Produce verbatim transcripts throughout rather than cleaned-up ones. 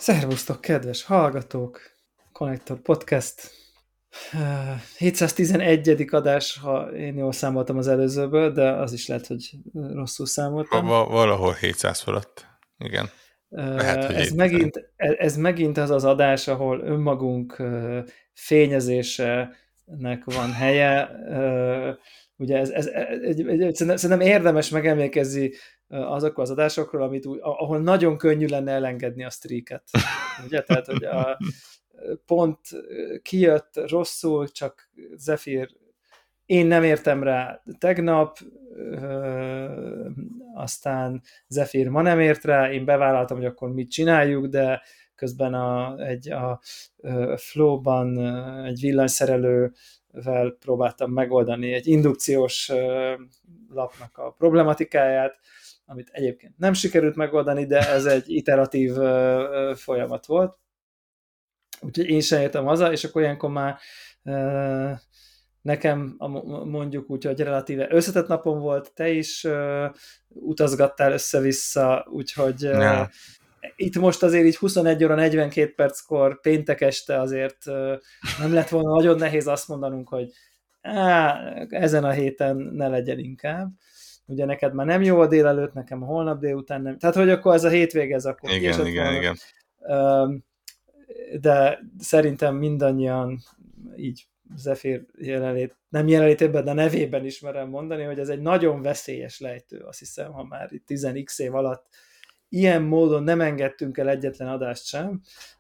Szervusztok, kedves hallgatók! Connector Podcast. hétszáztizenegyedik adás, ha én jól számoltam az előzőből, de az is lehet, hogy rosszul számoltam. Va- valahol hétszáz fölött. Igen. Lehet, hogy Ez hétszáz. megint, ez megint az az adás, ahol önmagunk fényezésének van helye. Ugye ez, ez, egy, egy, szerintem érdemes megemlékezni azokról az adásokról, amit úgy, ahol nagyon könnyű lenne elengedni a streaket. Ugye? Tehát, hogy a, pont kijött rosszul, csak Zephyr, én nem értem rá tegnap, aztán Zephyr ma nem ért rá, én bevállaltam, hogy akkor mit csináljuk, de közben a, egy, a, a Flow-ban egy villanyszerelővel próbáltam megoldani egy indukciós lapnak a problematikáját, amit egyébként nem sikerült megoldani, de ez egy iteratív folyamat volt. Úgyhogy én sem értem haza, és akkor ilyenkor már nekem mondjuk úgy, hogy relatíve összetett napom volt, te is uh, utazgattál össze-vissza, úgyhogy uh, ja. Itt most azért így huszonegy óra negyvenkét perckor péntek este azért uh, nem lett volna nagyon nehéz azt mondanunk, hogy á, ezen a héten ne legyen inkább. Ugye neked már nem jó a délelőtt, nekem a holnap délután nem. Tehát, hogy akkor ez a hétvége, ez akkor igen, igen, volna. igen. Uh, de szerintem mindannyian így Zephyr jelenlét, nem jelenlétében, de nevében ismerem mondani, hogy ez egy nagyon veszélyes lejtő, azt hiszem, ha már itt tíz x év alatt ilyen módon nem engedtünk el egyetlen adást sem,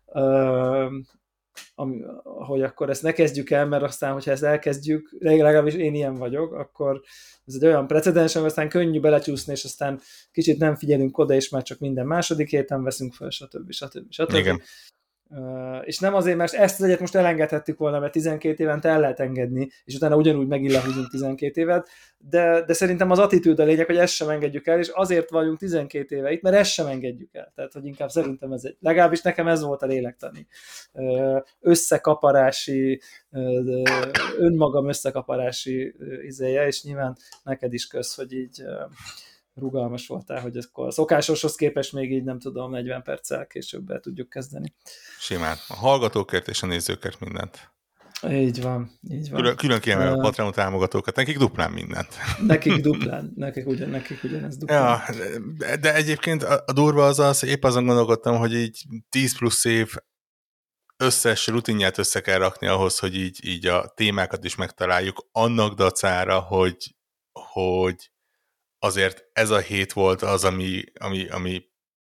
uh, ami, hogy akkor ezt ne kezdjük el, mert aztán, hogyha ezt elkezdjük, legalábbis én ilyen vagyok, akkor ez egy olyan precedens, ami aztán könnyű belecsúszni, és aztán kicsit nem figyelünk oda, és már csak minden második héten veszünk fel, stb. stb. stb. Igen. Uh, és nem azért, mert ezt az egyet most elengedhettük volna, mert tizenkét évente el lehet engedni, és utána ugyanúgy megint lehúzunk tizenkét évet, de, de szerintem az attitűd a lényeg, hogy ezt sem engedjük el, és azért vagyunk tizenkét éve itt, mert ezt sem engedjük el. Tehát, hogy inkább szerintem ez egy, legalábbis nekem ez volt a lélektani. Uh, összekaparási, uh, önmagam összekaparási izéje, és nyilván neked is kösz, hogy így uh, rugalmas voltál, hogy akkor a szokásoshoz képest még így nem tudom, negyven perccel később el tudjuk kezdeni. Simán. A hallgatókért és a nézőkért mindent. Így van, így van. Külön, külön kiemelem uh, a Patreon támogatókat, nekik duplán mindent. Nekik duplán, nekik, ugyan, nekik ugyanez duplán. Ja, de egyébként a, a durva az az, épp azon gondolkodtam, hogy így tíz plusz év összes rutinját össze kell rakni ahhoz, hogy így, így a témákat is megtaláljuk, annak dacára, hogy, hogy azért ez a hét volt az, ami, ami, ami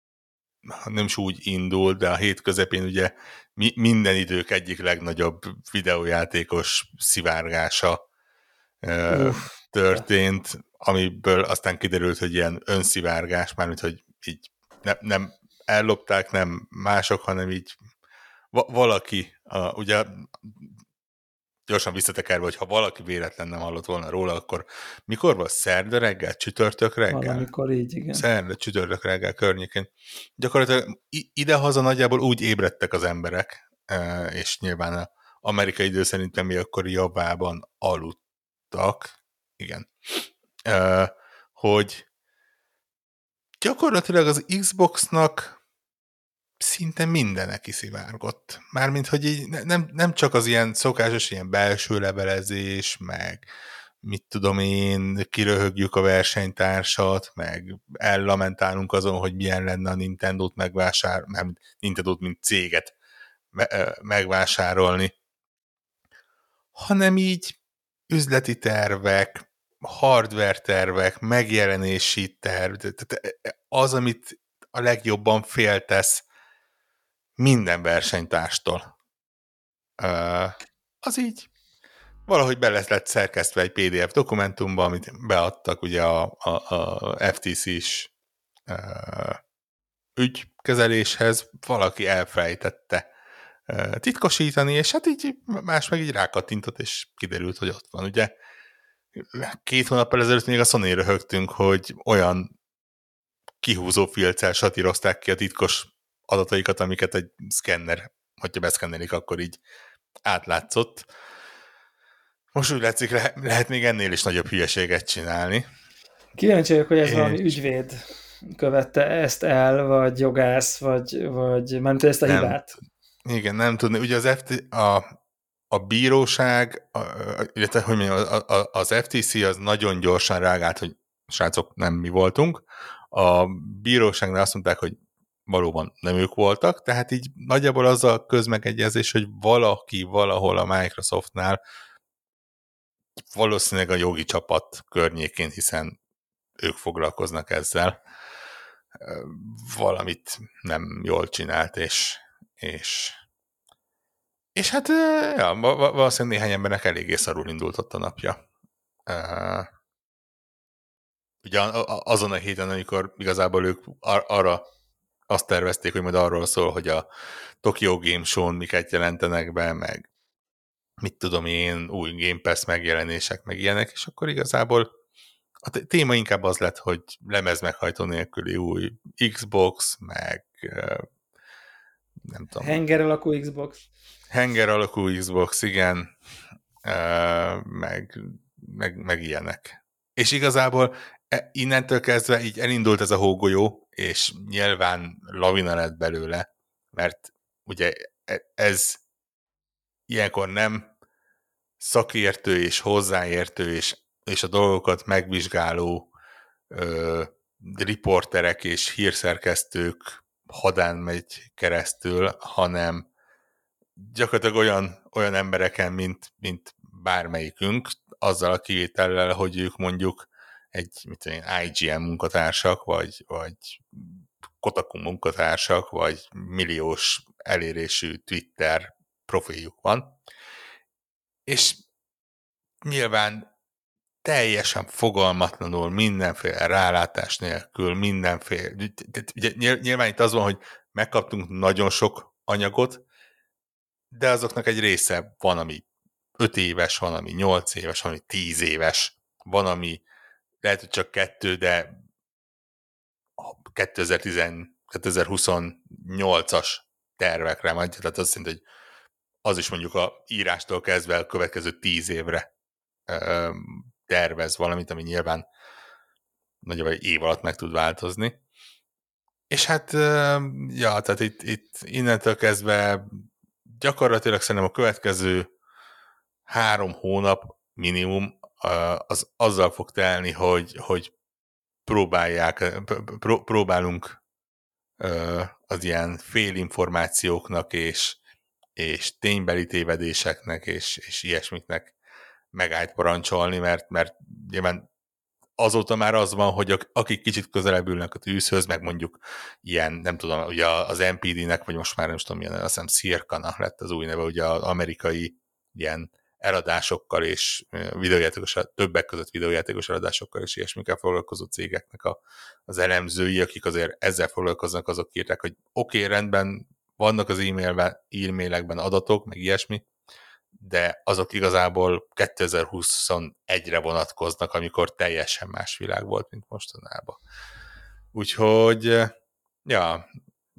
nem is úgy indul, de a hét közepén ugye mi, minden idők egyik legnagyobb videójátékos szivárgása uh, történt, amiből aztán kiderült, hogy ilyen önszivárgás, mármint, hogy így ne, nem ellopták, nem mások, hanem így va- valaki, a, ugye gyorsan visszatekerve, hogy ha valaki véletlen nem hallott volna róla, akkor mikor volt? Szerda reggel? Csütörtök reggel? Valamikor így, igen. Szerda, csütörtök reggel környékén. Gyakorlatilag idehaza nagyjából úgy ébredtek az emberek, és nyilván az amerikai idő szerintem mi akkor javában aludtak, igen, hogy gyakorlatilag az Xboxnak szinte mindenek kiszivárgott. Mármint, hogy így nem, nem csak az ilyen szokásos ilyen belső levelezés, meg mit tudom én, kiröhögjük a versenytársat, meg ellamentálunk azon, hogy milyen lenne a Nintendo-t megvásárolni, nem Nintendo-t, mint céget megvásárolni, hanem így üzleti tervek, hardware tervek, megjelenési terv, tehát az, amit a legjobban féltesz minden versenytárstól. Uh, az így valahogy be lett szerkesztve egy pé dé ef dokumentumba, amit beadtak ugye a, a, a ef té cés uh, ügykezeléshez, valaki elfelejtette uh, titkosítani, és hát így más meg így rákattintott, és kiderült, hogy ott van. Ugye két hónappal ezelőtt még a Sony röhögtünk, hogy olyan kihúzó filccel satírozták ki a titkos adataikat, amiket egy szkenner, hogyha beszkennelik, akkor így átlátszott. Most úgy látszik, le- lehet még ennél is nagyobb hülyeséget csinálni. Kíváncsi vagyok, hogy ez és... valami ügyvéd követte ezt el, vagy jogász, vagy, vagy mármint ezt a nem, hibát. Igen, nem tudni. Ugye az ef té, a, a bíróság, a, illetve hogy mondjam, a, a, az ef té cé az nagyon gyorsan reagált, hogy srácok, nem mi voltunk. A bíróságnál azt mondták, hogy valóban nem ők voltak, tehát így nagyjából az a közmegegyezés, hogy valaki valahol a Microsoftnál valószínűleg a jogi csapat környékén, hiszen ők foglalkoznak ezzel, valamit nem jól csinált, és, és, és hát ja, valószínűleg néhány embernek eléggé szarul indult ott a napja. Ugye azon a héten, amikor igazából ők ar- arra azt tervezték, hogy majd arról szól, hogy a Tokyo Game Show-n miket jelentenek be, meg mit tudom én, új Game Pass megjelenések, meg ilyenek, és akkor igazából a téma inkább az lett, hogy lemezmeghajtó nélküli új Xbox, meg nem tudom. Henger alakú Xbox. Henger alakú Xbox, igen, meg, meg, meg ilyenek. És igazából innentől kezdve így elindult ez a hógolyó, és nyilván lavina lett belőle, mert ugye ez ilyenkor nem szakértő és hozzáértő és, és a dolgokat megvizsgáló ö, riporterek és hírszerkesztők hadán megy keresztül, hanem gyakorlatilag olyan, olyan embereken, mint, mint bármelyikünk, azzal a kivétellel, hogy ők mondjuk egy mit tudom én, i gé en munkatársak, vagy, vagy Kotaku munkatársak, vagy milliós elérésű Twitter profiljuk van. És nyilván teljesen fogalmatlanul, mindenféle rálátás nélkül, mindenféle... Ugye, nyilván itt az van, hogy megkaptunk nagyon sok anyagot, de azoknak egy része van, ami öt éves, van, ami nyolc éves, van, ami tíz éves, van, ami lehet, hogy csak kettő, de kétezer-huszonnyolcas tervekre majd, tehát azt jelenti, hogy az is mondjuk a írástól kezdve a következő tíz évre ö, tervez valamit, ami nyilván nagyjából egy év alatt meg tud változni. És hát, ö, ja, tehát itt, itt innentől kezdve gyakorlatilag szerintem a következő három hónap minimum az azzal fog telni, hogy, hogy próbálják, pró, próbálunk az ilyen félinformációknak és, és ténybeli tévedéseknek és, és ilyesmiknek megállt parancsolni, mert, mert nyilván azóta már az van, hogy akik kicsit közelebb ülnek a tűzhöz, meg mondjuk ilyen, nem tudom, ugye az em pé dé-nek, vagy most már nem is tudom milyen, azt hiszem Circana lett az új neve, ugye az amerikai ilyen eladásokkal és videójátékos, többek között videójátékos eladásokkal és ilyesmikkel foglalkozó cégeknek a, az elemzői, akik azért ezzel foglalkoznak, azok írták, hogy oké, okay, rendben, vannak az e-mailben, e-mailekben adatok, meg ilyesmi, de azok igazából kétezer-huszonegyre vonatkoznak, amikor teljesen más világ volt, mint mostanában. Úgyhogy, ja,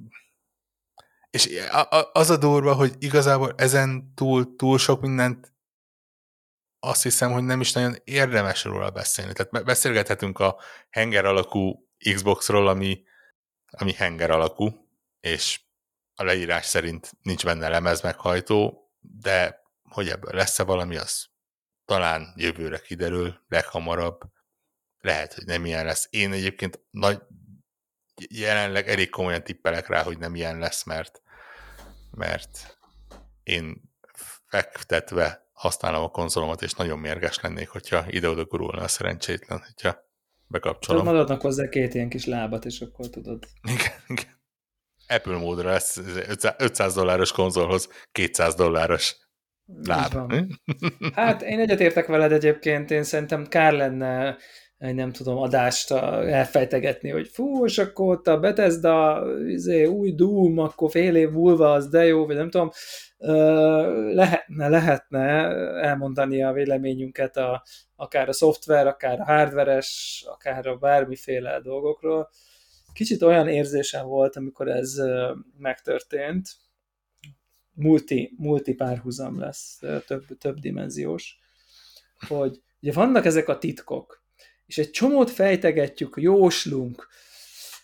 és az a durva, hogy igazából ezen túl, túl sok mindent azt hiszem, hogy nem is nagyon érdemes róla beszélni. Tehát beszélgethetünk a henger alakú Xboxról, ami, ami henger alakú, és a leírás szerint nincs benne lemezmeghajtó, de hogy ebből lesz-e valami, az talán jövőre kiderül, leghamarabb. Lehet, hogy nem ilyen lesz. Én egyébként nagy, jelenleg elég komolyan tippelek rá, hogy nem ilyen lesz, mert, mert én fektetve használom a konzolomat, és nagyon mérges lennék, hogyha ide-oda gurulna a szerencsétlen, hogyha bekapcsolom. Tudod, maradnak hozzá két ilyen kis lábat, és akkor tudod. Igen, igen. Apple módra lesz ötszáz dolláros konzolhoz kétszáz dolláros láb. Hát én egyetértek veled egyébként, én szerintem kár lenne egy nem tudom, adást elfejtegetni, hogy fú, és akkor ott a Bethesda izé, új Doom, akkor fél év múlva az de jó, vagy nem tudom, lehetne, lehetne elmondani a véleményünket a, akár a szoftver, akár a hardveres, akár a bármiféle dolgokról. Kicsit olyan érzésem volt, amikor ez megtörtént, multi, multi párhuzam lesz, több, több dimenziós, hogy ugye vannak ezek a titkok, és egy csomót fejtegetjük, jóslunk,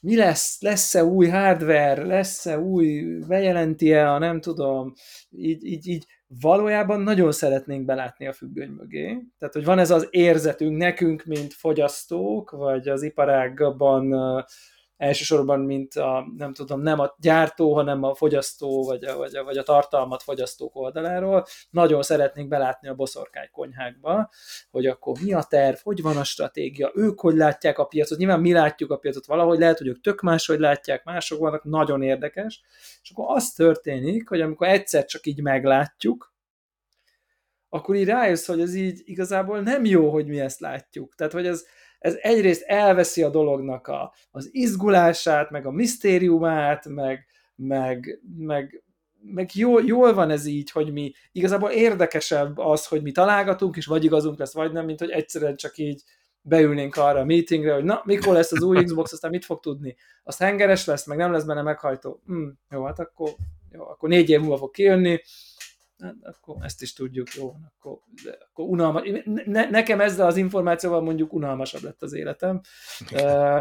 mi lesz, lesz-e új hardware, lesz-e új, bejelenti-e a nem tudom, így, így, így valójában nagyon szeretnénk belátni a függöny mögé. Tehát, hogy van ez az érzetünk nekünk, mint fogyasztók, vagy az iparágban uh, elsősorban, mint a, nem tudom, nem a gyártó, hanem a fogyasztó, vagy a, vagy a, vagy a tartalmat fogyasztók oldaláról. Nagyon szeretnénk belátni a boszorkány konyhákba, hogy akkor mi a terv, hogy van a stratégia, ők hogy látják a piacot, nyilván mi látjuk a piacot valahogy, lehet, hogy ők tök máshogy látják, mások vannak, nagyon érdekes, és akkor az történik, hogy amikor egyszer csak így meglátjuk, akkor így rájössz, hogy ez így igazából nem jó, hogy mi ezt látjuk. Tehát, hogy ez, ez egyrészt elveszi a dolognak a, az izgulását, meg a misztériumát, meg, meg, meg, meg jól, jól van ez így, hogy mi igazából érdekesebb az, hogy mi találgatunk, és vagy igazunk lesz, vagy nem, mint hogy egyszerűen csak így beülnénk arra a meetingre, hogy na, mikor lesz az új Xbox, aztán mit fog tudni? Az hengeres lesz, meg nem lesz benne meghajtó. Hm, jó, hát akkor, jó, akkor négy év múlva fog kijönni, hát akkor ezt is tudjuk, jó, akkor, akkor unalmas. Ne, nekem ezzel az információval mondjuk unalmasabb lett az életem. Uh,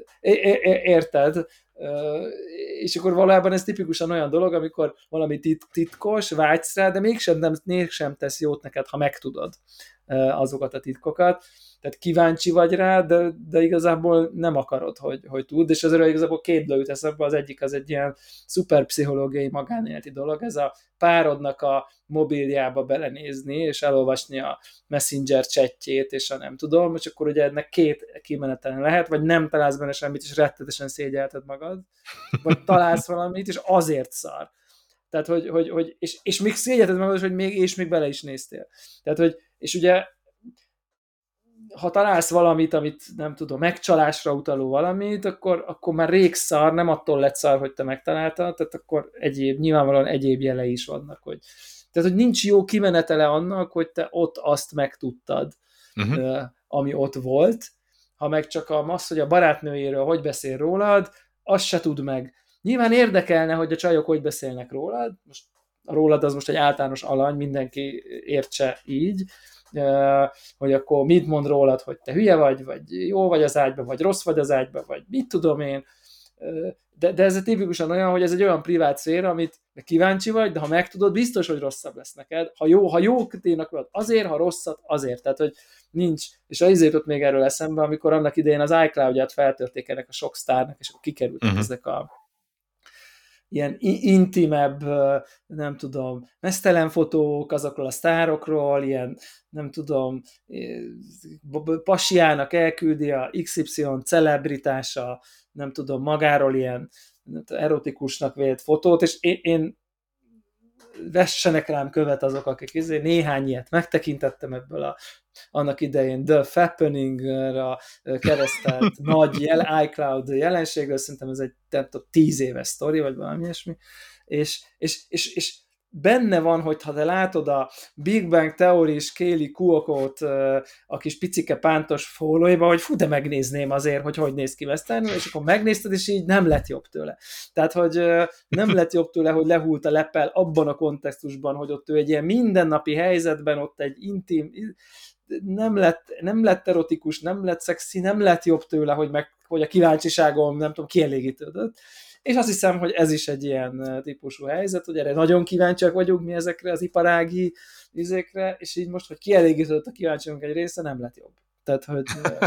érted? Uh, és akkor valójában ez tipikusan olyan dolog, amikor valami tit- titkos, vágysz rá, de mégsem, nem, mégsem tesz jót neked, ha megtudod uh, azokat a titkokat. Tehát kíváncsi vagy rá, de, de igazából nem akarod, hogy, hogy tudd, és ezért igazából két dolog eszembe, az egyik az egy ilyen szuper pszichológiai magánéleti dolog, ez a párodnak a mobiljába belenézni, és elolvasni a Messenger chatjét, és a nem tudom, és akkor ugye ennek két kimenetelen lehet, vagy nem találsz benne semmit, és rettetesen szégyelted magad, vagy találsz valamit, és azért szar. Tehát, hogy, hogy, hogy és, és még szégyelted magad, hogy még, és még bele is néztél. Tehát, hogy, és ugye ha találsz valamit, amit nem tudom, megcsalásra utaló valamit, akkor, akkor már rég szar, nem attól lett szar, hogy te megtaláltad, tehát akkor egyéb, nyilvánvalóan egyéb jelei is vannak, hogy tehát, hogy nincs jó kimenetele annak, hogy te ott azt megtudtad, uh-huh. ami ott volt, ha meg csak az, hogy a barátnőjéről hogy beszél rólad, azt se tud meg. Nyilván érdekelne, hogy a csajok hogy beszélnek rólad, most a rólad az most egy általános alany, mindenki értse így, hogy akkor mit mond rólad, hogy te hülye vagy, vagy jó vagy az ágyba, vagy rossz vagy az ágyba, vagy mit tudom én, de, de ez tipikusan olyan, hogy ez egy olyan privát szféra, amit kíváncsi vagy, de ha megtudod, biztos, hogy rosszabb lesz neked. Ha jó, ha jó ténak vagy azért, ha rosszat, azért. Tehát, hogy nincs, és az izé jutott még erről eszembe, amikor annak idején az iCloud-ját feltörték ennek a sok sztárnak, és akkor kikerültek uh-huh. ezek a ilyen intimebb, nem tudom, mesztelen fotók azokról a sztárokról, ilyen, nem tudom, pasiának elküldi a iksz ipszilon celebritása, nem tudom, magáról ilyen erotikusnak vélt fotót, és én, én vessenek rám követ azok, akik izé, néhány ilyet megtekintettem ebből a, annak idején The Fappening-ra keresztelt nagy jel, iCloud jelenségről, szerintem ez egy nem tudom, tíz éves sztori, vagy valami ilyesmi, és, és, és, és benne van, hogy ha te látod a Big Bang Theory és Kaylee Cuoco-t a kis picike pántos fólóiba, hogy fú, de megnézném azért, hogy hogy néz ki Westernül, és akkor megnézted, és így nem lett jobb tőle. Tehát, hogy nem lett jobb tőle, hogy lehult a leppel abban a kontextusban, hogy ott ő egy ilyen mindennapi helyzetben, ott egy intim, nem lett, nem lett erotikus, nem lett szexi, nem lett jobb tőle, hogy, meg, hogy a kíváncsiságom, nem tudom, kielégítődött. És azt hiszem, hogy ez is egy ilyen típusú helyzet, hogy erre nagyon kíváncsiak vagyunk mi ezekre az iparági izékre, és így most, hogy kielégítődött a kíváncsiunk egy része, nem lett jobb. Tehát, hogy...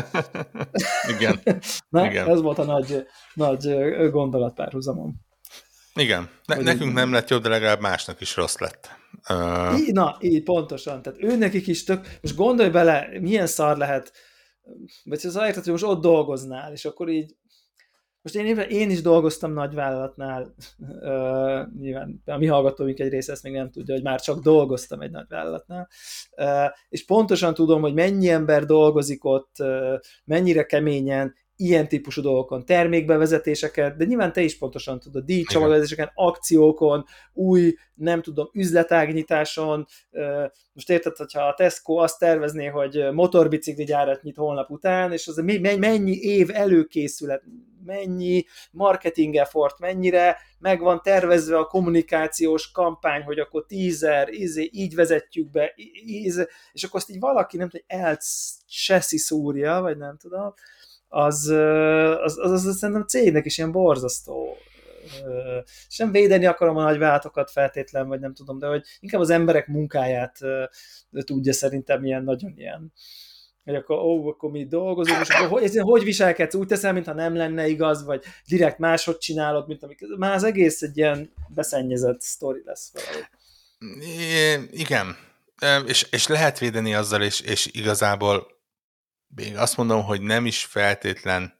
Igen. Na, Igen. ez volt a nagy, nagy gondolatpárhuzamom. Igen. Ne, nekünk nem lett jobb, de legalább másnak is rossz lett. Uh... Így, na, így pontosan. Tehát ő nekik is tök... Most gondolj bele, milyen szar lehet, vagy az érted, hogy most ott dolgoznál, és akkor így most én, én is dolgoztam nagyvállalatnál, uh, nyilván a mi hallgatóink egy része ezt még nem tudja, hogy már csak dolgoztam egy nagyvállalatnál, uh, és pontosan tudom, hogy mennyi ember dolgozik ott, uh, mennyire keményen, ilyen típusú dolgokon, termékbevezetéseket, de nyilván te is pontosan tudod, díjcsomagolásokon, akciókon, új, nem tudom, üzletágnyitáson, most érted, hogyha a Tesco azt tervezné, hogy motorbicikli gyárat nyit holnap után, és az mennyi év előkészület, mennyi marketing effort, mennyire meg van tervezve a kommunikációs kampány, hogy akkor tízer, ízé, így vezetjük be, íz, és akkor azt így valaki, nem tudom, elcseszi szúrja, vagy nem tudom, az, az, az, az, az szerintem cégnek is ilyen borzasztó. És nem védeni akarom a nagyvállalatokat feltétlen, vagy nem tudom, de hogy inkább az emberek munkáját tudja szerintem ilyen nagyon ilyen, hogy akkor, ó, akkor mi dolgozunk, és akkor hogy, hogy viselkedsz? Úgy teszel, mintha nem lenne igaz, vagy direkt máshogy csinálod, mint amik... Már az egész egy ilyen beszennyezett sztori lesz valahogy. I- igen. És, és lehet védeni azzal, és, és igazából még azt mondom, hogy nem is feltétlen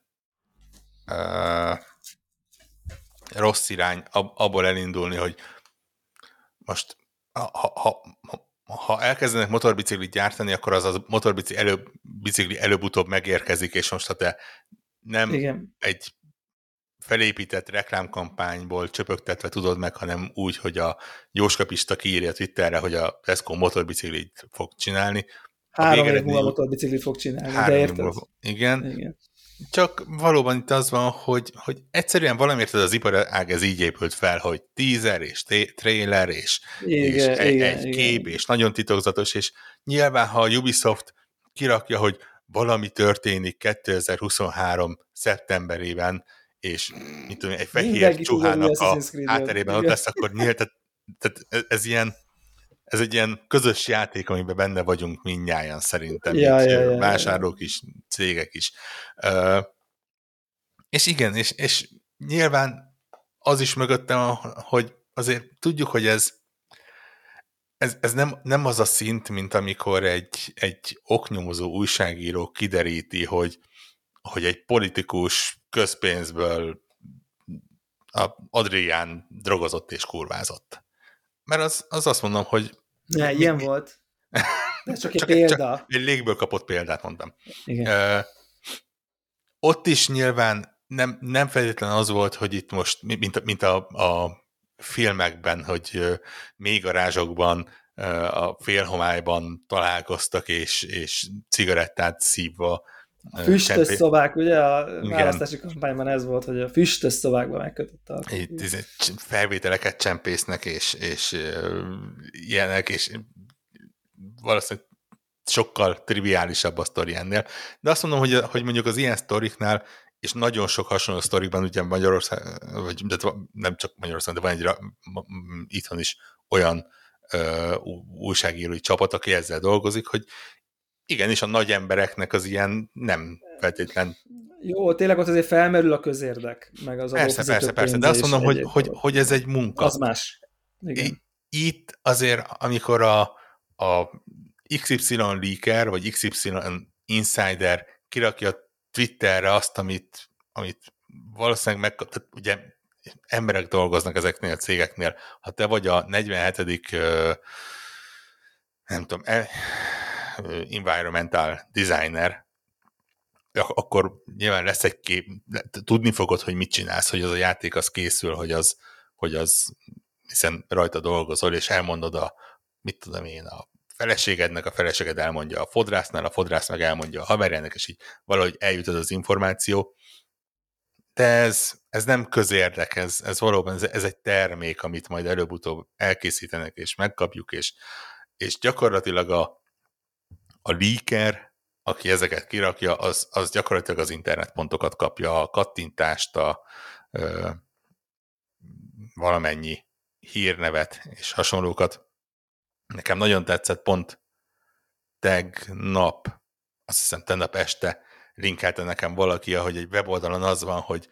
uh, rossz irány ab, abból elindulni, hogy most ha, ha, ha, ha elkezdenek motorbiciklit gyártani, akkor az a motorbicikli előbb, bicikli előbb-utóbb megérkezik, és most ha te nem Igen. egy felépített reklámkampányból csöpögtetve tudod meg, hanem úgy, hogy a Jóska Pista kiírja Twitterre, hogy a Tesco motorbiciklit fog csinálni. Három év múlva motorbiciklit fog csinálni, három de érted? Múlva, igen. igen. Csak valóban itt az van, hogy, hogy egyszerűen valamiért ez az iparág ez így épült fel, hogy teaser és té- trailer és, igen, és egy, igen, egy igen. kép, és nagyon titokzatos, és nyilván, ha a Ubisoft kirakja, hogy valami történik kétezer-huszonhárom szeptemberében, és mit tudom, egy fehér Mindenki csuhának a Creed-ot, hátterében ott igen. lesz, akkor nyílt, tehát, tehát ez ilyen ez egy ilyen közös játék, amiben benne vagyunk mindnyájan szerintem, Ja, így ja, ja, vásárlók is, cégek is. Uh, és igen, és, és nyilván az is mögöttem, hogy azért tudjuk, hogy ez ez, ez nem, nem az a szint, mint amikor egy, egy oknyomozó újságíró kideríti, hogy, hogy egy politikus közpénzből a Adrián drogozott és kurvázott. Mert az, az azt mondom, hogy Ne, mi, ilyen mi, volt. De csak egy csak, példa. Csak egy légből kapott példát mondtam. Igen. Uh, ott is nyilván nem, nem feltétlenül az volt, hogy itt most, mint, mint a, a filmekben, hogy uh, még garázsokban, uh, a félhomályban találkoztak, és, és cigarettát szívva. A füstös csempé... szobák, ugye a Igen. választási kampányban ez volt, hogy a füstös szobákban megkötött a... Itt felvételeket csempésznek, és, és uh, ilyenek, és valószínűleg sokkal triviálisabb a sztori ennél. De azt mondom, hogy, hogy mondjuk az ilyen sztoriknál, és nagyon sok hasonló sztorikban, ugye Magyarország, vagy de nem csak Magyarország, de van egy itthon is olyan uh, újságírói csapat, aki ezzel dolgozik, hogy igenis a nagy embereknek az ilyen nem feltétlen... Jó, tényleg ott azért felmerül a közérdek, meg az Persze, persze, persze, de azt mondom, hogy, hogy, hogy ez egy munka. Az más. Igen. Itt azért, amikor a, a iksz ipszilon leaker, vagy iksz ipszilon insider kirakja Twitterre azt, amit, amit valószínűleg meg... Tehát ugye emberek dolgoznak ezeknél a cégeknél. Ha te vagy a negyvenhetedik nem tudom, environmental designer, akkor nyilván lesz egy kép, tudni fogod, hogy mit csinálsz, hogy az a játék az készül, hogy az, hogy az hiszen rajta dolgozol, és elmondod a, mit tudom én, a feleségednek, a feleséged elmondja a fodrásznál, a fodrász meg elmondja a haverjának, és így valahogy eljutod az információ. De ez, ez nem közérdek, ez, ez valóban ez, ez egy termék, amit majd előbb-utóbb elkészítenek, és megkapjuk, és, és gyakorlatilag a, a leaker, aki ezeket kirakja, az, az gyakorlatilag az internetpontokat kapja, a kattintást, a ö, valamennyi hírnevet és hasonlókat. Nekem nagyon tetszett, pont tegnap, azt hiszem tegnap este linkelte nekem valaki, hogy egy weboldalon az van, hogy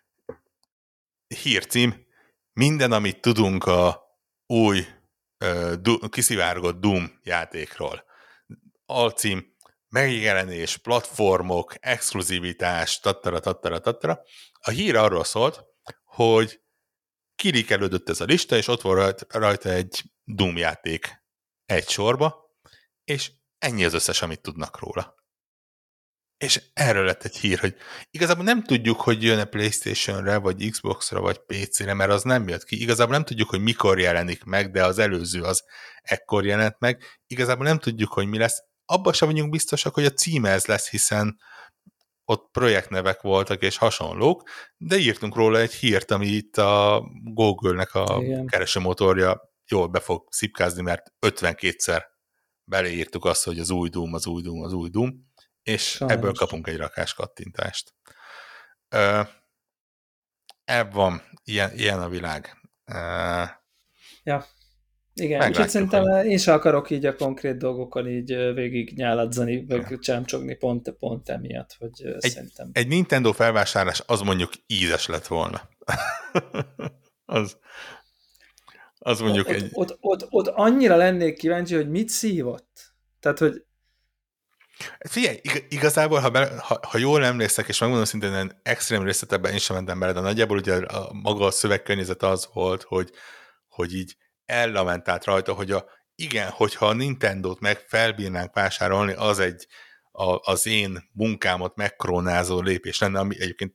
hírcím, minden, amit tudunk a új ö, du, kiszivárgott Doom játékról. Alcím, megjelenés, platformok, exkluzivitás, tattara, tattara, tattara. A hír arról szólt, hogy kilikelődött ez a lista, és ott volt rajta egy Doom játék egy sorba, és ennyi az összes, amit tudnak róla. És erről lett egy hír, hogy igazából nem tudjuk, hogy jön-e PlayStation-re, vagy Xbox-ra, vagy pé cére, mert az nem jött ki. Igazából nem tudjuk, hogy mikor jelenik meg, de az előző az ekkor jelent meg. Igazából nem tudjuk, hogy mi lesz. Abban sem vagyunk biztosak, hogy a címe ez lesz, hiszen ott projektnevek voltak és hasonlók, de írtunk róla egy hírt, ami itt a Google-nek a Igen. keresőmotorja jól be fog szipkázni, mert ötvenkétszer beleírtuk azt, hogy az új Doom, az új Doom, az új Doom, és Sajnos. ebből kapunk egy rakás kattintást. Ö, ebb van, ilyen, ilyen a világ. Ö, ja. Igen, meglátjuk, úgyhogy szerintem hogy... én sem akarok így a konkrét dolgokon így végig nyáladzani, meg csámcsogni pont, pont emiatt, hogy egy, szerintem... Egy Nintendo felvásárlás az mondjuk ízes lett volna. az, az mondjuk ott, egy... Ott, ott, ott annyira lennék kíváncsi, hogy mit szívott. Tehát, hogy Figyelj, igazából, ha, be, ha, ha jól emlékszek, és megmondom szintén, extrém részletebben én sem mentem bele, de nagyjából ugye a, maga a szövegkörnyezet az volt, hogy, hogy így ellamentált rajta, hogy a, igen, hogyha a Nintendót meg felbírnánk vásárolni, az egy a, az én munkámat megkrónázó lépés lenne, ami egyébként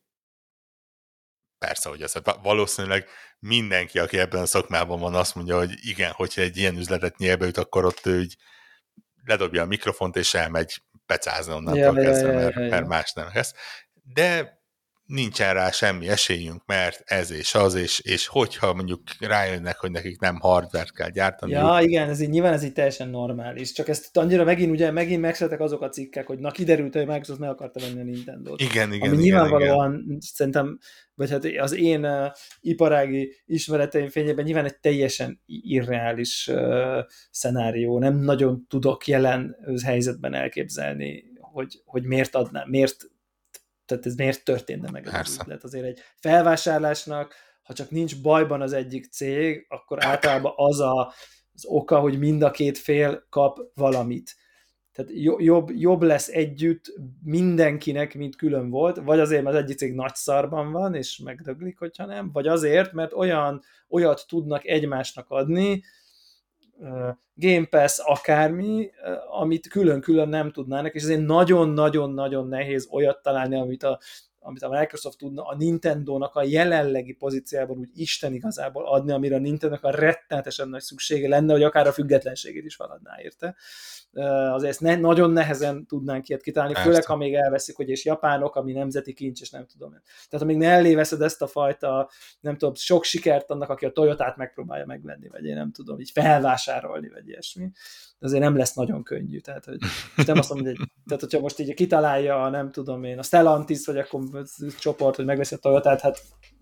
persze, hogy ez valószínűleg mindenki, aki ebben a szakmában van, azt mondja, hogy igen, hogyha egy ilyen üzletet nyílbe üt, akkor ott ő így ledobja a mikrofont, és elmegy pecázni onnantól ja, kezdve, ja, ja, mert, ja, ja. mert más nem lesz. De nincsen rá semmi esélyünk, mert ez és az, és, és hogyha mondjuk rájönnek, hogy nekik nem hardware-t kell gyártani. Ja, igen, ez így, nyilván ez így teljesen normális. Csak ezt annyira megint, ugye, megint megszülettek azok a cikkek, hogy na kiderült, hogy Microsoft meg akarta venni a Nintendót. Igen, igen, Ami igen, nyilvánvalóan igen. szerintem, vagy hát az én uh, iparági ismereteim fényében nyilván egy teljesen irreális uh, szenárió. Nem nagyon tudok jelen helyzetben elképzelni, hogy, hogy miért adná, miért, tehát ez miért történne meg ez az üzlet. Azért egy felvásárlásnak, ha csak nincs bajban az egyik cég, akkor általában az a, az oka, hogy mind a két fél kap valamit. Tehát jobb, jobb lesz együtt mindenkinek, mint külön volt, vagy azért, mert az egyik cég nagy szarban van, és megdöglik, hogyha nem, vagy azért, mert olyan, olyat tudnak egymásnak adni, Game Pass, akármi, amit külön-külön nem tudnának, és ezért nagyon-nagyon-nagyon nehéz olyat találni, amit a, amit a Microsoft tudna a Nintendónak a jelenlegi pozíciában úgy Isten igazából adni, amire a Nintendónak a rettenetesen nagy szüksége lenne, hogy akár a függetlenségét is feladná érte. Azért ezt ne, nagyon nehezen tudnánk ilyet kitalálni, Persze. főleg ha még elveszik, hogy és japánok, ami nemzeti kincs, és nem tudom. Tehát amíg ne elléveszed ezt a fajta, nem tudom, sok sikert annak, aki a Toyotát megpróbálja megvenni, vagy én nem tudom, így felvásárolni, vagy ilyesmi, azért nem lesz nagyon könnyű. Tehát, hogy nem azt mondom, hogy, tehát, hogyha most így kitalálja, nem tudom én, a Stellantis, vagy akkor csoport, hogy megveszi a Toyotát, hát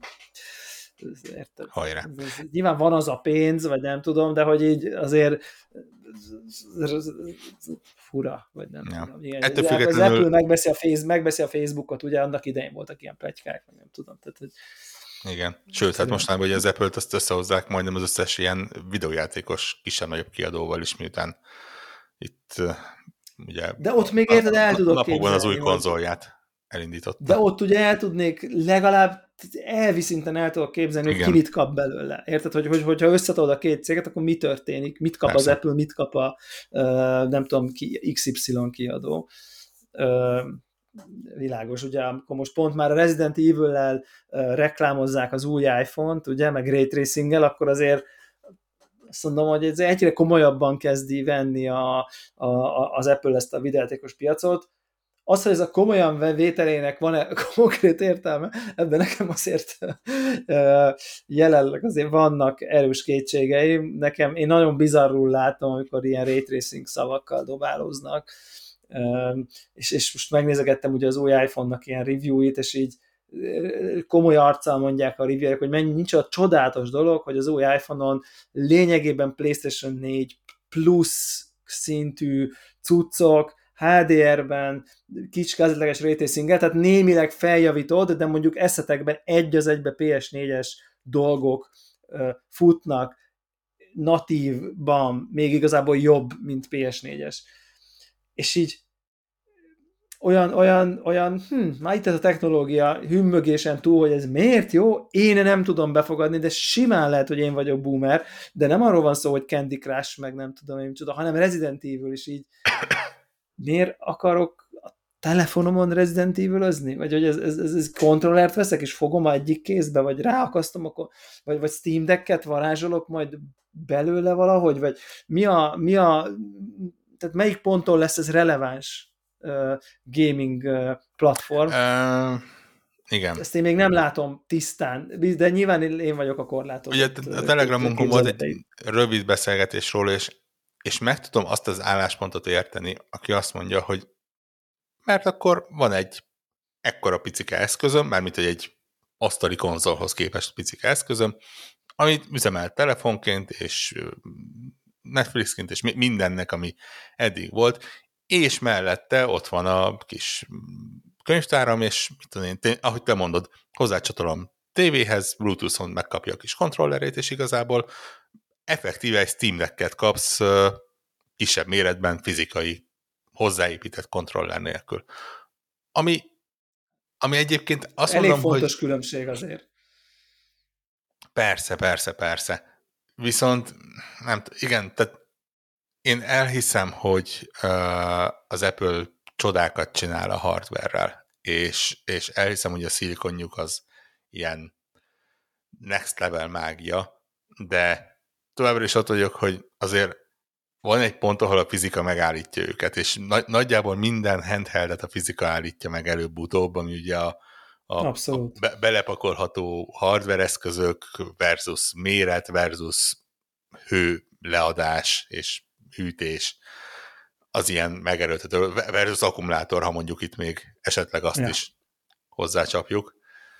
érted? Hajrá. Nyilván van az a pénz, vagy nem tudom, de hogy így azért fura, vagy nem ja. tudom. Igen, Ettől az függetlenül... Apple megbeszi a, face, megbeszi a Facebookot, ugye annak idején voltak ilyen pletykák, nem tudom. Tehát, hogy igen. Sőt, hát mostanában hogy az Apple-t azt összehozzák majdnem az összes ilyen videójátékos kisebb-nagyobb kiadóval is, miután itt ugye de ott még érted, el tudok napokban az új hogy... konzolját elindította. De ott ugye el tudnék, legalább elvi szinten el tudok képzelni, hogy igen. ki mit kap belőle. Érted, hogy, hogy, hogyha összetolod a két céget, akkor mi történik? Mit kap Persze. az Apple, mit kap a uh, nem tudom, ki, iksz ipszilon kiadó. Uh, világos, ugye, amikor most pont már a Resident Evil-lel uh, reklámozzák az új iPhone-t, ugye, meg Ray Tracing-el, akkor azért azt mondom, hogy ez egyre komolyabban kezdi venni a, a, a, az Apple ezt a videójátékos piacot. Az, hogy ez a komolyan vételének van-e konkrét értelme, ebben nekem azért jelenleg azért vannak erős kétségeim. Nekem, én nagyon bizarrul látom, amikor ilyen ray tracing szavakkal dobálóznak, és, és most megnézegettem ugye az új iPhone-nak ilyen review-it, és így komoly arccal mondják a review-ek, hogy mennyi nincs a csodálatos dolog, hogy az új iPhone-on lényegében PlayStation négy plusz szintű cuccok, há dé er-ben, kicsikázatleges ray tracing-el, tehát némileg feljavítod, de mondjuk eszetekben egy az egybe pé es négyes dolgok uh, futnak natívban, még igazából jobb, mint pé es négyes. És így olyan, olyan, olyan, hm, már itt ez a technológia hümmögésen túl, hogy ez miért jó, én nem tudom befogadni, de simán lehet, hogy én vagyok boomer, de nem arról van szó, hogy Candy Crush, meg nem tudom én micsoda, hanem Resident Evil is így. Miért akarok a telefonomon Resident Evil-özni? Vagy hogy ez, ez, ez, ez kontrollert veszek, és fogom egyik kézbe, vagy ráakasztom, akkor, vagy, vagy Steam Decket varázsolok majd belőle valahogy, vagy mi a, mi a tehát melyik ponton lesz ez releváns uh, gaming uh, platform? Uh, igen. Ezt én még nem látom tisztán, de nyilván én vagyok a korlátozott. Ugye a Telegramunkon volt egy rövid beszélgetés róla, és, és meg tudom azt az álláspontot érteni, aki azt mondja, hogy mert akkor van egy ekkora picike eszközöm, mármint hogy egy asztali konzolhoz képest picike eszközöm, amit üzemelt telefonként, és Netflixként, és mindennek, ami eddig volt, és mellette ott van a kis könyvtáram, és mit tudom én, ahogy te mondod, hozzácsatolom tévéhez, Bluetooth-on megkapja a kis kontrollerét, és igazából effektíve egy Steam Decket kapsz kisebb méretben fizikai hozzáépített kontroller nélkül. Ami, ami egyébként azt Elég mondom, fontos hogy különbség azért. Persze, persze, persze. Viszont nem t- igen, tehát én elhiszem, hogy uh, az Apple csodákat csinál a hardware-rel, és, és elhiszem, hogy a szilikonjuk az ilyen next level mágia, de továbbra is ott vagyok, hogy azért van egy pont, ahol a fizika megállítja őket, és nagy, nagyjából minden handheldet a fizika állítja meg előbb-utóbb, ami ugye a, a, a be, belepakolható hardware eszközök versus méret versus hő leadás és hűtés, az ilyen megerőltető versus akkumulátor, ha mondjuk itt még esetleg azt ja. is hozzácsapjuk.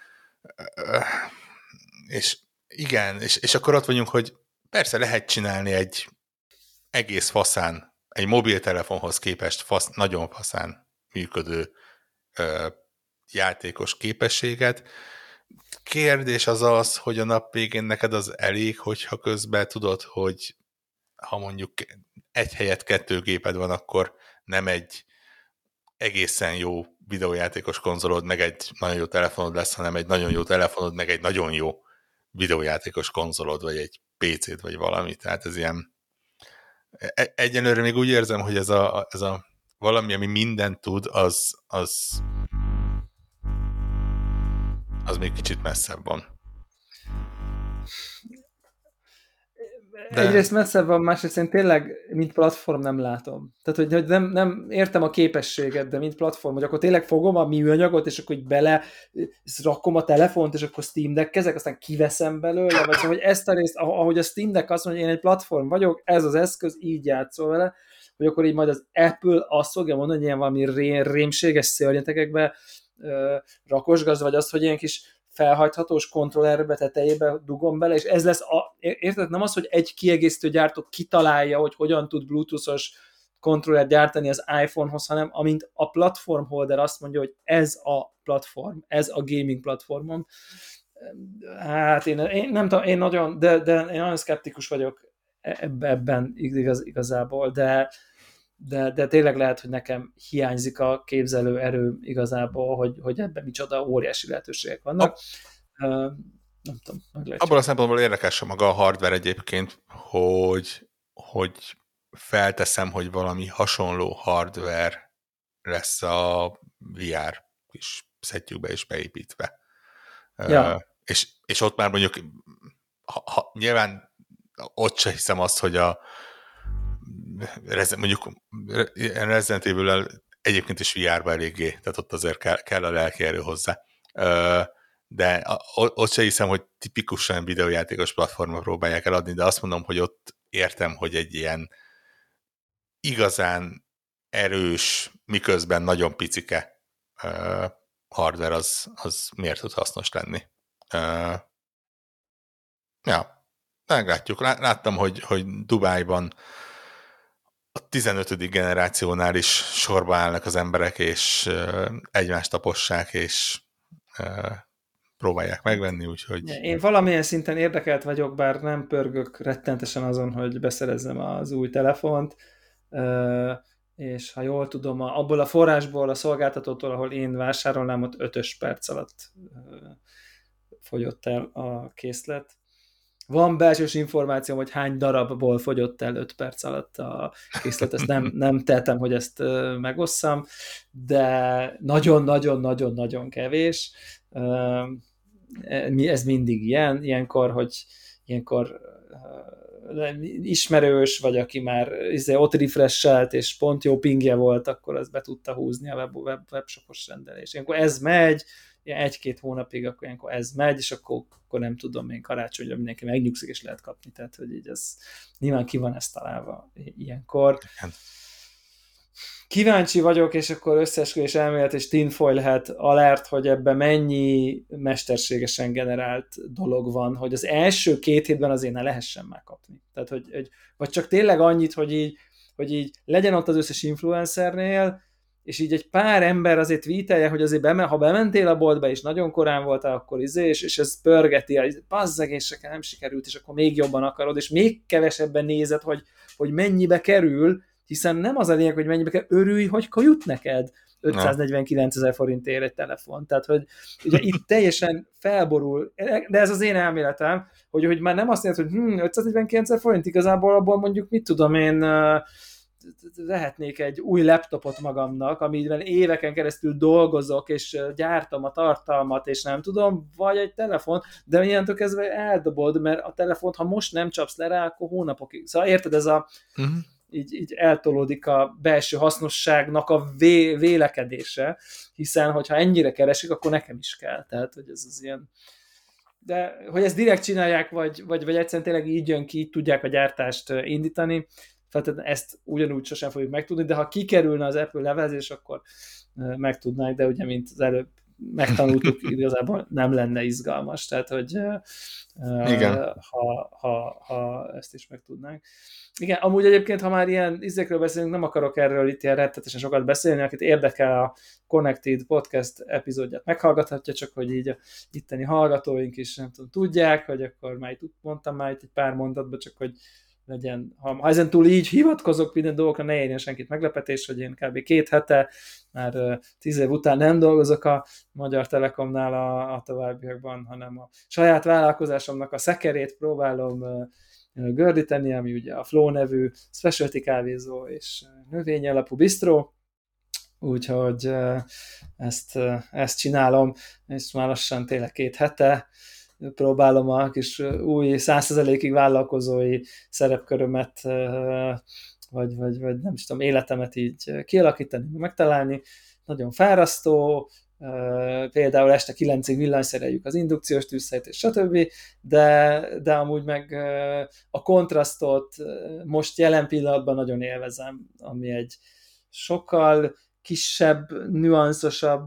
És igen, és, és akkor ott vagyunk, hogy persze lehet csinálni egy egész faszán, egy mobiltelefonhoz képest fasz, nagyon faszán működő ö, játékos képességet. Kérdés az az, hogy a nap végén neked az elég, hogyha közben tudod, hogy ha mondjuk egy helyett kettő géped van, akkor nem egy egészen jó videójátékos konzolod, meg egy nagyon jó telefonod lesz, hanem egy nagyon jó telefonod, meg egy nagyon jó videójátékos konzolod, vagy egy pé cét, vagy valami. Tehát ez ilyen egyenlőre még úgy érzem, hogy ez a, ez a valami, ami mindent tud, az, az az még kicsit messzebb van. De... Egyrészt messzebb van, másrészt én tényleg, mint platform nem látom. Tehát, hogy, hogy nem, nem értem a képességet, de mint platform, hogy akkor tényleg fogom a műanyagot, és akkor így bele rakom a telefont, és akkor Steam Deck-kezek, aztán kiveszem belőle, vagy szóval, hogy ezt a részt, ahogy a Steam Deck azt mondja, hogy én egy platform vagyok, ez az eszköz, így játszol vele, hogy akkor így majd az Apple azt fogja mondani, hogy ilyen valami ré, rémséges szörnyetekekbe uh, rakosgazd, vagy azt, hogy ilyen kis felhajthatós kontrollerbe tetejébe dugom bele, és ez lesz, a, érted? Nem az, hogy egy kiegészítő gyártó kitalálja, hogy hogyan tud bluetoothos kontroller gyártani az iPhone-hoz, hanem amint a platform holder azt mondja, hogy ez a platform, ez a gaming platformom. Hát én, én nem tudom, én nagyon, de, de én nagyon szkeptikus vagyok ebben igaz, igazából, de De, de tényleg lehet, hogy nekem hiányzik a képzelő erő igazából, hogy, hogy ebben micsoda óriási lehetőségek vannak. A, uh, nem tudom, meglátjuk. Abban a szempontból érdekes maga a hardware egyébként, hogy, hogy felteszem, hogy valami hasonló hardware lesz a vé er kis szettjükbe is beépítve. Ja. Uh, és, és ott már mondjuk ha, ha, nyilván ott se hiszem azt, hogy a mondjuk Resident Evil-el egyébként is vé er-be eléggé, tehát ott azért kell, kell a lelki erő hozzá. De ott se hiszem, hogy tipikusan videójátékos platformra próbálják eladni, de azt mondom, hogy ott értem, hogy egy ilyen igazán erős, miközben nagyon picike hardware az, az miért tud hasznos lenni. Ja, meglátjuk. Láttam, hogy, hogy Dubájban a tizenötödik generációnál is sorba állnak az emberek, és uh, egymást tapossák, és uh, próbálják megvenni, úgyhogy... Én valamilyen szinten érdekelt vagyok, bár nem pörgök rettentesen azon, hogy beszerezzem az új telefont, uh, és ha jól tudom, abból a forrásból, a szolgáltatótól, ahol én vásárolnám, ott ötös perc alatt uh, fogyott el a készlet. Van belsős információm, hogy hány darabból fogyott el öt perc alatt a készlet, ezt nem, nem tettem, hogy ezt megosszam, de nagyon-nagyon-nagyon-nagyon kevés. Ez mindig ilyen, ilyenkor, hogy ilyenkor ismerős, vagy aki már izé, ott refresh-elt, és pont jó pingje volt, akkor az be tudta húzni a web, web, webshopos rendelés. Ilyenkor ez megy, egy-két hónapig, akkor ilyenkor ez megy, és akkor, akkor nem tudom, én karácsonyra mindenki megnyugszik, és lehet kapni, tehát, hogy így ez nyilván ki van ezt találva ilyenkor. kíváncsi vagyok, és akkor összeesküvés elmélet és tinfoil lehet alert, hogy ebben mennyi mesterségesen generált dolog van, hogy az első két hétben azért ne lehessen már kapni. Tehát, hogy, hogy vagy csak tényleg annyit, hogy így, hogy így legyen ott az összes influencernél, és így egy pár ember azért tweetelje, hogy azért beme, ha bementél a boltba, és nagyon korán voltál, akkor izé, és, és ez pörgeti, bazzeg, és nem sikerült, és akkor még jobban akarod, és még kevesebben nézed, hogy, hogy mennyibe kerül, hiszen nem az a lényeg, hogy mennyibe kell, örülj, hogy jut neked ötszáznegyvenkilencezer forintért egy telefon. Tehát, hogy ugye itt teljesen felborul, de ez az én elméletem, hogy, hogy már nem azt mondod, hogy hm, ötszáznegyvenkilencezer forint, igazából abból mondjuk, mit tudom én, vehetnék egy új laptopot magamnak, amivel éveken keresztül dolgozok, és gyártom a tartalmat, és nem tudom, vagy egy telefon, de ilyentől kezdve eldobod, mert a telefont, ha most nem csapsz le rá, akkor hónapokig. Szóval érted, ez a uh-huh. így, így eltolódik a belső hasznosságnak a vé, vélekedése, hiszen, hogyha ennyire keresik, akkor nekem is kell. Tehát, hogy ez az ilyen... De hogy ezt direkt csinálják, vagy, vagy, vagy egyszerűen tényleg így jön ki, így tudják a gyártást indítani, feltétlenül ezt ugyanúgy sosem fogjuk megtudni, de ha kikerülne az Apple levelezés, akkor megtudnánk, de ugye, mint az előbb megtanultuk, igazából nem lenne izgalmas, tehát, hogy Igen. Ha, ha, ha ezt is megtudnánk. Igen, amúgy egyébként, ha már ilyen izékről beszélünk, nem akarok erről itt ilyen rettetesen sokat beszélni, akit érdekel a Connected Podcast epizódját meghallgathatja, csak hogy így a itteni hallgatóink is nem tudom, tudják, hogy akkor már itt mondtam már itt egy pár mondatban, csak hogy legyen, ha, ha ezen túl így hivatkozok minden dolgokra, ne érjen senkit meglepetés, hogy én kb. két hete, már uh, tíz év után nem dolgozok a Magyar Telekomnál a, a továbbiakban, hanem a saját vállalkozásomnak a szekerét próbálom uh, gördíteni, ami ugye a Flow nevű specialty kávézó és növény alapú bistró, úgyhogy uh, ezt, uh, ezt csinálom, és már lassan tényleg két hete próbálom a kis új száz százalékig vállalkozói szerepkörömet, vagy, vagy, vagy nem is tudom, életemet így kialakítani, megtalálni. Nagyon fárasztó, például este kilencig villanyszereljük az indukciós tűzhelyt, és stb., de, de amúgy meg a kontrasztot most jelen pillanatban nagyon élvezem, ami egy sokkal kisebb, nüanszosabb,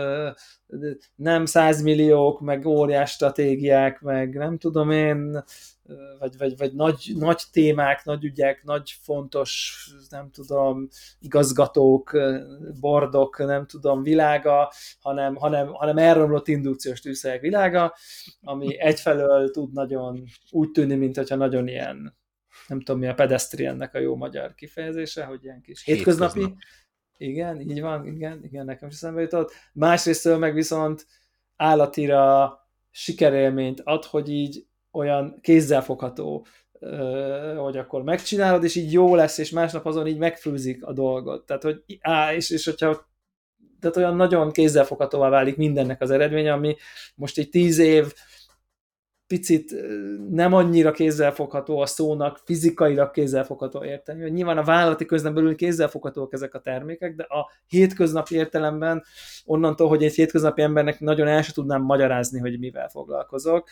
nem százmilliók, meg óriás stratégiák, meg nem tudom én, vagy, vagy, vagy nagy, nagy témák, nagy ügyek, nagy fontos, nem tudom, igazgatók, bordok, nem tudom, világa, hanem, hanem, hanem elromlott indukciós tűzhelyek világa, ami egyfelől tud nagyon úgy tűnni, mint hogyha nagyon ilyen, nem tudom mi a pedestriannek a jó magyar kifejezése, hogy ilyen kis hétköznapi, hétköznapi. Igen, így van, igen, igen, nekem is eszembe jutott. Másrésztől meg viszont állatira sikerélményt ad, hogy így olyan kézzelfogható, hogy akkor megcsinálod, és így jó lesz, és másnap azon így megfőzik a dolgot. Tehát, hogy á, és, és hogyha tehát olyan nagyon kézzelfoghatóvá válik mindennek az eredménye, ami most egy tíz év picit nem annyira kézzelfogható a szónak, fizikailag kézzelfogható értelmi. Nyilván a vállalati közben belül kézzelfoghatóak ezek a termékek, de a hétköznapi értelemben onnantól, hogy egy hétköznapi embernek nagyon el sem tudnám magyarázni, hogy mivel foglalkozok.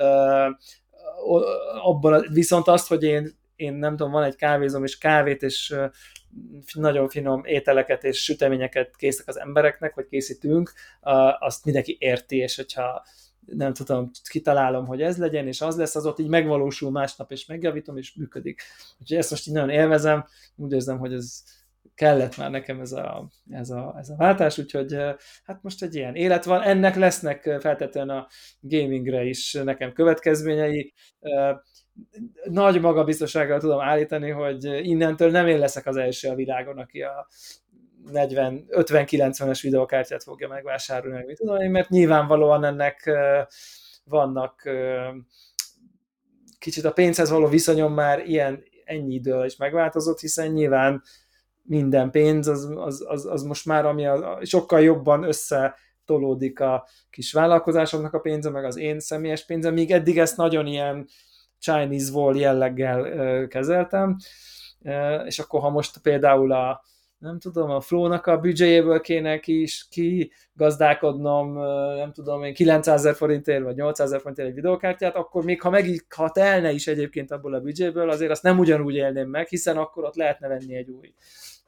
Abban viszont azt, hogy én, én nem tudom, van egy kávézom, és kávét, és nagyon finom ételeket és süteményeket készítek az embereknek, vagy készítünk, azt mindenki érti, és hogyha nem tudom, kitalálom, hogy ez legyen, és az lesz, az ott így megvalósul másnap, és megjavítom, és működik. Úgyhogy ezt most így nagyon élvezem, úgy érzem, hogy ez kellett már nekem ez a, ez a, ez a váltás, úgyhogy hát most egy ilyen élet van. Ennek lesznek feltétlenül a gamingre is nekem következményei. Nagy magabiztossággal tudom állítani, hogy innentől nem én leszek az első a világon, aki a negyven ötven kilencvenes videokártyát fogja megvásárolni, meg mit tudom én, mert nyilvánvalóan ennek vannak kicsit a pénzhez való viszonyom már ilyen ennyi idő is megváltozott, hiszen nyilván minden pénz az, az, az, az most már ami a, sokkal jobban összetolódik a kis vállalkozásoknak a pénze, meg az én személyes pénzem, míg eddig ezt nagyon ilyen Chinese wall jelleggel kezeltem, és akkor ha most például a nem tudom, a Flow-nak a büdzséjéből kéne ki, ki gazdálkodnom, nem tudom én, kilencszázezer forintért, vagy nyolcszázezer forintért egy videokártyát, akkor még ha, meg, ha telne is egyébként abból a büdzséből, azért azt nem ugyanúgy élném meg, hiszen akkor ott lehetne venni egy új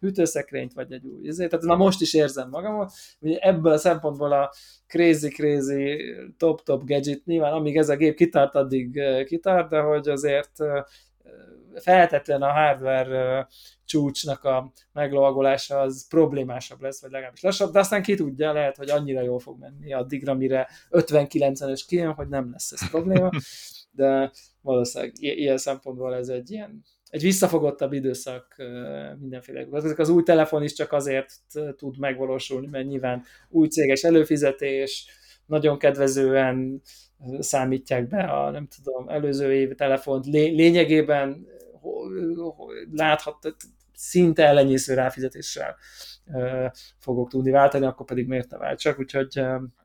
hűtőszekrényt, vagy egy új izét. Tehát na most is érzem magam, hogy ebből a szempontból a crazy-crazy top-top gadget nyilván, amíg ez a gép kitart, addig kitart, de hogy azért feltétlen a hardware csúcsnak a meglovagolása az problémásabb lesz, vagy legalábbis lassabb, de aztán ki tudja, lehet, hogy annyira jól fog menni addigra, mire ötven-kilencvenes kijön, hogy nem lesz ez probléma, de valószínűleg ilyen szempontból ez egy ilyen egy visszafogottabb időszak mindenféle. Ezek az új telefon is csak azért tud megvalósulni, mert nyilván új céges előfizetés, nagyon kedvezően számítják be a, nem tudom, előző év telefont. Lényegében láthat, szinte ellenyésző ráfizetéssel fogok tudni váltani, akkor pedig miért ne váltsak, úgyhogy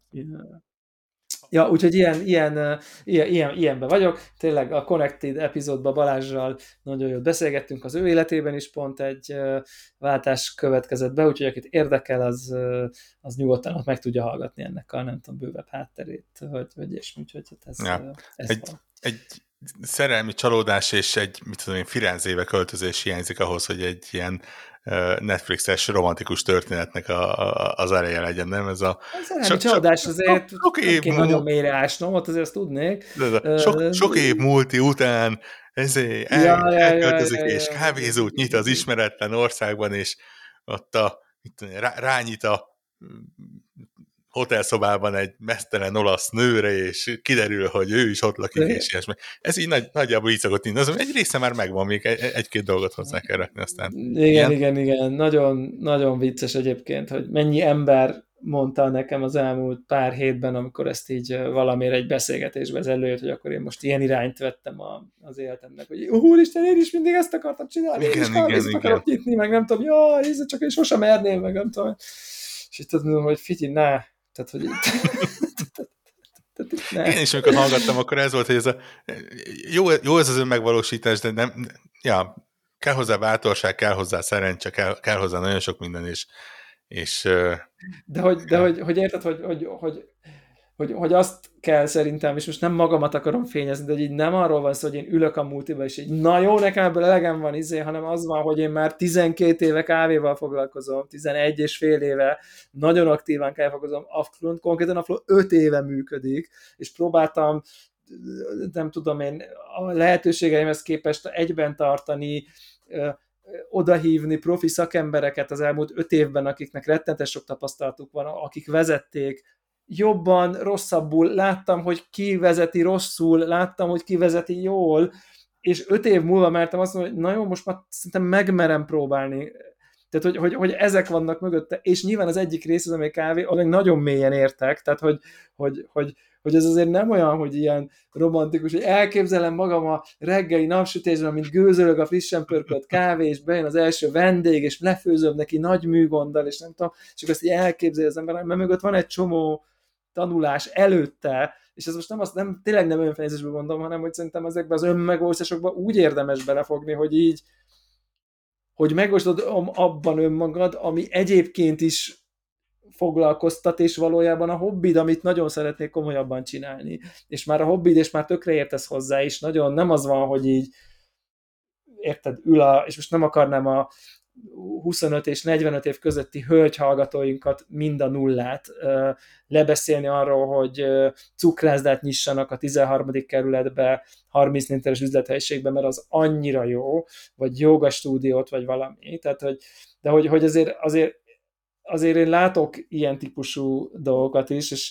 ja, úgyhogy ilyen, ilyen, ilyen, ilyen, ilyenben vagyok. Tényleg a Connected epizódban Balázsral nagyon jól beszélgettünk, az ő életében is pont egy váltás következett be, úgyhogy akit érdekel, az, az nyugodtan ott meg tudja hallgatni ennek a nem tudom, bővebb hátterét, vagy, vagy ilyesmi, úgyhogy ez, ja. ez egy, van. Egy szerelmi csalódás és egy, mit tudom én, Firenzébe költözés hiányzik ahhoz, hogy egy ilyen Netflixes romantikus történetnek a, a, az ereje legyen, nem? Ez a so, csalódás azért sok, sok év múlt... nagyon mélyre ásnom, ott azért azt tudnék. Sok, sok év múlti után ezért el, ja, elköltözik, ja, ja, ja, és kávézót nyit az ismeretlen országban, és ott a, mit tudom, rá, rányit a hotelszobában egy mesztelen olasz nőre, és kiderül, hogy ő is ott lakik, de és ilyesmi. Ez így nagy, nagyjából így szokott inni. Azon egy része már megvan, még egy, egy-két dolgot hozzá kell rakni aztán. Igen, ilyen? igen, igen. Nagyon, nagyon vicces egyébként, hogy mennyi ember mondta nekem az elmúlt pár hétben, amikor ezt így valamiért egy beszélgetésben ez előjött, hogy akkor én most ilyen irányt vettem a, az életemnek, hogy úristen, én is mindig ezt akartam csinálni, igen, én is igen, akarok nyitni, meg nem tudom, jaj, csak én sosem merném, meg nem tudom. És itt tudom, hogy figyelj, ne, tehát, hogy én is, amikor hallgattam, akkor ez volt, hogy ez a jó, jó ez az önmegvalósítás, de nem, ja, kell hozzá bátorság, kell hozzá szerencse, kell, kell hozzá nagyon sok minden, és, és de hogy, de hogy, hogy érted, hogy, hogy, hogy, hogy, hogy azt kell szerintem, és most nem magamat akarom fényezni, de hogy így nem arról van szó, hogy én ülök a multiba, és így na jó, nekem ebből elegem van, izé, hanem az van, hogy én már tizenkét éve kávéval foglalkozom, tizenegy és fél éve nagyon aktívan kávéval foglalkozom, konkrétan a Flow öt éve működik, és próbáltam, nem tudom én, a lehetőségeimhez képest egyben tartani, odahívni profi szakembereket az elmúlt öt évben, akiknek rettenetes sok tapasztalatuk van, akik vezették jobban, rosszabbul, láttam, hogy ki vezeti rosszul, láttam, hogy ki vezeti jól, és öt év múlva mertem azt mondani, hogy na jó, most már szerintem megmerem próbálni. Tehát, hogy, hogy, hogy ezek vannak mögötte, és nyilván az egyik rész az, amely kávé, amely nagyon mélyen értek, tehát, hogy, hogy, hogy, hogy ez azért nem olyan, hogy ilyen romantikus, hogy elképzelem magam a reggeli napsütésben, mint gőzölög a frissen pörkölt kávé, és bejön az első vendég, és lefőzöm neki nagy műgonddal, és nem tudom, és akkor ezt így elképzelje az ember, mert mögött van egy csomó tanulás előtte, és ez most nem azt, nem, tényleg nem önfejezésből mondom, hanem hogy szerintem ezekben az önmegolvasztásokban úgy érdemes belefogni, hogy így, hogy megostod abban önmagad, ami egyébként is foglalkoztat, és valójában a hobbid, amit nagyon szeretnék komolyabban csinálni. És már a hobbid, és már tökre értesz hozzá, és nagyon nem az van, hogy így érted, ül a, és most nem akarnám a huszonöt és negyvenöt év közötti hölgyhallgatóinkat mind a nullát uh, lebeszélni arról, hogy uh, cukrászdát nyissanak a tizenharmadik kerületbe, harminc méteres üzlethelyiségben, mert az annyira jó, vagy joga stúdiót, vagy valami. Tehát, hogy, de hogy, hogy azért, azért, azért én látok ilyen típusú dolgokat is, és,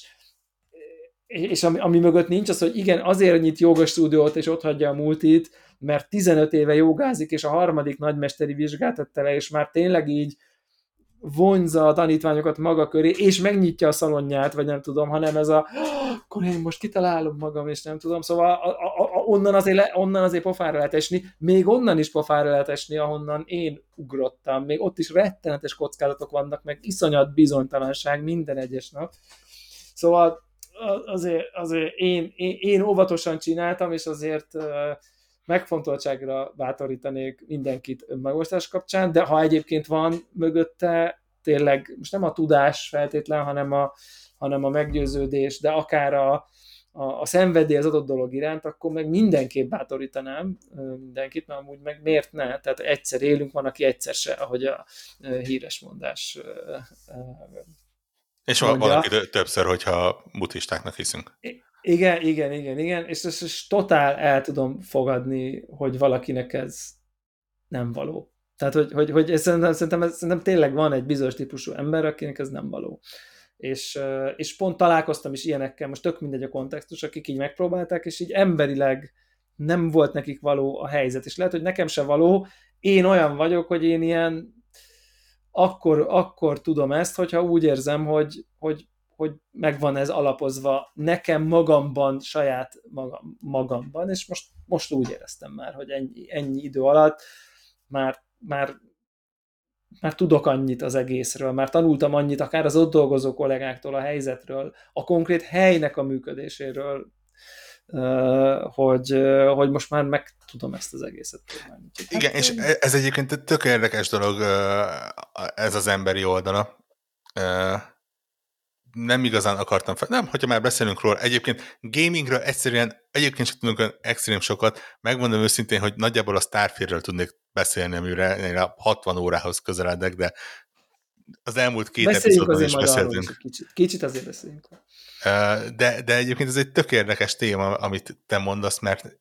és ami, ami mögött nincs az, hogy igen, azért nyit joga stúdiót, és ott hagyja a multit, mert tizenöt éve jogázik, és a harmadik nagymesteri vizsgát tette le, és már tényleg így vonzza a tanítványokat maga köré, és megnyitja a szalonját, vagy nem tudom, hanem ez a akkor én most kitalálom magam, és nem tudom, szóval a, a, a, onnan, azért le, onnan azért pofára lehet esni, még onnan is pofára lehet esni, ahonnan én ugrottam, még ott is rettenetes kockázatok vannak, meg iszonyat bizonytalanság minden egyes nap. Szóval azért, azért én, én, én óvatosan csináltam, és azért megfontoltságra bátorítanék mindenkit önmegosztás kapcsán, de ha egyébként van mögötte tényleg, most nem a tudás feltétlen, hanem a, hanem a meggyőződés, de akár a, a, a szenvedély az adott dolog iránt, akkor meg mindenképp bátorítanám mindenkit, mert amúgy meg miért ne? Tehát egyszer élünk, van, aki egyszer se, ahogy a híres mondás És van, van mondja. aki többször, hogyha buddhistáknak hiszünk. Igen, igen, igen, igen, és ezt is totál el tudom fogadni, hogy valakinek ez nem való. Tehát, hogy, hogy, hogy ez, szerintem, szerintem, ez, szerintem tényleg van egy bizonyos típusú ember, akinek ez nem való. És, és pont találkoztam is ilyenekkel, most tök mindegy a kontextus, akik így megpróbálták, és így emberileg nem volt nekik való a helyzet. És lehet, hogy nekem se való, én olyan vagyok, hogy én ilyen akkor, akkor tudom ezt, hogyha úgy érzem, hogy, hogy, hogy megvan ez alapozva nekem magamban, saját magam, magamban, és most, most úgy éreztem már, hogy ennyi, ennyi idő alatt már, már, már tudok annyit az egészről, már tanultam annyit akár az ott dolgozó kollégáktól, a helyzetről, a konkrét helynek a működéséről, hogy, hogy most már meg tudom ezt az egészet próbálni. Igen, hát, és ez egyébként tök érdekes dolog, ez az emberi oldala. Nem igazán akartam fel. Nem, hogyha már beszélünk róla. Egyébként gamingről egyszerűen, egyébként sem tudunk olyan extrém sokat. Megmondom őszintén, hogy nagyjából a Starfieldről tudnék beszélni, amire a hatvan órához közeledek, de az elmúlt két epizódban is beszéltünk. Kicsit, kicsit azért beszéljünk. De, de egyébként ez egy tök érdekes téma, amit te mondasz, mert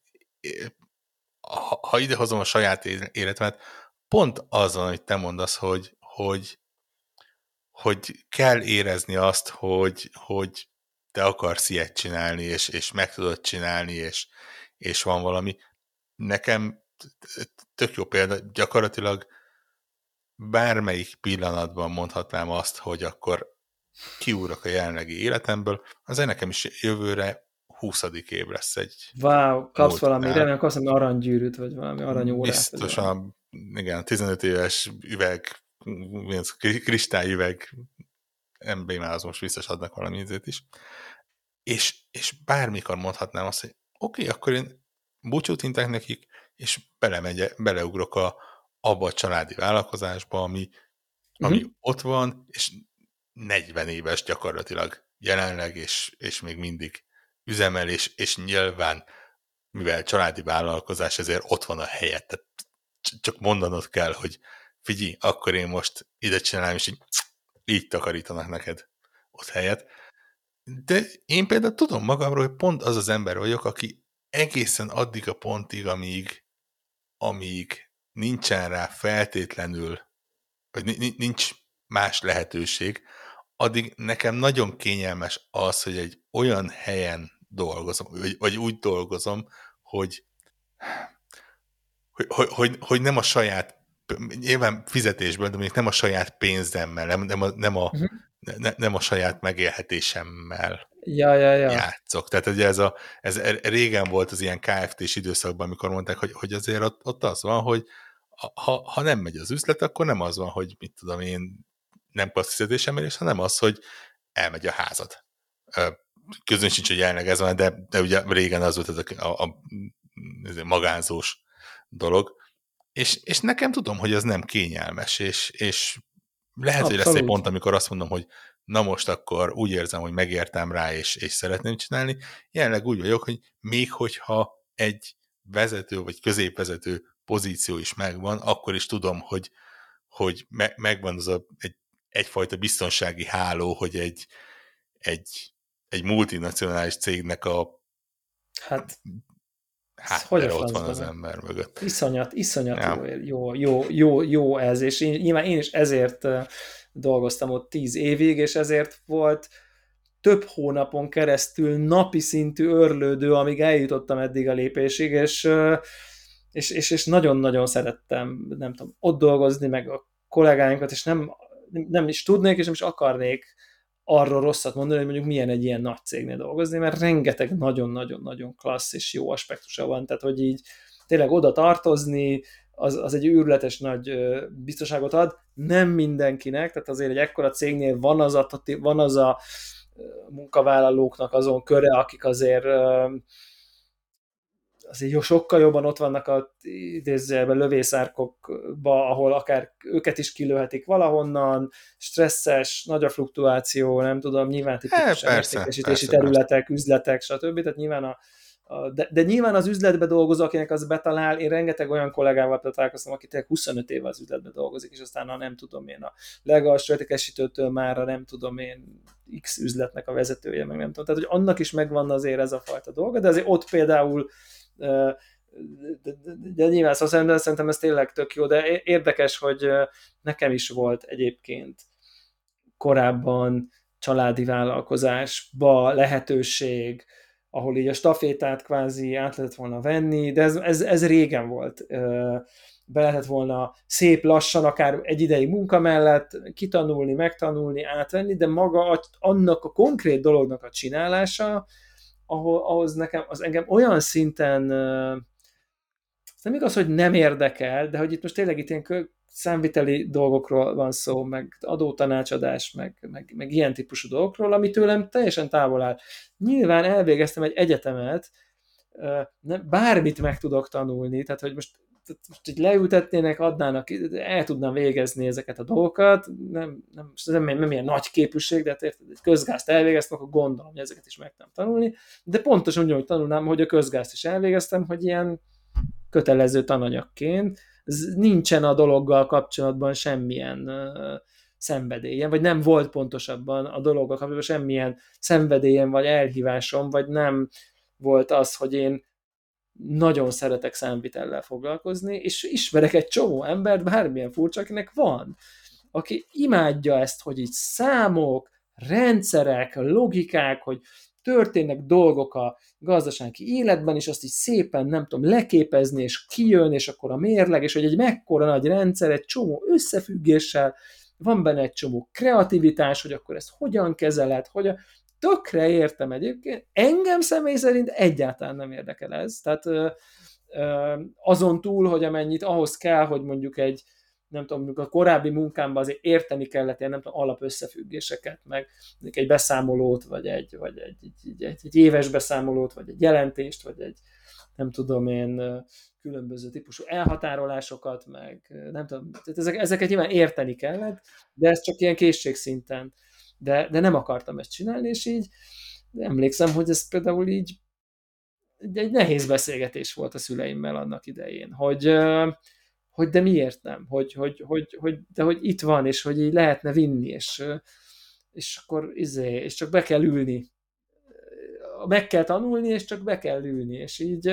ha, ha idehozom a saját életemet, pont azon, hogy te mondasz, hogy, hogy hogy kell érezni azt, hogy, hogy te akarsz ilyet csinálni, és, és meg tudod csinálni, és, és van valami. Nekem tök jó példa, gyakorlatilag bármelyik pillanatban mondhatnám azt, hogy akkor kiúrok a jelenlegi életemből, azért nekem is jövőre huszadik év lesz egy... Wow, kapsz valami, remélem kapsz valami aranygyűrűt, vagy valami aranyórát. Biztosan, igen, tizenöt éves üveg, kristályüveg, em bé már az most biztos adnak valami ízét is. És, és bármikor mondhatnám azt, hogy oké, okay, akkor én búcsút intek nekik, és belemegy, beleugrok a, abba a családi vállalkozásba, ami, ami uh-huh. ott van, és negyven éves gyakorlatilag jelenleg, és, és még mindig üzemel, és, és nyilván, mivel családi vállalkozás, ezért ott van a helyet. Tehát csak mondanod kell, hogy figyelj, akkor én most ide csinálom, és így, így takarítanak neked ott helyet. De én például tudom magamról, hogy pont az az ember vagyok, aki egészen addig a pontig, amíg, amíg nincsen rá feltétlenül, vagy nincs más lehetőség, addig nekem nagyon kényelmes az, hogy egy olyan helyen dolgozom, vagy, vagy úgy dolgozom, hogy, hogy, hogy, hogy, hogy nem a saját, nyilván fizetésből, de mondjuk nem a saját pénzemmel, nem, nem, a, nem, a, uh-huh. ne, nem a saját megélhetésemmel ja, ja, ja. játszok. Tehát ugye ez, a, ez régen volt az ilyen ká ef té-s időszakban, amikor mondták, hogy, hogy azért ott, ott az van, hogy ha, ha nem megy az üzlet, akkor nem az van, hogy mit tudom én, nem kapsz fizetésemelés, hanem az, hogy elmegy a házad. Közön sincs, hogy jelenleg ez van, de, de ugye régen az volt ez a, a, a magánzós dolog. És, és nekem tudom, hogy ez nem kényelmes, és, és lehet, Abszolút. hogy lesz egy pont, amikor azt mondom, hogy na most akkor úgy érzem, hogy megértem rá, és, és szeretném csinálni. Jelenleg úgy vagyok, hogy még hogyha egy vezető, vagy középvezető pozíció is megvan, akkor is tudom, hogy, hogy me, megvan az a, egy, egyfajta biztonsági háló, hogy egy, egy, egy multinacionális cégnek a hát Hát, hogy ott van az ember mögött. Iszonyat, iszonyat ja. jó, jó, jó, jó ez, és én, nyilván én is ezért dolgoztam ott tíz évig, és ezért volt több hónapon keresztül napi szintű örlődő, amíg eljutottam eddig a lépésig, és, és, és, és nagyon-nagyon szerettem, nem tudom, ott dolgozni, meg a kollégáinkat, és nem, nem is tudnék, és nem is akarnék arról rosszat mondani, hogy mondjuk milyen egy ilyen nagy cégnél dolgozni, mert rengeteg nagyon-nagyon-nagyon klassz és jó aspektusa van, tehát hogy így tényleg oda tartozni, az, az egy őrületes nagy biztonságot ad, nem mindenkinek, tehát azért egy ekkora cégnél van az a, van az a munkavállalóknak azon köre, akik azért azért jó, sokkal jobban ott vannak a idézőjelben lövészárkokba, ahol akár őket is kilőhetik valahonnan, stresszes, nagy a fluktuáció, nem tudom, nyilván Hé, tipikusan persze, értékesítési persze, persze. területek, üzletek, stb. Tehát nyilván a, a de, de nyilván az üzletbe dolgozó, akinek az betalál, én rengeteg olyan kollégával találkoztam, aki tényleg huszonöt éve az üzletbe dolgozik, és aztán a nem tudom én, a legalsó értékesítőtől már a nem tudom én X üzletnek a vezetője, meg nem tudom. Tehát, hogy annak is megvan azért ez a fajta dolga, de azért ott például de, de, de nyilván szóval szerintem ez tényleg tök jó, de érdekes, hogy nekem is volt egyébként korábban családi vállalkozásba lehetőség, ahol így a stafétát kvázi át lehetett volna venni, de ez, ez, ez régen volt. Be lehetett volna szép lassan, akár egy ideig munka mellett kitanulni, megtanulni, átvenni, de maga annak a konkrét dolognak a csinálása, ahol, ahhoz nekem, az engem olyan szinten, nem igaz, hogy nem érdekel, de hogy itt most tényleg itt ilyen számviteli dolgokról van szó, meg adótanácsadás, meg, meg, meg ilyen típusú dolgokról, ami tőlem teljesen távol áll. Nyilván elvégeztem egy egyetemet, bármit meg tudok tanulni, tehát hogy most, most így leültetnének, adnának, el tudnám végezni ezeket a dolgokat, nem, nem, nem, nem ilyen nagy képűség, de hát érted, egy közgázt elvégeztem, akkor gondolom, hogy ezeket is meg tudom tanulni, de pontosan úgy, hogy tanulnám, hogy a közgázt is elvégeztem, hogy ilyen kötelező tananyagként, nincsen a dologgal kapcsolatban semmilyen uh, szenvedélyem, vagy nem volt pontosabban a dologgal kapcsolatban semmilyen szenvedélyem, vagy elhívásom, vagy nem volt az, hogy én nagyon szeretek számvitellel foglalkozni, és ismerek egy csomó embert, bármilyen furcsa, akinek van, aki imádja ezt, hogy így számok, rendszerek, logikák, hogy történnek dolgok a gazdasági életben, és azt így szépen, nem tudom, leképezni, és kijön, és akkor a mérleg, és hogy egy mekkora nagy rendszer, egy csomó összefüggéssel, van benne egy csomó kreativitás, hogy akkor ezt hogyan kezeled, hogyan... Tökre értem egyébként. Engem személy szerint egyáltalán nem érdekel ez. Tehát ö, ö, azon túl, hogy amennyit ahhoz kell, hogy mondjuk egy, nem tudom, a korábbi munkámban azért érteni kellett ilyen, nem tudom, alapösszefüggéseket, meg egy beszámolót, vagy egy, vagy egy, egy, egy, egy éves beszámolót, vagy egy jelentést, vagy egy, nem tudom én, különböző típusú elhatárolásokat, meg nem tudom, tehát ezek, ezeket nyilván érteni kellett, de ez csak ilyen készségszinten. De, de nem akartam ezt csinálni, és így emlékszem, hogy ez például így egy nehéz beszélgetés volt a szüleimmel annak idején, hogy, hogy de miért nem, hogy, hogy, hogy, hogy, de hogy itt van, és hogy így lehetne vinni, és, és akkor izé, és csak be kell ülni. Meg kell tanulni, és csak be kell ülni, és így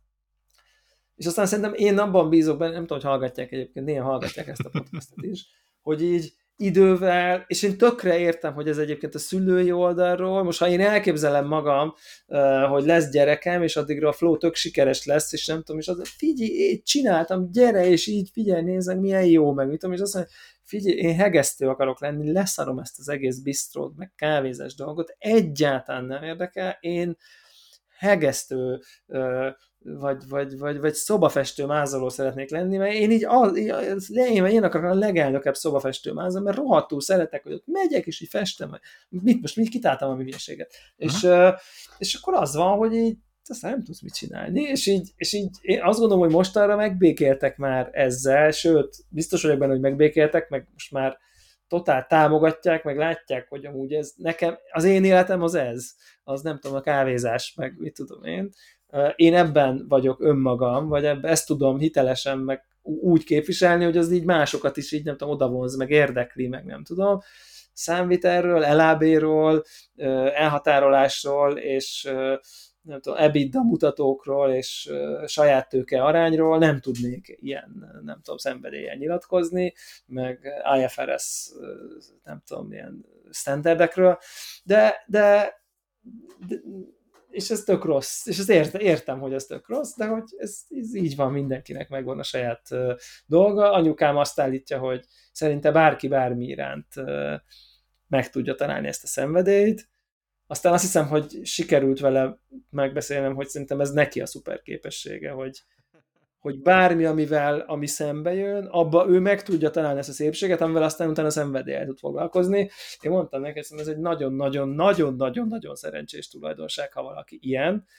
és aztán szerintem én abban bízok benne, nem tudom, hogy hallgatják egyébként, néha hallgatják ezt a podcastot is, hogy így idővel, és én tökre értem, hogy ez egyébként a szülői oldalról, most ha én elképzelem magam, hogy lesz gyerekem, és addigra a flow tök sikeres lesz, és nem tudom, és az, figyelj, én csináltam, gyere, és így figyelj, nézzek, milyen jó, meg mit tudom, és azt mondja, figyelj, én hegesztő akarok lenni, leszarom ezt az egész bistrót, meg kávézás dolgot, egyáltalán nem érdekel, én hegesztő, vagy, vagy, vagy, vagy szobafestő mázoló szeretnék lenni, mert én így, az, én, én akarok a legelnökebb szobafestő mázoló, mert rohadtul szeretek, hogy ott megyek, és így festem, mit most mit kitáltam a hülyeséget. És, és akkor az van, hogy így aztán nem tudsz mit csinálni, és így, és így én azt gondolom, hogy mostanra megbékéltek már ezzel, sőt, biztos vagyok benne, hogy megbékéltek, meg most már totál támogatják, meg látják, hogy amúgy ez nekem, az én életem az ez, az nem tudom, a kávézás, meg mit tudom én. Én ebben vagyok önmagam, vagy ebben ezt tudom hitelesen, meg úgy képviselni, hogy az így másokat is így nem tudom, odavonz, meg érdekli, meg nem tudom. Számvitelről, el á bé-ról, elhatárolásról, és nem tudom, EBITDA mutatókról és saját tőke arányról nem tudnék ilyen, nem tudom, szenvedélyen nyilatkozni, meg i ef er es, nem tudom, ilyen standardekről, de, de, de és ez tök rossz, és ezt értem, értem, hogy ez tök rossz, de hogy ez, ez így van, mindenkinek megvan a saját uh, dolga. Anyukám azt állítja, hogy szerinte bárki bármi iránt uh, meg tudja találni ezt a szenvedélyt. Aztán azt hiszem, hogy sikerült vele megbeszélnem, hogy szerintem ez neki a szuper képessége, hogy, hogy bármi, amivel, ami szembe jön, abba ő meg tudja találni ezt a szépséget, amivel aztán utána a szenvedéllyel tud foglalkozni. Én mondtam neki, hogy ez egy nagyon-nagyon-nagyon-nagyon-nagyon szerencsés tulajdonság, ha valaki ilyen,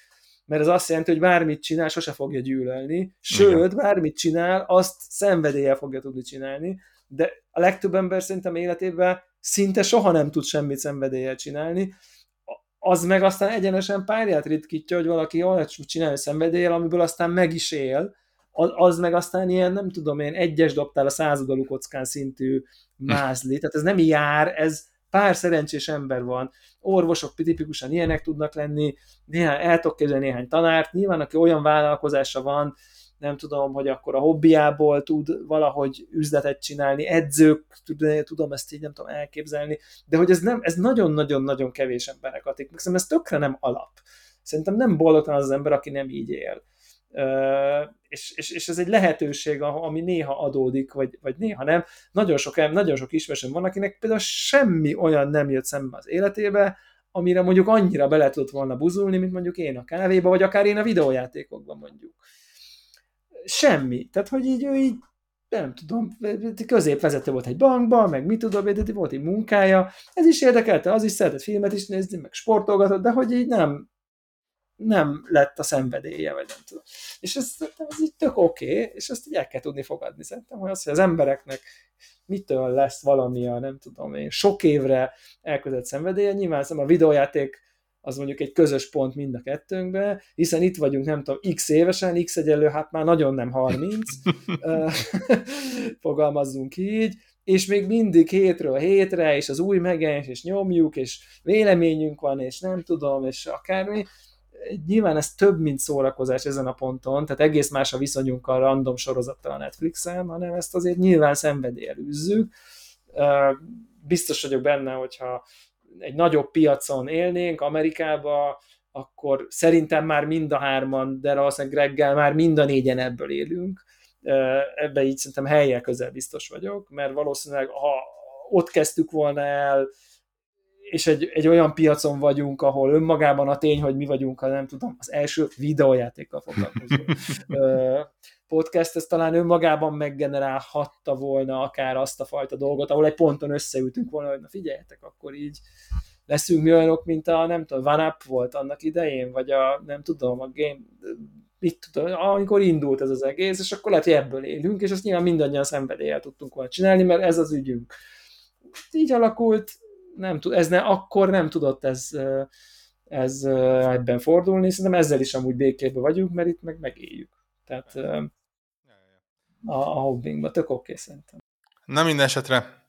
mert ez azt jelenti, hogy bármit csinál, sose fogja gyűlölni, sőt, igen, bármit csinál, azt szenvedéllyel fogja tudni csinálni, de a legtöbb ember szerintem életében szinte soha nem tud semmit szenvedéllyel csinálni, az meg aztán egyenesen párját ritkítja, hogy valaki olyat csinálja szenvedéllyel, amiből aztán meg is él, az, az meg aztán ilyen, nem tudom én, egyes dobtál a századalú kockán szintű mázli, tehát ez nem jár, ez pár szerencsés ember van, orvosok tipikusan ilyenek tudnak lenni, néhány, el tudok képzelni néhány tanárt, nyilván aki olyan vállalkozása van, nem tudom, hogy akkor a hobbiából tud valahogy üzletet csinálni, edzők, tudom ezt így nem tudom elképzelni, de hogy ez, nem, ez nagyon-nagyon-nagyon kevés emberek atik, szerintem ez tökre nem alap. Szerintem nem boldogtalan az, az ember, aki nem így él. Uh, és, és, és ez egy lehetőség, ami néha adódik, vagy, vagy néha nem. Nagyon sok, nagyon sok ismerősöm van, akinek például semmi olyan nem jött szembe az életébe, amire mondjuk annyira bele tudott volna buzulni, mint mondjuk én a kávéba, vagy akár én a videójátékokban mondjuk. Semmi. Tehát, hogy így ő így, nem tudom, középvezető volt egy bankban, meg mit tudom, volt egy munkája, ez is érdekelte, az is szeretett filmet is nézni, meg sportolgatott, de hogy így nem nem lett a szenvedélye, vagy nem tudom. És ez, ez így tök oké, okay, és ezt így el kell tudni fogadni. Szerintem, hogy az, hogy az embereknek mitől lesz valami a, nem tudom én, sok évre elkövetett szenvedélye, nyilván a videójáték az mondjuk egy közös pont mind a kettőnkben, hiszen itt vagyunk, nem tudom, x évesen, x egyenlő, hát már nagyon nem harminc, fogalmazzunk így, és még mindig hétről hétre, és az új megjelenés, és nyomjuk, és véleményünk van, és nem tudom, és akármi. Nyilván ez több, mint szórakozás ezen a ponton, tehát egész más a viszonyunk a random sorozattal a Netflixen, hanem ezt azért nyilván szenvedéllyel űzzük. Biztos vagyok benne, hogyha egy nagyobb piacon élnénk, Amerikába, akkor szerintem már mind a hárman, de valószínűleg Greggel már mind a négyen ebből élünk. Ebben így szerintem helyen közel biztos vagyok, mert valószínűleg ha ott kezdtük volna el, és egy, egy olyan piacon vagyunk, ahol önmagában a tény, hogy mi vagyunk, ha nem tudom, az első videójátékkal foglalkozó podcast, ez talán önmagában meggenerálhatta volna akár azt a fajta dolgot, ahol egy ponton összeültünk volna, hogy na figyeljetek, akkor így leszünk mi olyanok, mint a, nem tudom, One Up volt annak idején, vagy a, nem tudom, a Game, mit tudom, amikor indult ez az egész, és akkor lehet, hogy ebből élünk, és azt nyilván mindannyian szenvedéllyel tudtunk volna csinálni, mert ez az ügyünk. Így alakult, nem tud, ez ne, akkor nem tudott ez, ez ebben fordulni, szerintem ezzel is amúgy békében vagyunk, mert itt meg megéljük. Tehát a, a hobbinkban tök oké szerintem. Na minden esetre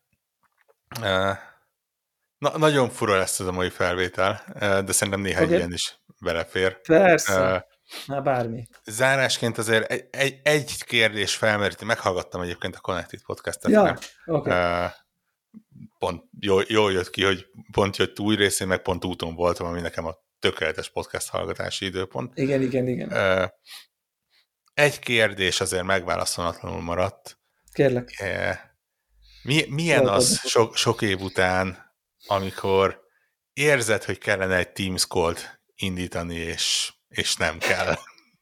na, nagyon fura lesz ez a mai felvétel, de szerintem néha okay. Ilyen is belefér. Persze, na bármi. Zárásként azért egy, egy, egy kérdés felmerült, meghallgattam egyébként a Connected Podcast-et. Ja, oké. Okay. Pont jól, jól jött ki, hogy pont jött új részén, meg pont úton voltam, ami nekem a tökéletes podcast hallgatási időpont. Igen, igen, igen. Egy kérdés azért megválaszolatlanul maradt. Kérlek. Mi, milyen az sok, sok év után, amikor érzed, hogy kellene egy Teams call-t indítani, és, és nem kell?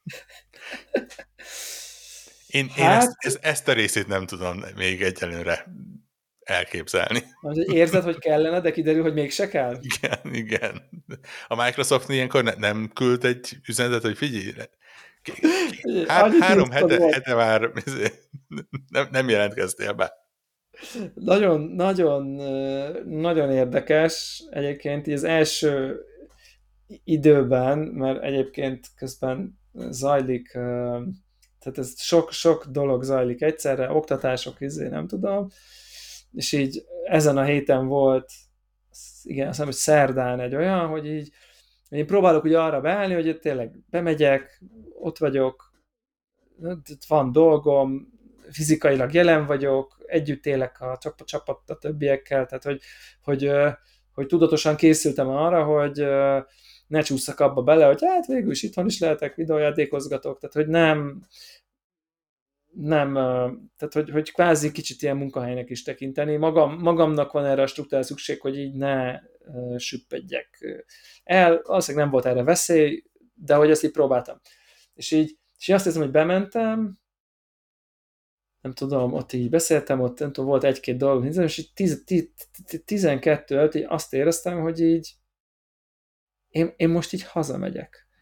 Én, hát... én ezt, ezt, ezt a részét nem tudom még egyelőre elképzelni. Érzed, hogy kellene, de kiderül, hogy mégse kell? Igen, igen. A Microsoft ilyenkor ne, nem küld egy üzenetet, hogy figyelj, há, három hete, hete már nem, nem jelentkeztél be. Nagyon, nagyon, nagyon érdekes egyébként az első időben, mert egyébként közben zajlik, tehát ez sok-sok dolog zajlik egyszerre, oktatások, izé, nem tudom, és így ezen a héten volt, igen, azt hiszem, hogy szerdán egy olyan, hogy így én próbálok ugye arra beállni, hogy tényleg bemegyek, ott vagyok, van dolgom, fizikailag jelen vagyok, együtt élek a csapat, a többiekkel, tehát hogy, hogy, hogy tudatosan készültem arra, hogy ne csúszak abba bele, hogy hát végül is itthon is lehetek, videójátékozgatok, tehát hogy nem, nem, tehát hogy, hogy kvázi kicsit ilyen munkahelynek is tekinteni. Magam, magamnak van erre a struktúrára szükség, hogy így ne uh, süppedjek el. Valószínűleg nem volt erre veszély, de hogy ezt így próbáltam. És így, és így azt hiszem, hogy bementem, nem tudom, ott így beszéltem, ott nem tudom, volt egy-két dolog, és így tizenkettő előtt így azt éreztem, hogy így én, én most így hazamegyek.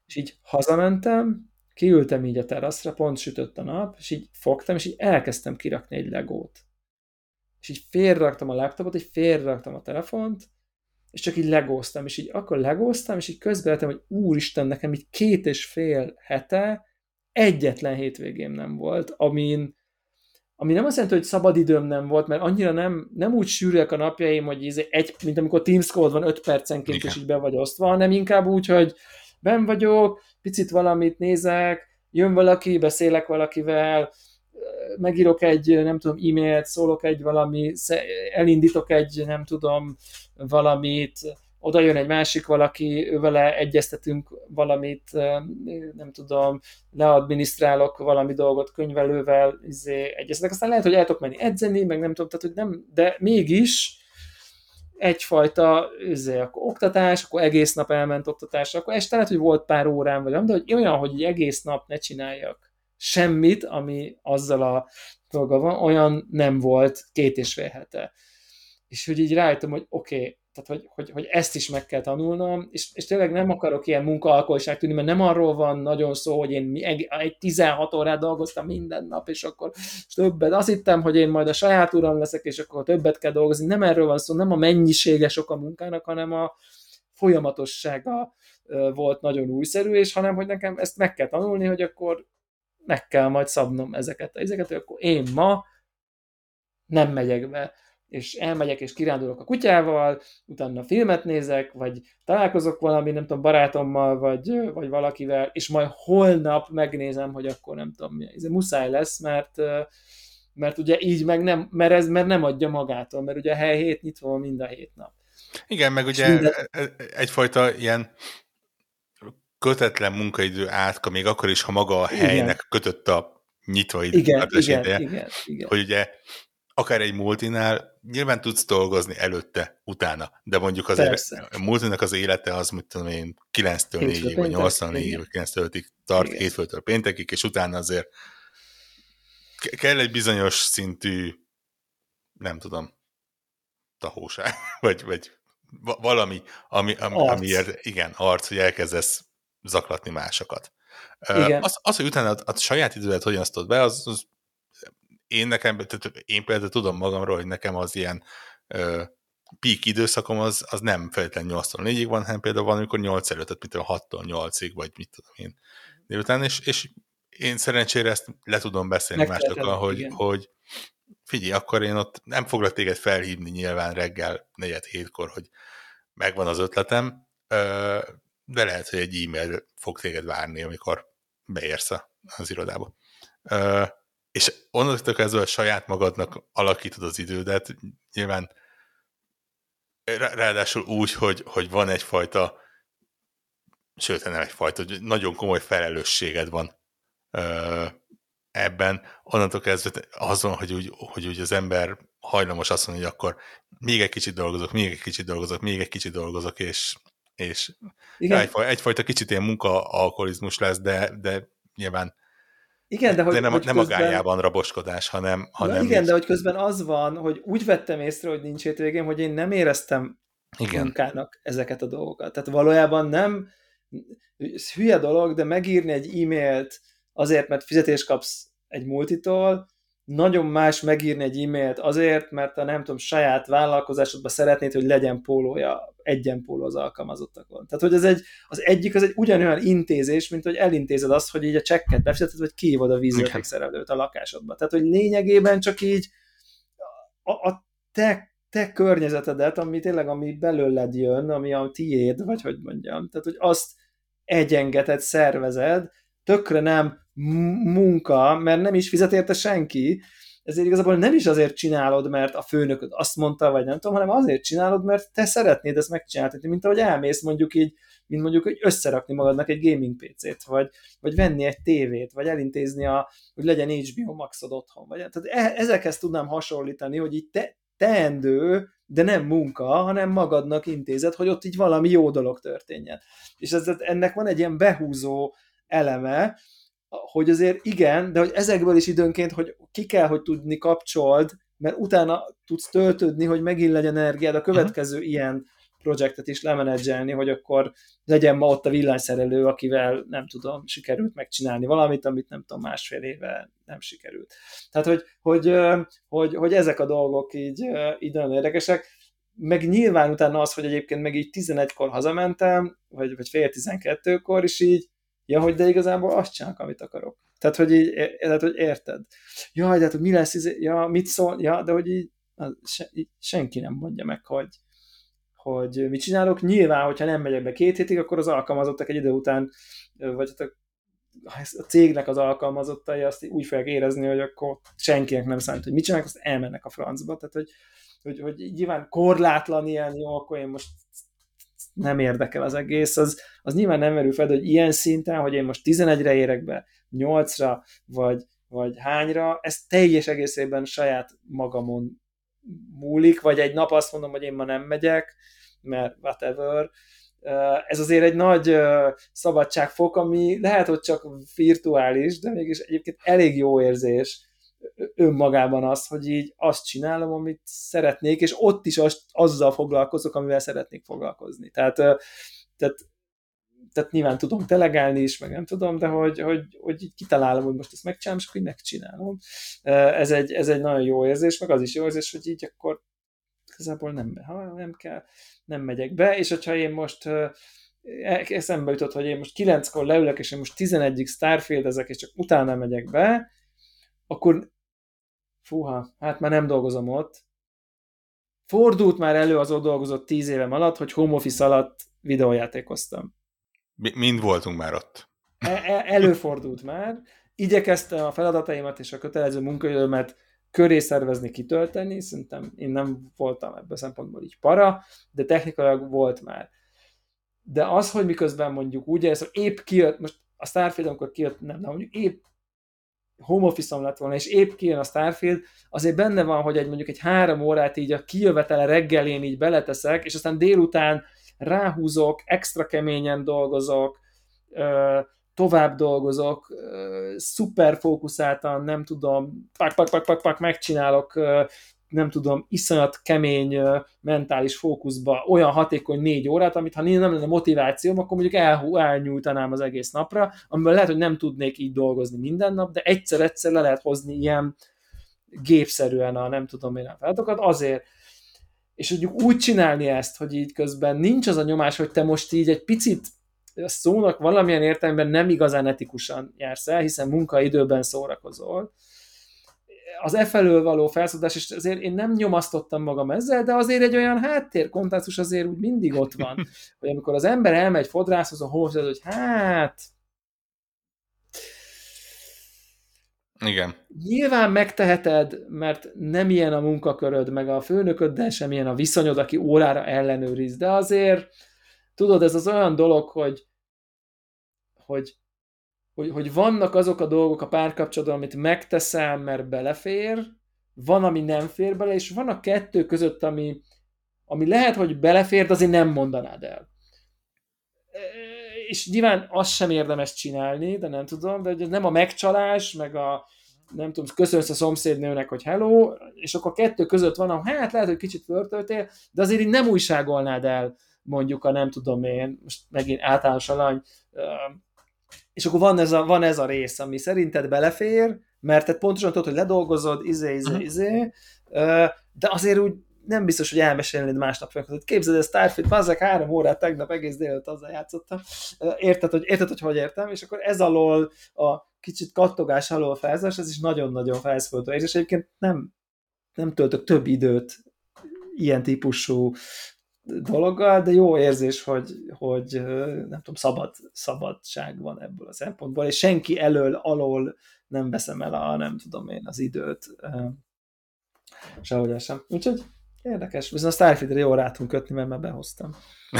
És így hazamentem, kiültem így a teraszra, pont sütött a nap, és így fogtam, és így elkezdtem kirakni egy legót. És így félreraktam a laptopot, így félreraktam a telefont, és csak így legóztam, és így akkor legóztam, és így közben hogy úristen, nekem így két és fél hete egyetlen hétvégém nem volt, amin, ami nem azt jelenti, hogy szabadidőm nem volt, mert annyira nem, nem úgy sűrűek a napjaim, hogy így egy, mint amikor Teams call van öt percenként, Igen. és így be vagy osztva, hanem inkább úgy, hogy benn vagyok, picit valamit nézek, jön valaki, beszélek valakivel, megírok egy, nem tudom, e-mailt, szólok egy valami, elindítok egy, nem tudom, valamit, oda jön egy másik valaki, vele egyeztetünk valamit, nem tudom, leadminisztrálok valami dolgot könyvelővel, izé, egyeztetek, aztán lehet, hogy el tudok menni edzeni, meg nem tudom, tehát, hogy nem, de mégis egyfajta izé, akkor oktatás, akkor egész nap elment oktatás, akkor este lehet, hogy volt pár órám, vagy nem, de hogy olyan, hogy egész nap ne csináljak semmit, ami azzal a dolga van, olyan nem volt két és fél hete. És hogy így rájöttem, hogy oké, okay, tehát hogy, hogy, hogy ezt is meg kell tanulnom, és, és tényleg nem akarok ilyen munkaalkoholistnak tűnni, mert nem arról van nagyon szó, hogy én egy tizenhat órát dolgoztam minden nap, és akkor többet. Azt hittem, hogy én majd a saját uram leszek, és akkor többet kell dolgozni. Nem erről van szó, nem a mennyisége sok a munkának, hanem a folyamatossága volt nagyon újszerű, és hanem, hogy nekem ezt meg kell tanulni, hogy akkor meg kell majd szabnom ezeket, ezeket, hogy akkor én ma nem megyek be, és elmegyek és kirándulok a kutyával, utána filmet nézek, vagy találkozok valami, nem tudom, barátommal, vagy, vagy valakivel, és majd holnap megnézem, hogy akkor nem tudom mi. Ez muszáj lesz, mert, mert ugye így meg nem, mert ez mert nem adja magától, mert ugye a hely hét nyitva van mind a hét nap. Igen, meg ugye minden... egyfajta ilyen kötetlen munkaidő átka, még akkor is, ha maga a helynek igen. kötött a nyitva idő, igen, igen, ideje, igen, igen. hogy ugye akár egy multinál nyilván tudsz dolgozni előtte, utána, de mondjuk azért Persze. a multinak az élete az, mit tudom én, kilenctől négyig, vagy nyolctól négyig, vagy kilenctől ötig tart, igen. hétfőtől péntekig, és utána azért kell egy bizonyos szintű, nem tudom, tahóság, vagy, vagy valami, ami, ami, amiért, igen, arc, hogy elkezdesz zaklatni másokat. Igen. Az, az, hogy utána a, a saját idődet hogyan osztod be, az, az én nekem, én például tudom magamról, hogy nekem az ilyen ö, peak időszakom az, az nem feltétlenül nyolctól négyig van, hanem például van, amikor nyolc előtt, tehát mit tudom, hattól nyolcig, vagy mit tudom én délután, és, és én szerencsére ezt le tudom beszélni másokkal, hogy, hogy figyelj, akkor én ott nem foglak téged felhívni nyilván reggel negyed hétkor, hogy megvan az ötletem, de lehet, hogy egy e-mail fog téged várni, amikor beérsz az irodába. És onnantól kezdve saját magadnak alakítod az idődet, nyilván ráadásul úgy, hogy, hogy van egyfajta, sőt, nem egyfajta, hogy nagyon komoly felelősséged van ebben, onnantól kezdve azon, hogy úgy, hogy úgy az ember hajlamos azt mondani, hogy akkor még egy kicsit dolgozok, még egy kicsit dolgozok, még egy kicsit dolgozok, és, és egyfajta, egyfajta kicsit ilyen munkaalkoholizmus lesz, de, de nyilván igen, de hogy, de nem, hogy nem közben... magájában raboskodás, hanem... hanem igen, de hogy közben az van, hogy úgy vettem észre, hogy nincs hétvégém, hogy én nem éreztem igen. munkának ezeket a dolgokat. Tehát valójában nem, ez hülye dolog, de megírni egy e-mailt azért, mert fizetést kapsz egy multitól, nagyon más megírni egy e-mailt azért, mert a nem tudom, saját vállalkozásodban szeretnéd, hogy legyen pólója, egyen póló az alkalmazottakon. Tehát, hogy ez egy, az egyik az egy ugyanolyan intézés, mint hogy elintézed azt, hogy így a csekket befizeted, vagy kihívod a vízvezetékszerelőt a lakásodba. Tehát, hogy lényegében csak így a, a te, te környezetedet, ami tényleg, ami belőled jön, ami a tiéd, vagy hogy mondjam, tehát, hogy azt egyengeted, szervezed, tökre nem munka, mert nem is fizet érte senki, ezért igazából nem is azért csinálod, mert a főnököd azt mondta, vagy nem tudom, hanem azért csinálod, mert te szeretnéd ezt megcsinálni, mint ahogy elmész mondjuk így, mint mondjuk, hogy összerakni magadnak egy gaming pé cét, vagy, vagy venni egy tévét, vagy elintézni, a, hogy legyen há bé o Maxod otthon. Vagy, tehát e- ezekhez tudnám hasonlítani, hogy így te, teendő, de nem munka, hanem magadnak intézed, hogy ott így valami jó dolog történjen. És ez, ennek van egy ilyen behúzó eleme, hogy azért igen, de hogy ezekből is időnként, hogy ki kell, hogy tudni kapcsold, mert utána tudsz töltődni, hogy megint legyen energiád a következő uh-huh. ilyen projektet is lemenedzselni, hogy akkor legyen ma ott a villanyszerelő, akivel nem tudom, sikerült megcsinálni valamit, amit nem tudom, másfél éve nem sikerült. Tehát, hogy, hogy, hogy, hogy ezek a dolgok így, így nagyon érdekesek, meg nyilván utána az, hogy egyébként meg így tizenegykor hazamentem, vagy, vagy fél tizenkettőkor is így, ja, hogy de igazából azt csinálok, amit akarok. Tehát, hogy így, tehát, hogy érted. Jaj, de hát, hogy mi lesz, ja, mit szól, ja, de hogy így, se, így senki nem mondja meg, hogy, hogy mit csinálok. Nyilván, hogyha nem megyek be két hétig, akkor az alkalmazottak egy idő után, vagy a, a cégnek az alkalmazottai azt úgy fogják érezni, hogy akkor senkinek nem számít, hogy mit csinálnak, azt elmennek a francba. Tehát, hogy, hogy, hogy nyilván korlátlan ilyen, jó, akkor én most nem érdekel az egész, az, az nyilván nem merül fel, hogy ilyen szinten, hogy én most tizenegyre érek be, nyolcra, vagy, vagy hányra, ez teljes egészében saját magamon múlik, vagy egy nap azt mondom, hogy én ma nem megyek, mert whatever. Ez azért egy nagy szabadságfok, ami lehet, hogy csak virtuális, de mégis egyébként elég jó érzés önmagában az, hogy így azt csinálom, amit szeretnék, és ott is azt, azzal foglalkozok, amivel szeretnék foglalkozni. Tehát, tehát, tehát nyilván tudom delegálni is, meg nem tudom, de hogy, hogy, hogy így kitalálom, hogy most ezt megcsinálom, és akkor így megcsinálom. Ez egy, ez egy nagyon jó érzés, meg az is jó érzés, hogy így akkor igazából nem, ha nem kell, nem megyek be, és hogyha én most eszembe jutott, hogy én most kilenckor leülök, és én most tizenegyig Starfield-ezek, és csak utána megyek be, akkor fúha, hát már nem dolgozom ott. Fordult már elő az ott dolgozott tíz évem alatt, hogy home office alatt videójátékoztam. Mind voltunk már ott. E- előfordult már. Igyekeztem a feladataimat és a kötelező munkaidőmet köré szervezni, kitölteni. Szerintem én nem voltam ebből a szempontból így para, de technikailag volt már. De az, hogy miközben mondjuk úgy érez, hogy épp kijött, most a Starfield, amikor kijött, nem, nem mondjuk épp home office-om lett volna, és épp kijön a Starfield, azért benne van, hogy egy mondjuk egy három órát így a kijövetele reggelén így beleteszek, és aztán délután ráhúzok, extra keményen dolgozok, tovább dolgozok, szuper fókuszáltan, nem tudom, pak, pak, pak, pak, pak, megcsinálok, nem tudom, iszonyat kemény mentális fókuszba olyan hatékony négy órát, amit ha nem lenne motivációm, akkor mondjuk el, elnyújtanám az egész napra, amiben lehet, hogy nem tudnék így dolgozni minden nap, de egyszer-egyszer le lehet hozni ilyen gépszerűen a nem tudom én a feladatokat, azért. És mondjuk úgy csinálni ezt, hogy így közben nincs az a nyomás, hogy te most így egy picit a szónak valamilyen értelemben nem igazán etikusan jársz el, hiszen munkaidőben szórakozol. Az e felől való felszólalás, és azért én nem nyomasztottam magam ezzel, de azért egy olyan háttérkontextus azért úgy mindig ott van, hogy amikor az ember elmegy fodrászhoz, a hóhoz, hogy hát... Igen. Nyilván megteheted, mert nem ilyen a munkaköröd, meg a főnököddel sem ilyen a viszonyod, aki órára ellenőriz, de azért tudod, ez az olyan dolog, hogy hogy Hogy, hogy vannak azok a dolgok a párkapcsolatban, amit megteszel, mert belefér, van, ami nem fér bele, és van a kettő között, ami, ami lehet, hogy belefér, de azért nem mondanád el. És nyilván azt sem érdemes csinálni, de nem tudom, de nem a megcsalás, meg a nem tudom, köszönsz a szomszédnőnek, hogy hello, és akkor a kettő között van, a, hát lehet, hogy kicsit flörtöltél, de azért így nem újságolnád el mondjuk a nem tudom én, most megint általános alany, és akkor van ez, a, van ez a rész, ami szerinted belefér, mert te pontosan tudod, hogy ledolgozod, izé, izé, izé, de azért úgy nem biztos, hogy elmesélnéd másnap fel. Képzeld, ez Starfield, bazzak, három órát tegnap egész délután azzal játszottam. Érted, hogy, érted, hogy hogy értem? És akkor ez alól a kicsit kattogás alól felzás, ez is nagyon-nagyon felszólító. És egyébként nem, nem töltök több időt ilyen típusú dologgal, de jó érzés, hogy, hogy nem tudom, szabad, szabadság van ebből a szempontból, és senki elől, alól nem veszem el a, nem tudom én, az időt. Sehogy sem. Úgyhogy érdekes. Viszont a Starfield-re jól rá tudunk kötni, mert már behoztam.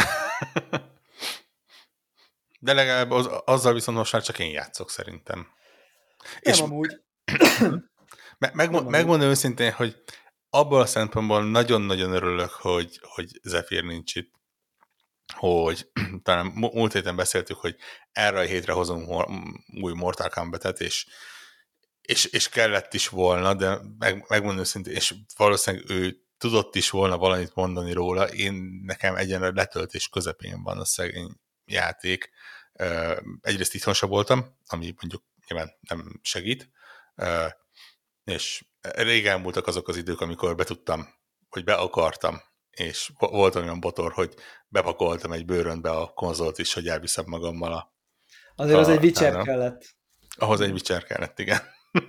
De legalább az, azzal viszont most már csak én játszok szerintem. Nem és amúgy. meg, megmond, megmondom őszintén, hogy abból a szempontból nagyon-nagyon örülök, hogy, hogy Zephyr nincs itt. Hogy talán múlt héten beszéltük, hogy erre a hétre hozunk új Mortal Kombatet, és, és, és kellett is volna, de meg, megmondom őszintén, és valószínűleg ő tudott is volna valamit mondani róla. Én nekem egyenlően letöltés közepén van a szegény játék. Egyrészt itthon sem voltam, ami mondjuk nyilván nem segít, és rég elmúltak azok az idők, amikor be tudtam, hogy be akartam, és volt olyan botor, hogy bepakoltam egy bőrönbe a konzolt is, hogy elviszem magammal a... Azért a, az egy Witcher nem, kellett. Ahhoz egy Witcher kellett, igen.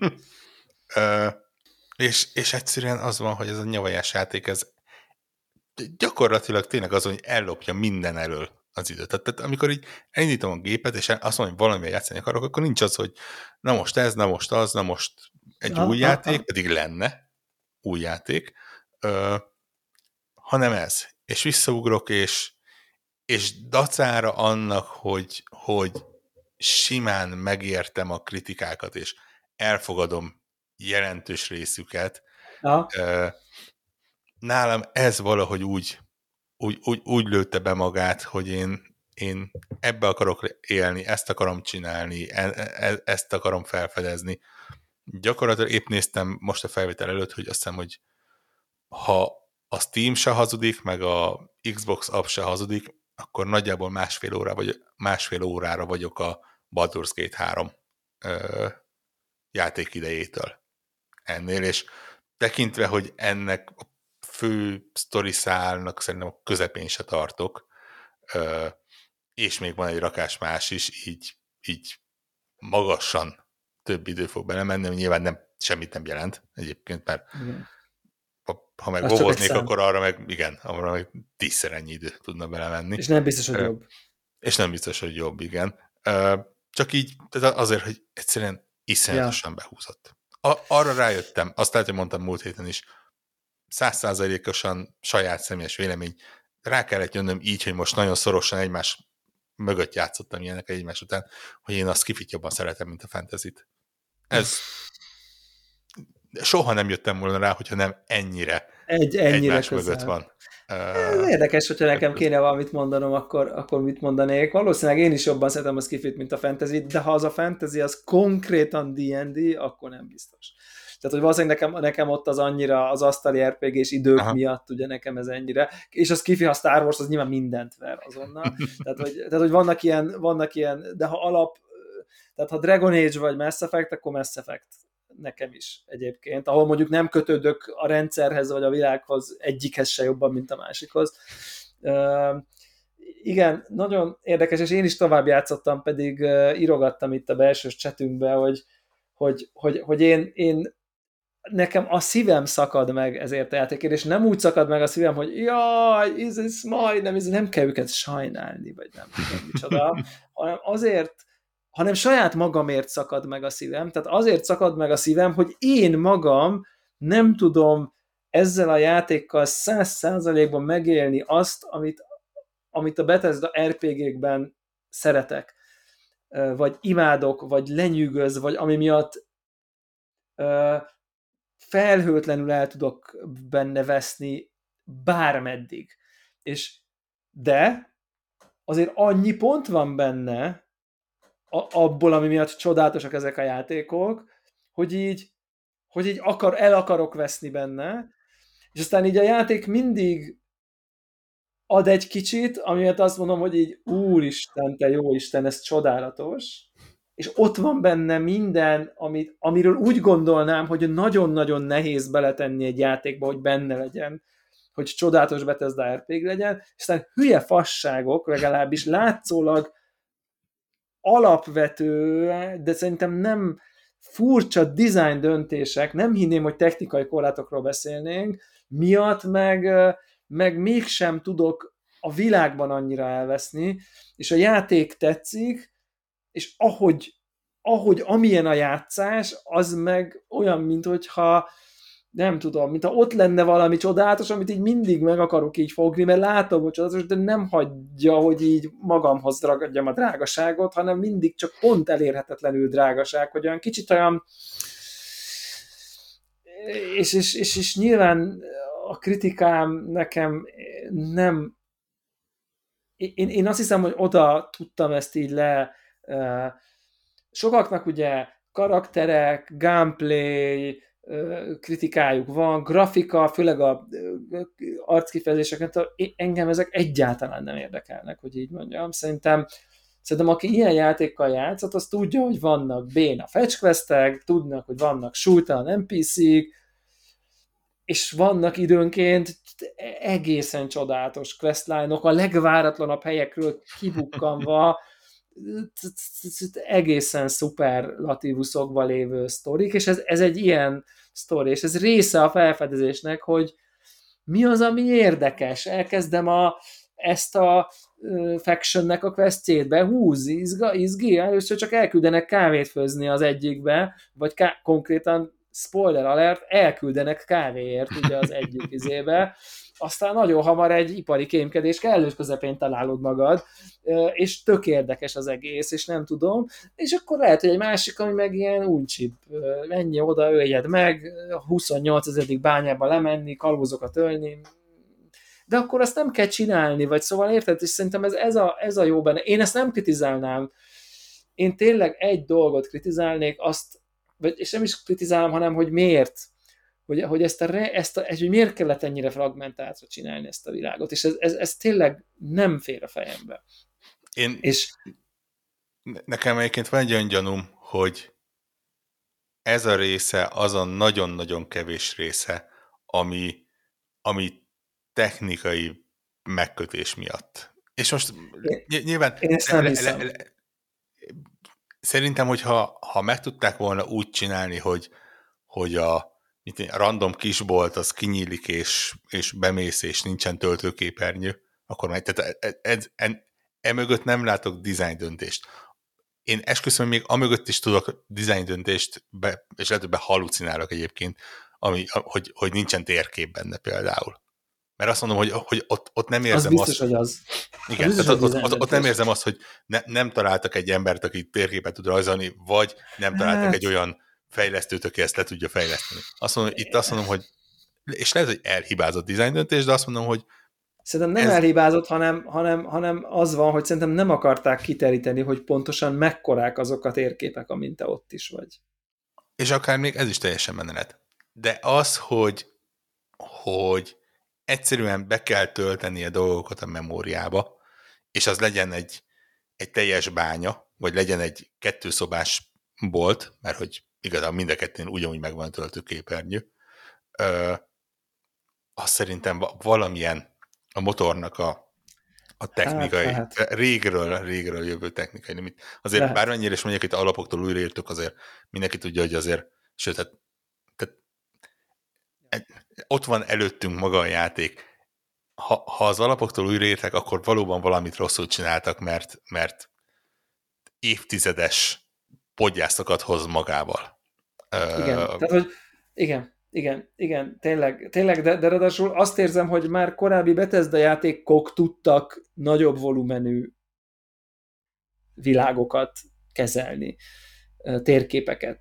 és, és egyszerűen az van, hogy ez a nyavajás játék, ez gyakorlatilag tényleg az, hogy ellopja minden elől az időt. Tehát, tehát amikor így elindítom a gépet, és azt mondom, hogy valamivel játszani akarok, akkor nincs az, hogy na most ez, na most az, na most egy ha, új játék, ha, ha. pedig lenne új játék, ö, hanem ez. És visszaugrok, és, és dacára annak, hogy, hogy simán megértem a kritikákat, és elfogadom jelentős részüket, ö, nálam ez valahogy úgy, úgy, úgy, úgy lőtte be magát, hogy én, én ebbe akarok élni, ezt akarom csinálni, e, e, ezt akarom felfedezni. Gyakorlatilag épp néztem most a felvétel előtt, hogy azt hiszem, hogy ha a Steam se hazudik, meg a Xbox app se hazudik, akkor nagyjából másfél, órá vagy, másfél órára vagyok a Baldur's Gate három ö, játék idejétől ennél, és tekintve, hogy ennek a fő sztori szálnak szerintem a közepén se tartok, ö, és még van egy rakás más is, így, így magasan több idő fog belemenni, nyilván nem, semmit nem jelent egyébként, mert igen. ha, ha meg vovoznék, akkor arra meg igen, arra meg tízszer ennyi idő tudna belemenni. És nem biztos, hogy jobb. És nem biztos, hogy jobb, igen. Csak így, azért, hogy egyszerűen iszonyatosan ja. behúzott. A, arra rájöttem, azt lehet, hogy mondtam múlt héten is, száz százalékosan saját személyes vélemény, rá kellett jönnöm így, hogy most nagyon szorosan egymás mögött játszottam ilyenek egymás után, hogy én a skifit jobban szeretem, mint a fantasyt. Ez soha nem jöttem volna rá, hogyha nem ennyire, Egy, ennyire egymás közel. mögött van. Ez érdekes, hogyha nekem kéne valamit mondanom, akkor, akkor mit mondanék. Valószínűleg én is jobban szeretem a skifit, mint a fantasy, de ha az a fantasy az konkrétan dé és dé, akkor nem biztos. Tehát, hogy valószínűleg nekem, nekem ott az annyira az asztali er pé gés idők Aha. miatt, ugye nekem ez ennyire. És a skifi, ha Star Wars, az nyilván mindent ver azonnal. tehát, hogy, tehát, hogy vannak ilyen, vannak ilyen, de ha alap, tehát ha Dragon Age vagy Mass Effect, akkor Mass Effect nekem is egyébként, ahol mondjuk nem kötődök a rendszerhez vagy a világhoz egyikhez se jobban, mint a másikhoz. Uh, igen, nagyon érdekes, és én is tovább játszottam, pedig uh, írogattam itt a belsős chatünkbe, hogy, hogy, hogy, hogy én, én nekem a szívem szakad meg ezért a játékért, és nem úgy szakad meg a szívem, hogy jaj, ez, ez majdnem, ez nem kell őket sajnálni, vagy nem tudom micsoda, hanem azért, hanem saját magamért szakad meg a szívem, tehát azért szakad meg a szívem, hogy én magam nem tudom ezzel a játékkal száz százalékban megélni azt, amit, amit a Bethesda er pé gékben szeretek, vagy imádok, vagy lenyűgöz, vagy ami miatt felhőtlenül el tudok benne veszni bármeddig. És de azért annyi pont van benne, abból, ami miatt csodálatosak ezek a játékok, hogy így, hogy így akar, el akarok veszni benne, és aztán így a játék mindig ad egy kicsit, amiatt azt mondom, hogy így úristen, te jó Isten, ez csodálatos, és ott van benne minden, amit, amiről úgy gondolnám, hogy nagyon-nagyon nehéz beletenni egy játékba, hogy benne legyen, hogy csodálatos Bethesda er pé gé legyen, és aztán hülye fasságok, legalábbis látszólag alapvető, de szerintem nem furcsa design döntések, nem hinném, hogy technikai korlátokról beszélnénk, miatt meg, meg mégsem tudok a világban annyira elveszni, és a játék tetszik, és ahogy, ahogy amilyen a játszás, az meg olyan, mint hogyha nem tudom, mintha ott lenne valami csodálatos, amit így mindig meg akarok így fogni, mert látom, hogy csodálatos, de nem hagyja, hogy így magamhoz ragadjam a drágaságot, hanem mindig csak pont elérhetetlenül drágaság, hogy olyan kicsit olyan és, és, és, és nyilván a kritikám nekem nem én, én azt hiszem, hogy oda tudtam ezt így le sokaknak ugye karakterek, gameplay, kritikájuk van, grafika, főleg a arckifejezéseket, engem ezek egyáltalán nem érdekelnek, hogy így mondjam. Szerintem, szerintem aki ilyen játékkal játszott, az tudja, hogy vannak béna fetch questek, tudnak, hogy vannak súlytalan en pé cék, és vannak időnként egészen csodálatos questline-ok, a legváratlanabb helyekről kibukkanva, egészen szuperlatívuszokban lévő sztorik, és ez, ez egy ilyen sztori, és ez része a felfedezésnek, hogy mi az, ami érdekes. Elkezdem a, ezt a uh, factionnek a questjét behúz, izga, izgi, először csak elküldenek kávét főzni az egyikbe, vagy ká- konkrétan spoiler alert, elküldenek kávéért ugye az egyik izébe, aztán nagyon hamar egy ipari kémkedés kellős közepén találod magad, és tök érdekes az egész, és nem tudom, és akkor lehet, hogy egy másik, ami meg ilyen uncsip, menj oda, öljed meg, huszonnyolcadik bányába lemenni, kalózokat ölni, de akkor azt nem kell csinálni, vagy szóval érted, és szerintem ez, ez, a, ez a jó benne. Én ezt nem kritizálnám, én tényleg egy dolgot kritizálnék, azt, vagy, és nem is kritizálom, hanem hogy miért, hogy, hogy ezt a, ezt a, hogy miért kellett ennyire fragmentáltra csinálni ezt a világot, és ez, ez, ez tényleg nem fér a fejembe. Én, és nekem egyébként van egy olyan gyanúm, hogy ez a része az a nagyon-nagyon kevés része, ami, ami technikai megkötés miatt. És most én, nyilván én ezt nem le, le, le, szerintem, hogyha ha meg tudták volna úgy csinálni, hogy, hogy a a random kisbolt az kinyílik, és, és bemész, és nincsen töltőképernyő, akkor meg, tehát ez, ez, ez, emögött nem látok design döntést. Én esküszöm, még amögött is tudok design döntést, be, és lehet, hogy behalucinálok egyébként, ami, hogy, hogy nincsen térkép benne például. Mert azt mondom, hogy, hogy ott, ott nem érzem az biztos, azt... hogy az. Igen, az biztos, tehát ott, ott, ott nem érzem azt, hogy ne, nem találtak egy embert, aki térképet tud rajzolni, vagy nem találtak hát... egy olyan fejlesztőt, aki ezt le tudja fejleszteni. Azt mondom, itt azt mondom, hogy és lehet, hogy elhibázott design döntés, de azt mondom, hogy szerintem nem ez... elhibázott, hanem, hanem, hanem az van, hogy szerintem nem akarták kiteríteni, hogy pontosan mekkorák azok a térképek, amint te ott is vagy. És akár még ez is teljesen benne lett. De az, hogy, hogy egyszerűen be kell tölteni a dolgokat a memóriába, és az legyen egy, egy teljes bánya, vagy legyen egy kettőszobás bolt, mert hogy igazán mind a kettőn ugyanúgy megvan a töltőképernyő, ö, azt szerintem valamilyen a motornak a, a technikai, hát, hát. régről, régről jövő technikai limit. Azért lehet. Bármennyire is mondják, hogy alapoktól újraírtuk, azért mindenki tudja, hogy azért, sőt, tehát, tehát, ott van előttünk maga a játék. Ha, ha az alapoktól újraírták, akkor valóban valamit rosszul csináltak, mert, mert évtizedes podgyászokat hoz magával. Igen, uh, tehát, hogy igen, igen, igen, tényleg, tényleg de, de ráadásul azt érzem, hogy már korábbi Bethesda játékok tudtak nagyobb volumenű világokat kezelni, térképeket.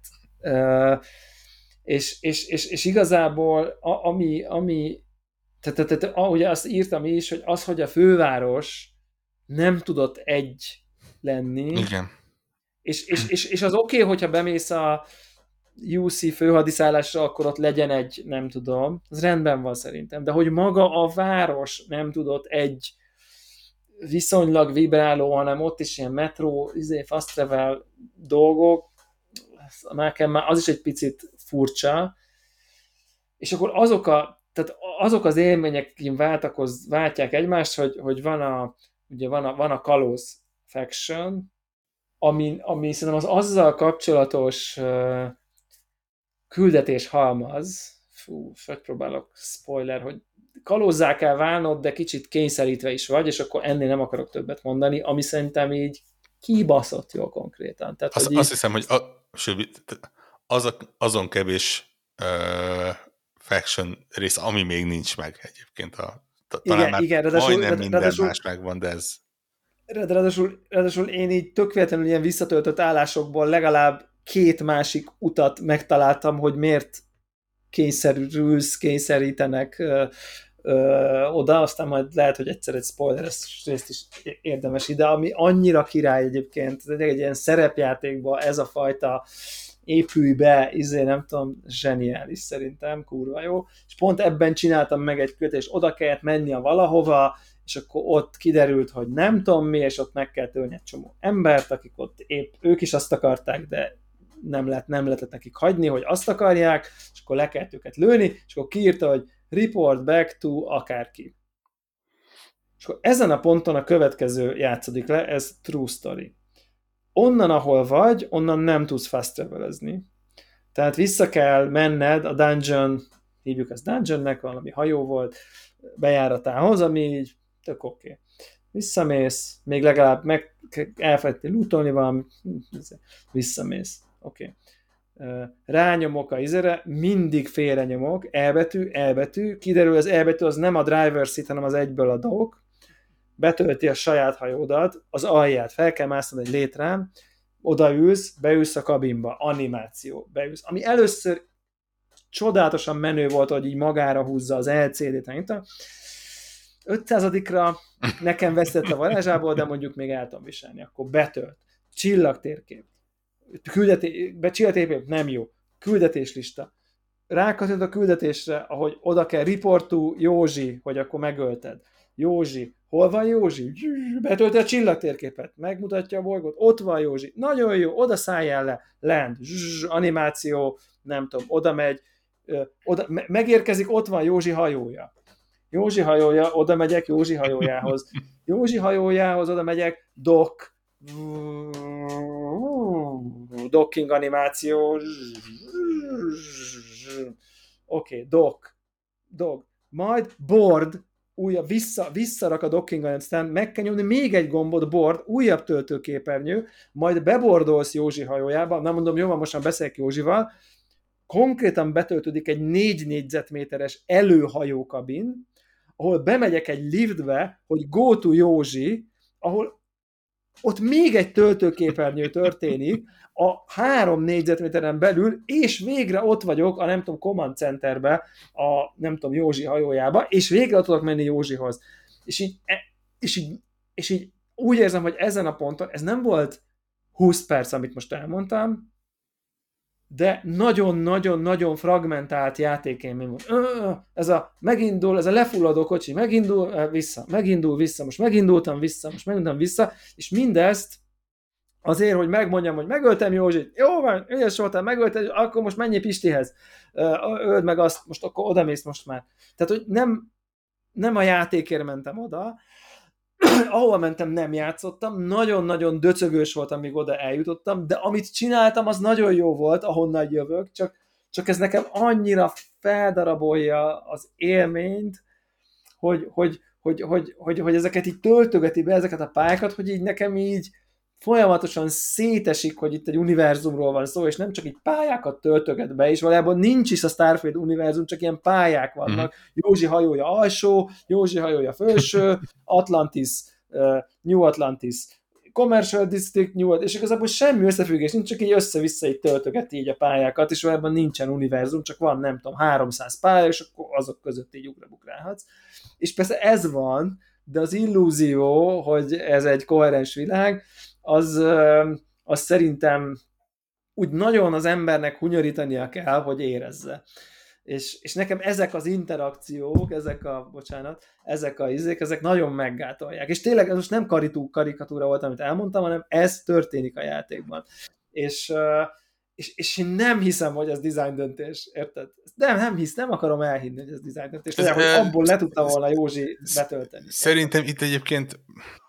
És, és, és, és igazából ami, ami tehát, tehát ahogy azt írtam is, hogy az, hogy a főváros nem tudott egy lenni, igen. És, és, és, és az oké, okay, hogyha bemész a U C főhadiszállásra, akkor ott legyen egy, nem tudom, az rendben van szerintem, de hogy maga a város nem tudott egy viszonylag vibráló, hanem ott is ilyen metro, izé, fast travel dolgok, az is egy picit furcsa, és akkor azok a, tehát azok az élmények váltakoz, váltják egymást, hogy, hogy van a, ugye van a, van a kalóz faction, ami, ami szerintem az azzal kapcsolatos uh, küldetés halmaz, fú, hogy próbálok spoiler, hogy kalózzá kell válnod, de kicsit kényszerítve is vagy, és akkor ennél nem akarok többet mondani, ami szerintem így kibaszott jó konkrétan. Tehát, azt, hogy azt így... hiszem, hogy a, az a, azon kevés uh, faction rész, ami még nincs meg egyébként. A, talán igen, már igen, ráadásul, majdnem minden ráadásul, más megvan, de ez... Ráadásul, ráadásul én így tök véletlenül ilyen visszatöltött állásokból legalább két másik utat megtaláltam, hogy miért kényszerülsz, kényszerítenek ö, ö, oda, aztán majd lehet, hogy egyszer egy spoileres részt is érdemes ide, ami annyira király egyébként, egy ilyen szerepjátékban ez a fajta épülj be, izé, nem tudom, zseniális szerintem, kurva jó. És pont ebben csináltam meg egy kötést, oda kellett menni a valahova, és akkor ott kiderült, hogy nem tudom mi, és ott meg kell tölni egy csomó embert, akik ott épp ők is azt akarták, de nem, lett, nem lehetett nekik hagyni, hogy azt akarják, és akkor le kellett őket lőni, és akkor kiírta, hogy report back to akárki. És akkor ezen a ponton a következő játszódik le, ez true story. Onnan, ahol vagy, onnan nem tudsz fast travelezni. Tehát vissza kell menned a dungeon, hívjuk ezt dungeonnek, valami hajó volt, bejáratához, ami így tök oké. Okay. Visszamész, még legalább meg elfelejtettél lootolni valami, visszamész. Oké. Okay. Rányomok a izére, mindig félre nyomok, elbetű, elbetű, kiderül, az elbetű az nem a driver seat, hanem az egyből a dock, betölti a saját hajódat, az alját, fel kell másznod egy létrán, odaülsz, beülsz a kabinba, animáció, beülsz. Ami először csodálatosan menő volt, hogy így magára húzza az el cé dét, ötszázadikra nekem vesztett a varázsából, de mondjuk még el tudom viselni, akkor betölt. Csillagtérkép. Küldeté- be csillagtérkép, nem jó. Küldetéslista. Rákattint a küldetésre, ahogy oda kell report to Józsi, hogy akkor megölted. Józsi. Hol van Józsi? Betölti a csillagtérképet, megmutatja a bolygót, ott van Józsi. Nagyon jó, oda szálljál le. Land. Animáció, nem tudom, oda megy, oda, megérkezik, ott van Józsi hajója. Józsi hajója, oda megyek Józsi hajójához. Józsi hajójához oda megyek, dock, docking animáció, oké, okay, dock, dock, majd board, újabb, vissza, visszarak a docking animáció, aztán meg kell nyomni még egy gombot, board, újabb töltőképernyő, majd bebordolsz Józsi hajójába, nem mondom, jó, most már beszélek Józsival, konkrétan betöltődik egy négy négyzetméteres előhajókabin, ahol bemegyek egy liftbe, hogy go to Józsi, ahol ott még egy töltőképernyő történik a három négyzetméteren belül, és végre ott vagyok a nem tudom, command centerbe, a nem tudom, Józsi hajójába, és végre ott tudok menni Józsihoz. És így, és így, és így úgy érzem, hogy ezen a ponton, ez nem volt húsz perc, amit most elmondtam, de nagyon-nagyon-nagyon fragmentált játékélmény volt. Ez a megindul, ez a lefulladó kocsi, megindul, vissza, megindul, vissza, most megindultam vissza, most megindultam vissza, és mindezt azért, hogy megmondjam, hogy megöltem Józsit, jó van, ügyes voltál, megöltem, akkor most menjél Pistihez, öld meg azt, most akkor odamész most már. Tehát, hogy nem, nem a játékért mentem oda, ahol mentem, nem játszottam, nagyon-nagyon döcögős volt, amíg oda eljutottam, de amit csináltam, az nagyon jó volt, ahonnan jövök, csak, csak ez nekem annyira feldarabolja az élményt, hogy, hogy, hogy, hogy, hogy, hogy ezeket így töltögeti be, ezeket a pályákat, hogy így nekem így folyamatosan szétesik, hogy itt egy univerzumról van szó, és nem csak így pályákat töltöget be, és valójában nincs is a Starfield univerzum, csak ilyen pályák vannak. Mm. Józsi hajója alsó, Józsi hajója felső, Atlantis, uh, New Atlantis, Commercial District, New, és igazából semmi összefüggés, nincs, csak így össze-vissza így töltögeti így a pályákat, és valójában nincsen univerzum, csak van, nem tudom, háromszáz pálya, és akkor azok között így ugrabugrálhatsz. És persze ez van, de az illúzió, hogy ez egy koherens világ, az, az szerintem úgy nagyon az embernek hunyorítania kell, hogy érezze. És, és nekem ezek az interakciók, ezek a, bocsánat, ezek a izék, ezek nagyon meggátolják. És tényleg ez most nem karitú, karikatúra volt, amit elmondtam, hanem ez történik a játékban. És, és, és én nem hiszem, hogy ez design döntés, érted? Nem, nem hisz, nem akarom elhinni, hogy ez design döntés. De, hogy abból le tudta volna Józsi betölteni. Szerintem itt egyébként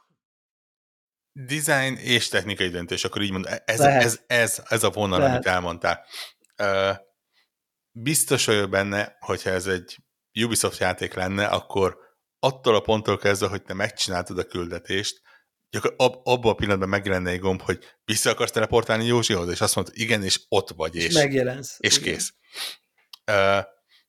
design és technikai döntés, akkor így mondom, ez, ez, ez, ez a vonal, Lehet. amit elmondtál. Uh, biztos vagyok benne, hogyha ez egy Ubisoft játék lenne, akkor attól a ponttól kezdve, hogy te megcsináltad a küldetést, ab, abban a pillanatban megjelenne egy gomb, hogy vissza akarsz teleportálni Józsihoz, és azt mondod, igen, és ott vagy, és, és megjelensz. És igen. Kész. Uh,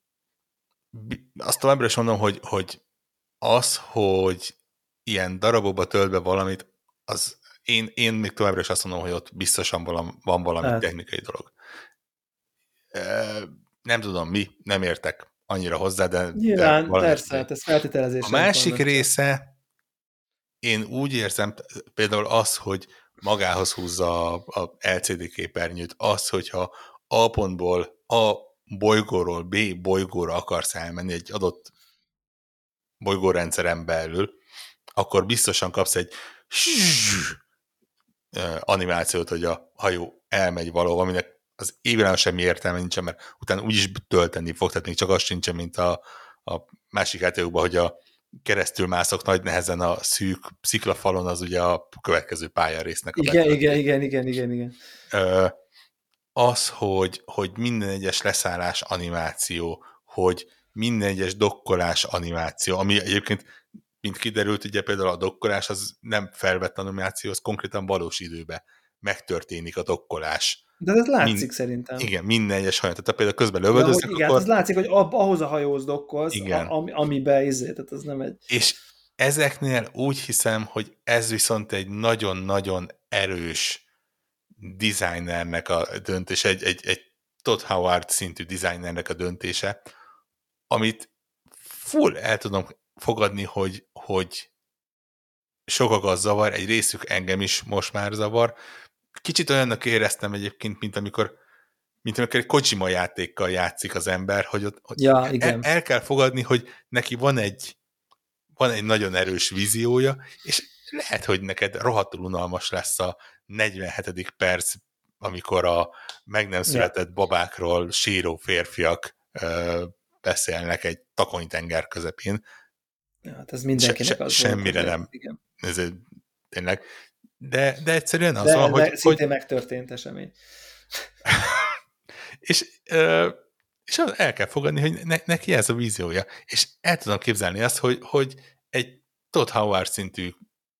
azt továbbra is mondom, hogy, hogy az, hogy ilyen darabokba tölt be valamit, az én, én még továbbra is azt mondom, hogy ott biztosan valam, van valami hát. technikai dolog. Uh, nem tudom mi, nem értek annyira hozzá, de... Nyilván, de persze, hát ez feltételezés. A másik része, én úgy érzem, például az, hogy, magához húzza a, a el cé dé képernyőt, az, hogyha A pontból A bolygóról B bolygóra akarsz elmenni egy adott bolygórendszeren belül, akkor biztosan kapsz egy animációt, hogy a hajó elmegy valahova, aminek az évelen semmi értelme nincsen, mert utána úgyis tölteni fog, tehát még csak az sincsen, mint a, a másik játékokban, hogy a keresztül mászok nagy nehezen a szűk sziklafalon, az ugye a következő pályarésznek a igen, igen, igen, igen, igen, igen. Az, hogy, hogy minden egyes leszállás animáció, hogy minden egyes dokkolás animáció, ami egyébként, mint kiderült, ugye például a dokkolás az nem felvett animáció, az konkrétan valós időben megtörténik a dokkolás. De ez látszik Mind, szerintem. Igen, minden egyes hajón. Tehát például közben lövöldöznek, ja, igen, akkor... az látszik, hogy ab, ahhoz a hajóhoz dokkolsz, a, ami, amiben izé, tehát ez nem egy... És ezeknél úgy hiszem, hogy ez viszont egy nagyon-nagyon erős designernek a döntése, egy, egy, egy Todd Howard szintű designernek a döntése, amit full el tudom fogadni, hogy, hogy sokakat zavar, egy részük engem is most már zavar. Kicsit olyannak éreztem egyébként, mint amikor, mint amikor egy Kojima játékkal játszik az ember, hogy ott hogy ja, el, igen. el kell fogadni, hogy neki van egy, van egy nagyon erős víziója, és lehet, hogy neked rohadtul unalmas lesz a negyvenhetedik perc, amikor a meg nem született ja. babákról síró férfiak ö, beszélnek egy takonytenger közepén. Ja, hát ez mindenkinek se, az semmire volt, nem. Igen. Ez tényleg. De, de egyszerűen az de, van, de hogy... szintén hogy... megtörtént esemény. és, ö, és el kell fogadni, hogy ne, neki ez a víziója. És el tudom képzelni azt, hogy, hogy egy Todd Howard szintű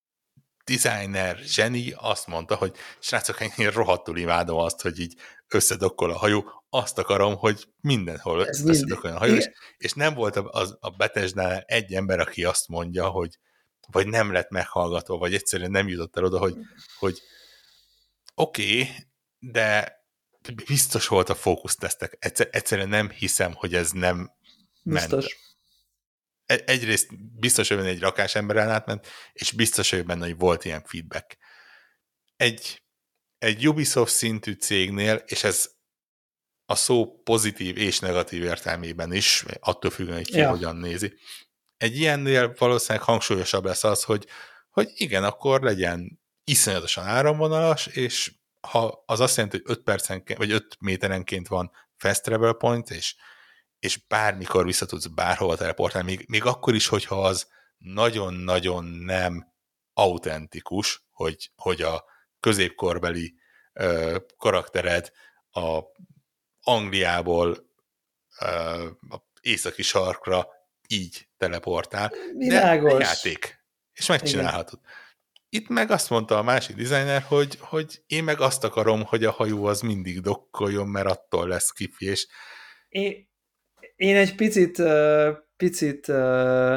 designer, zseni azt mondta, hogy srácok, én rohadtul imádom azt, hogy így összedokkol a hajó, azt akarom, hogy mindenhol összedokkoljon a hajó, és, és nem volt a, a Bethesdánál egy ember, aki azt mondja, hogy vagy nem lett meghallgatva, vagy egyszerűen nem jutott el oda, hogy, hogy oké, okay, de biztos volt a fókusztesztek. Egyszer, egyszerűen nem hiszem, hogy ez nem biztos. ment. Egyrészt biztos, hogy egy rakás emberen átment, és biztos, hogy benne, hogy volt ilyen feedback. Egy, egy Ubisoft szintű cégnél, és ez a szó pozitív és negatív értelmében is, attól függően, hogy ki ja. hogyan nézi. Egy ilyennél valószínűleg hangsúlyosabb lesz az, hogy, hogy igen, akkor legyen iszonyatosan áramvonalas, és ha az azt jelenti, hogy öt percenként, vagy öt méterenként van fast travel point, és és bármikor vissza tudsz bárhova teleportálni, még, még akkor is, hogyha az nagyon-nagyon nem autentikus, hogy, hogy a középkorbeli ö, karaktered a Angliából ö, a északi sarkra így teleportál. Világos. De játék. És megcsinálhatod. Igen. Itt meg azt mondta a másik designer, hogy, hogy én meg azt akarom, hogy a hajó az mindig dokkoljon, mert attól lesz kifi, és én... Én egy picit, uh, picit uh,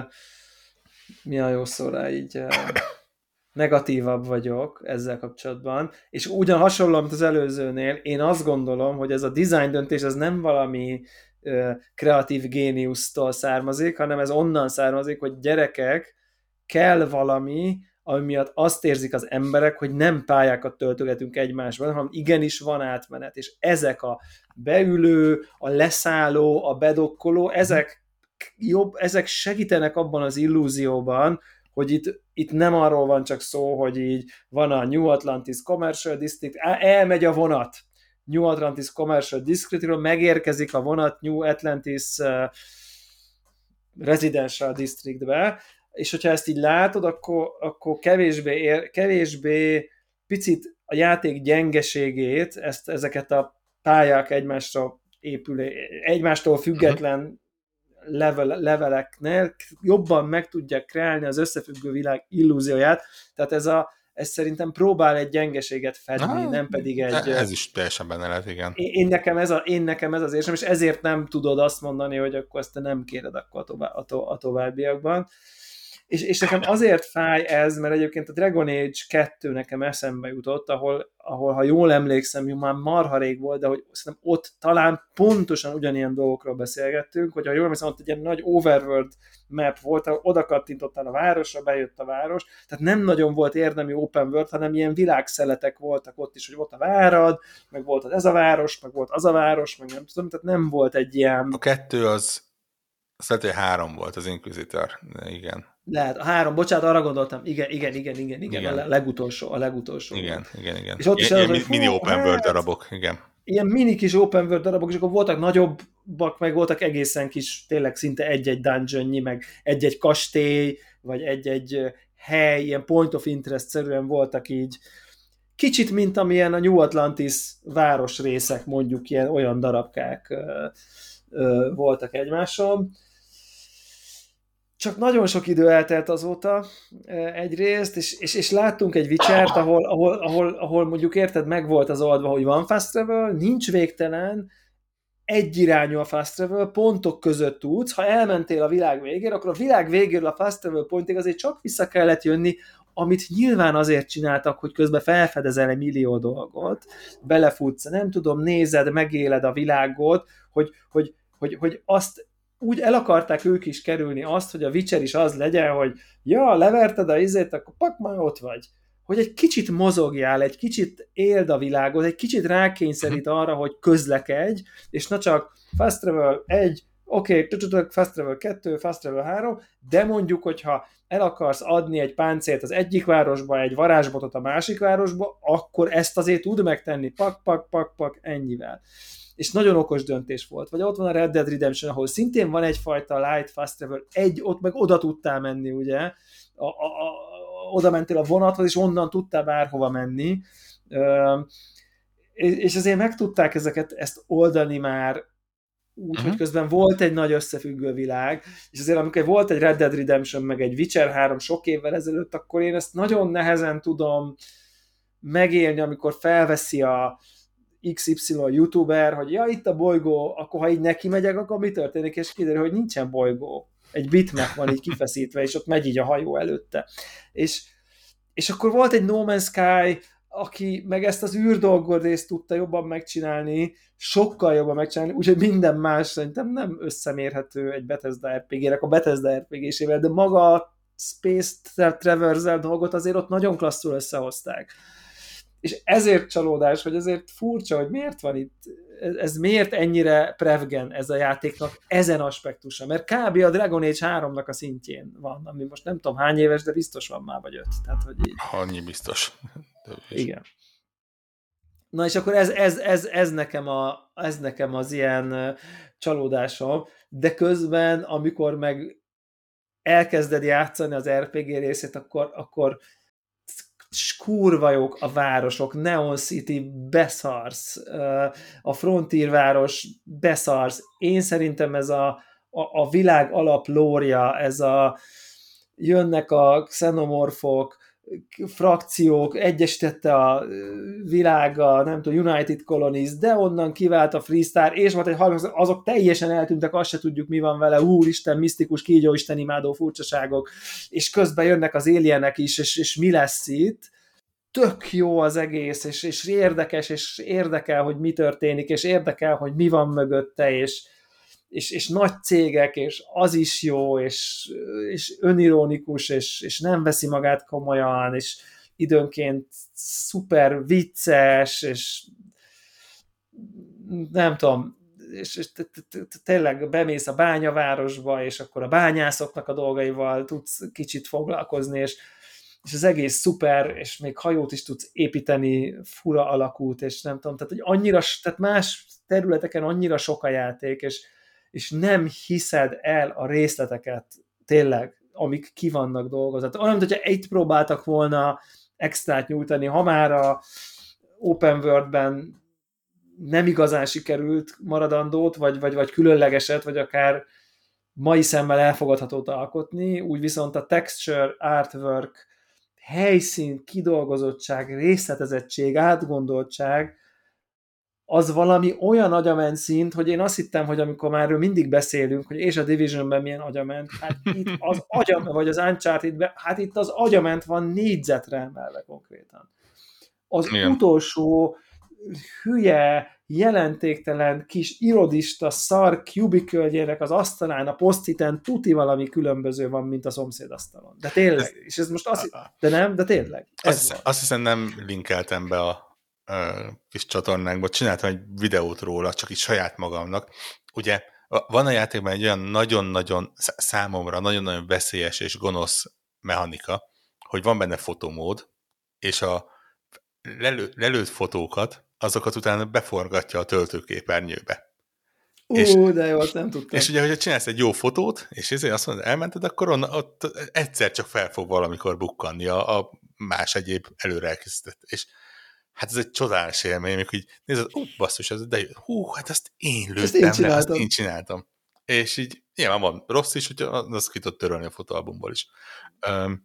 mi a jó szó rá, így uh, negatívabb vagyok ezzel kapcsolatban, és ugyan hasonló, mint az előzőnél, én azt gondolom, hogy ez a design döntés, ez nem valami uh, kreatív géniusztól származik, hanem ez onnan származik, hogy gyerekek, kell valami, ami miatt azt érzik az emberek, hogy nem pályákat töltögetünk egymásban, hanem igenis van átmenet, és ezek a beülő, a leszálló, a bedokkoló, ezek, jobb, ezek segítenek abban az illúzióban, hogy itt, itt nem arról van csak szó, hogy így van a New Atlantis Commercial District, elmegy a vonat New Atlantis Commercial Districtről, megérkezik a vonat New Atlantis uh, Residential Districtbe, és hogyha ezt így látod, akkor, akkor kevésbé, ér, kevésbé picit a játék gyengeségét, ezt, ezeket a pályák egymásra épülé, egymástól független level, leveleknél jobban meg tudják kreálni az összefüggő világ illúzióját, tehát ez, a, ez szerintem próbál egy gyengeséget fedni, ah, nem pedig egy... Ez is teljesen benne lehet, igen. Én, én, nekem ez a, én nekem ez az érzem, és ezért nem tudod azt mondani, hogy akkor ezt te nem kéred akkor a, tovább, a, to, a továbbiakban. És, és nekem azért fáj ez, mert egyébként a Dragon Age kettő nekem eszembe jutott, ahol, ahol ha jól emlékszem, már marha rég volt, de hogy szerintem ott talán pontosan ugyanilyen dolgokról beszélgettünk, hogy ha jól emlékszem, ott egy ilyen nagy overworld map volt, ahol oda kattintottál a városra, bejött a város, tehát nem nagyon volt érdemi open world, hanem ilyen világszeletek voltak ott is, hogy ott a várad, meg volt az ez a város, meg volt az a város, meg nem tudom, tehát nem volt egy ilyen... A kettő az, az lehet, hogy három volt az Inquisitor, de igen. Lehet, a három, bocsánat, arra gondoltam, igen, igen, igen, igen, igen, igen. a legutolsó, a legutolsó. Igen, igen, igen. És ott is ilyen, az, ilyen hogy, mini hú, open hát, world darabok, igen. Ilyen mini kis open world darabok, és akkor voltak nagyobbak, meg voltak egészen kis, tényleg szinte egy-egy dungeonnyi, meg egy-egy kastély, vagy egy-egy hely, ilyen point of interest-szerűen voltak így. Kicsit, mint amilyen a New Atlantis városrészek, mondjuk ilyen olyan darabkák ö, ö, voltak egymáson. Csak nagyon sok idő eltelt azóta egyrészt, és, és, és láttunk egy Witchert, ahol, ahol, ahol, ahol mondjuk érted, meg volt az oldva, hogy van fast travel, nincs végtelen, egyirányú a fast travel, pontok között tudsz, ha elmentél a világ végére, akkor a világ végéről a fast travel pontig azért csak vissza kellett jönni, amit nyilván azért csináltak, hogy közben felfedezel egy millió dolgot, belefutsz, nem tudom, nézed, megéled a világot, hogy, hogy, hogy, hogy azt úgy el akarták ők is kerülni azt, hogy a Witcher is az legyen, hogy ja, leverted a izét, akkor pak, már ott vagy. Hogy egy kicsit mozogjál, egy kicsit éld a világot, egy kicsit rákényszerít arra, hogy közlekedj, és ne csak fast travel egy, oké, okay, fast travel kettő, fast travel három, de mondjuk, hogyha el akarsz adni egy páncélt az egyik városba, egy varázsbotot a másik városba, akkor ezt azért tud megtenni, pak, pak, pak, pak, ennyivel. És nagyon okos döntés volt. Vagy ott van a Red Dead Redemption, ahol szintén van egyfajta light fast travel, egy, ott meg oda tudtál menni, ugye, a, a, a, oda mentél a vonathoz, és onnan tudtál bárhova menni, és azért meg tudták ezeket, ezt oldani már úgy, uh-huh. hogy közben volt egy nagy összefüggő világ, és azért amikor volt egy Red Dead Redemption, meg egy Witcher három sok évvel ezelőtt, akkor én ezt nagyon nehezen tudom megélni, amikor felveszi a iksz ipszilon youtuber, hogy ja, itt a bolygó, akkor ha így neki megyek, akkor mi történik, és kiderül, hogy nincsen bolygó. Egy bitmap van így kifeszítve, és ott megy így a hajó előtte. És, és akkor volt egy No Man's Sky, aki meg ezt az űrdolgot részt tudta jobban megcsinálni, sokkal jobban megcsinálni, úgyhogy minden más szerintem nem összemérhető egy Bethesda er pé gé-nek a Bethesda er pé gé-sével, de maga a Space Traversal dolgot azért ott nagyon klasszul összehozták. És ezért csalódás, hogy ezért furcsa, hogy miért van itt, ez miért ennyire prevgen ez a játéknak ezen aspektusa, mert kb. A Dragon Age háromnak a szintjén van, ami most nem tudom hány éves, de biztos van már vagy öt. Tehát, hogy így. Annyi biztos. Igen. Na és akkor ez, ez, ez, ez, nekem a, ez nekem az ilyen csalódásom, de közben, amikor meg elkezded játszani az er pé gé részét, akkor, akkor kurva jók a városok, Neon City beszarsz, a Frontier város beszarsz. Én szerintem ez a, a, a világ alap lórja, ez a jönnek a xenomorfok, frakciók, egyesítette a világa, nem tudom, United Colonies, de onnan kivált a Freestar, és volt egy harmadik, azok teljesen eltűntek, azt se tudjuk, mi van vele, úristen, misztikus, kígyóisten imádó furcsaságok, és közben jönnek az alienek is, és, és mi lesz itt. Tök jó az egész, és, és érdekes, és érdekel, hogy mi történik, és érdekel, hogy mi van mögötte, és És, és nagy cégek, és az is jó, és, és önironikus, és, és nem veszi magát komolyan, és időnként szuper vicces, és nem tudom, és, és tényleg bemész a bányavárosba, és akkor a bányászoknak a dolgaival tudsz kicsit foglalkozni, és, és az egész szuper, és még hajót is tudsz építeni, fura alakút, és nem tudom, tehát, hogy annyira, tehát más területeken annyira sok a játék, és és nem hiszed el a részleteket, tényleg, amik ki vannak dolgozva. Olyan, mint hogyha itt próbáltak volna extrát nyújtani, ha már a open worldben nem igazán sikerült maradandót, vagy, vagy, vagy különlegeset, vagy akár mai szemmel elfogadhatót alkotni, úgy viszont a texture, artwork, helyszín, kidolgozottság, részletezettség, átgondoltság, az valami olyan agyament szint, hogy én azt hittem, hogy amikor már erről mindig beszélünk, hogy és a Divisionben milyen agyament, hát itt az agyament, vagy az Uncharted-ben, hát itt az agyament van négyzetre emelve konkrétan. Az Igen. utolsó hülye, jelentéktelen kis irodista szar cubicle-jének az asztalán, a posztiten tuti valami különböző van, mint a szomszédasztalon. De tényleg, de, és ez most azt, de nem, de tényleg. Ez azt, hiszem, azt hiszem nem linkeltem be a ö, kis csatornánkba, csináltam egy videót róla, csak így saját magamnak. Ugye van a játékban egy olyan nagyon-nagyon számomra nagyon-nagyon veszélyes és gonosz mechanika, hogy van benne fotomód, és a lelő, lelőtt fotókat, azokat utána beforgatja a töltőképernyőbe. Ú, és, de jó, azt nem tudtam. És ugye, hogyha csinálsz egy jó fotót, és ezért azt mondod, elmented, akkor on, ott egyszer csak fel fog valamikor bukkanni a, a más egyéb előre elkészített. És hát ez egy csodálatos élmény, amikor így nézed, ó, basszus, ez de hú, hát ezt én lőttem ezt én le, azt én csináltam. És így nyilván van rossz is, hogy azt ki tud törölni a fotóalbumból is. Um,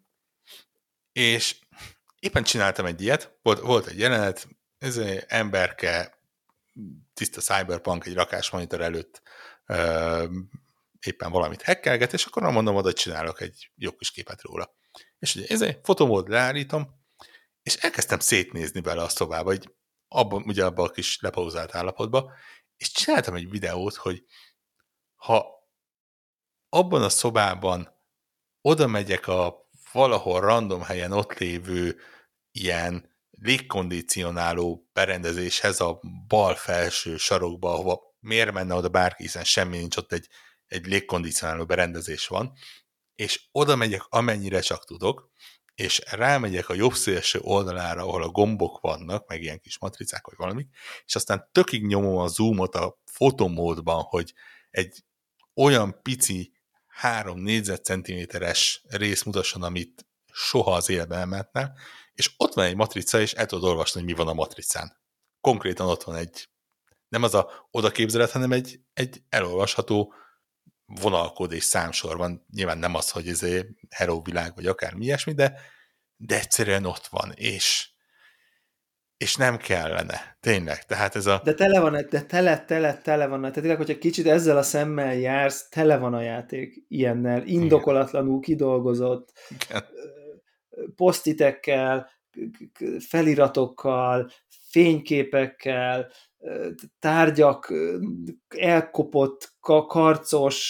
és éppen csináltam egy ilyet, volt, volt egy jelenet, ez egy emberke, tiszta cyberpunk egy rakásmonitor előtt uh, éppen valamit hackelget, és akkor mondom oda, hogy csinálok egy jó kis képet róla. És ugye ez egy fotomód leállítom, és elkezdtem szétnézni bele a szobába, hogy abban, ugye abban a kis lepauzált állapotban, és csináltam egy videót, hogy ha abban a szobában oda megyek a valahol random helyen ott lévő ilyen légkondicionáló berendezéshez a bal felső sarokba, ahova miért menne oda bárki, hiszen semmi nincs, ott egy, egy légkondicionáló berendezés van, és oda megyek amennyire csak tudok, és rámegyek a jobb szélső oldalára, ahol a gombok vannak, meg ilyen kis matricák, vagy valami, és aztán tökig nyomom a zoomot a fotomódban, hogy egy olyan pici három négyzetcentiméteres rész mutasson, amit soha az életben nem mehetne, és ott van egy matrica, és el tudod olvasni, hogy mi van a matricán. Konkrétan ott van egy, nem az a odaképzelet, hanem egy, egy elolvasható vonalkód és számsor van. Nyilván nem az, hogy ez egy Hello világ, vagy akármi ilyesmi, de, de egyszerűen ott van, és, és nem kellene. Tényleg. Tehát ez a... De tele van, de tele, tele, tele van. Tehát tényleg, hogyha kicsit ezzel a szemmel jársz, tele van a játék ilyennel, indokolatlanul kidolgozott, igen, posztitekkel, feliratokkal, fényképekkel, tárgyak, elkopott, karcos,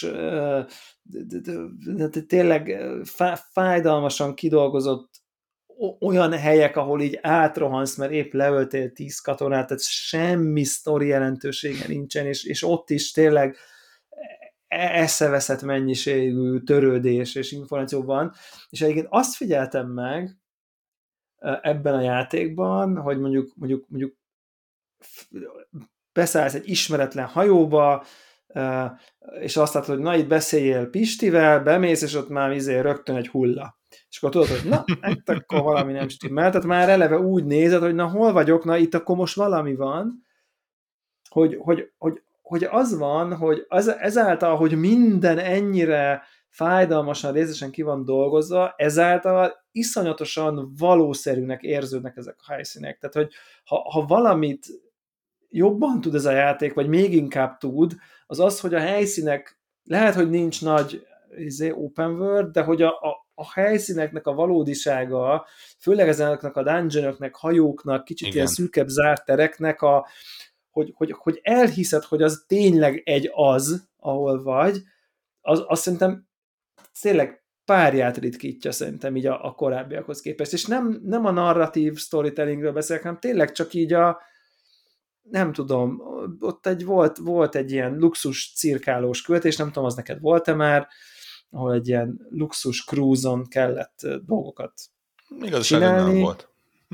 tényleg fájdalmasan kidolgozott olyan helyek, ahol így átrohansz, mert épp leöltél tíz katonát, tehát semmi sztori jelentősége nincsen, és, és ott is tényleg eszeveszett mennyiségű törődés és információ van, és egyébként azt figyeltem meg ebben a játékban, hogy mondjuk, mondjuk, mondjuk beszállsz egy ismeretlen hajóba, és azt látod, hogy na, itt beszéljél Pistivel, bemész, és ott már izé rögtön egy hulla. És akkor tudod, hogy na, itt akkor valami nem stimmel. Tehát már eleve úgy nézed, hogy na, hol vagyok, na, itt akkor most valami van, hogy, hogy, hogy, hogy az van, hogy az, ezáltal, hogy minden ennyire fájdalmasan, részesen ki van dolgozva, ezáltal iszonyatosan valószerűnek érződnek ezek a helyszínek. Tehát, hogy ha, ha valamit jobban tud ez a játék, vagy még inkább tud, az az, hogy a helyszínek, lehet, hogy nincs nagy izé, open world, de hogy a, a, a helyszíneknek a valódisága, főleg ezeknek a dungeonoknak, hajóknak, kicsit igen, ilyen szűkebb zárt tereknek, a, hogy, hogy, hogy elhiszed, hogy az tényleg egy az, ahol vagy, az, azt szerintem tényleg párját ritkítja szerintem így a, a korábbiakhoz képest. És nem, nem a narratív storytellingről beszélek, hanem tényleg csak így a nem tudom, ott egy volt, volt egy ilyen luxus cirkálós költés, nem tudom, az neked volt-e már, ahol egy ilyen luxus cruise-on kellett dolgokat Igazság, csinálni. Nem volt.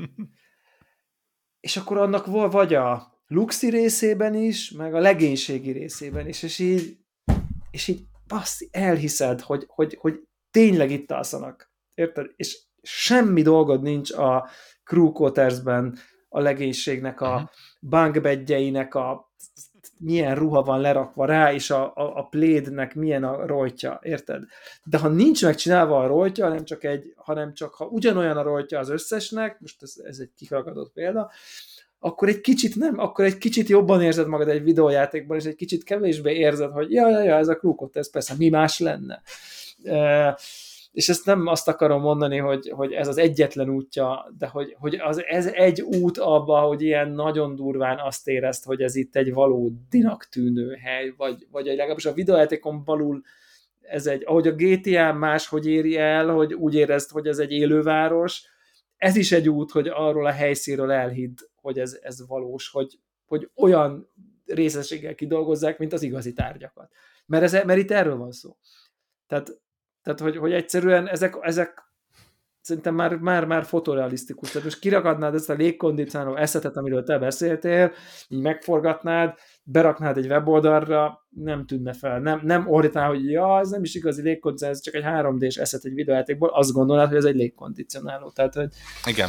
És akkor annak vagy a luxi részében is, meg a legénységi részében is, és így, és így basszi, elhiszed, hogy, hogy, hogy tényleg itt alszanak. Érted? És semmi dolgod nincs a crew quartersben, a legénységnek a uh-huh. bunkbedjeinek a milyen ruha van lerakva rá, és a, a, a plédnek milyen a rojtja, érted? De ha nincs megcsinálva a rojtja, hanem csak egy, hanem csak ha ugyanolyan a rojtja az összesnek, most ez, ez egy kiragadott példa, akkor egy kicsit nem, akkor egy kicsit jobban érzed magad egy videójátékban, és egy kicsit kevésbé érzed, hogy ja, ja, ja, ez a Krúkot, ez persze mi más lenne. E, és ezt nem azt akarom mondani, hogy, hogy ez az egyetlen útja, de hogy, hogy az, ez egy út abba, hogy ilyen nagyon durván azt érezt, hogy ez itt egy valódinak tűnő hely, vagy, vagy legalábbis a videójátékon belül ez egy, ahogy a gé té á máshogy éri el, hogy úgy érezd, hogy ez egy élőváros, ez is egy út, hogy arról a helyszínről elhidd, hogy ez, ez valós, hogy, hogy olyan részességgel kidolgozzák, mint az igazi tárgyakat. Mert, ez, mert itt erről van szó. Tehát, tehát hogy, hogy egyszerűen ezek, ezek szerintem már, már, már fotorealisztikus. Tehát most kiragadnád ezt a légkondicionáló eszetet, amiről te beszéltél, így megforgatnád, beraknád egy weboldalra, nem tűnne fel. Nem, nem ordítál, hogy ja, ez nem is igazi légkondicionáló, ez csak egy három dés eszet egy videójátékból, azt gondolnád, hogy ez egy légkondicionáló. Tehát, hogy... Igen.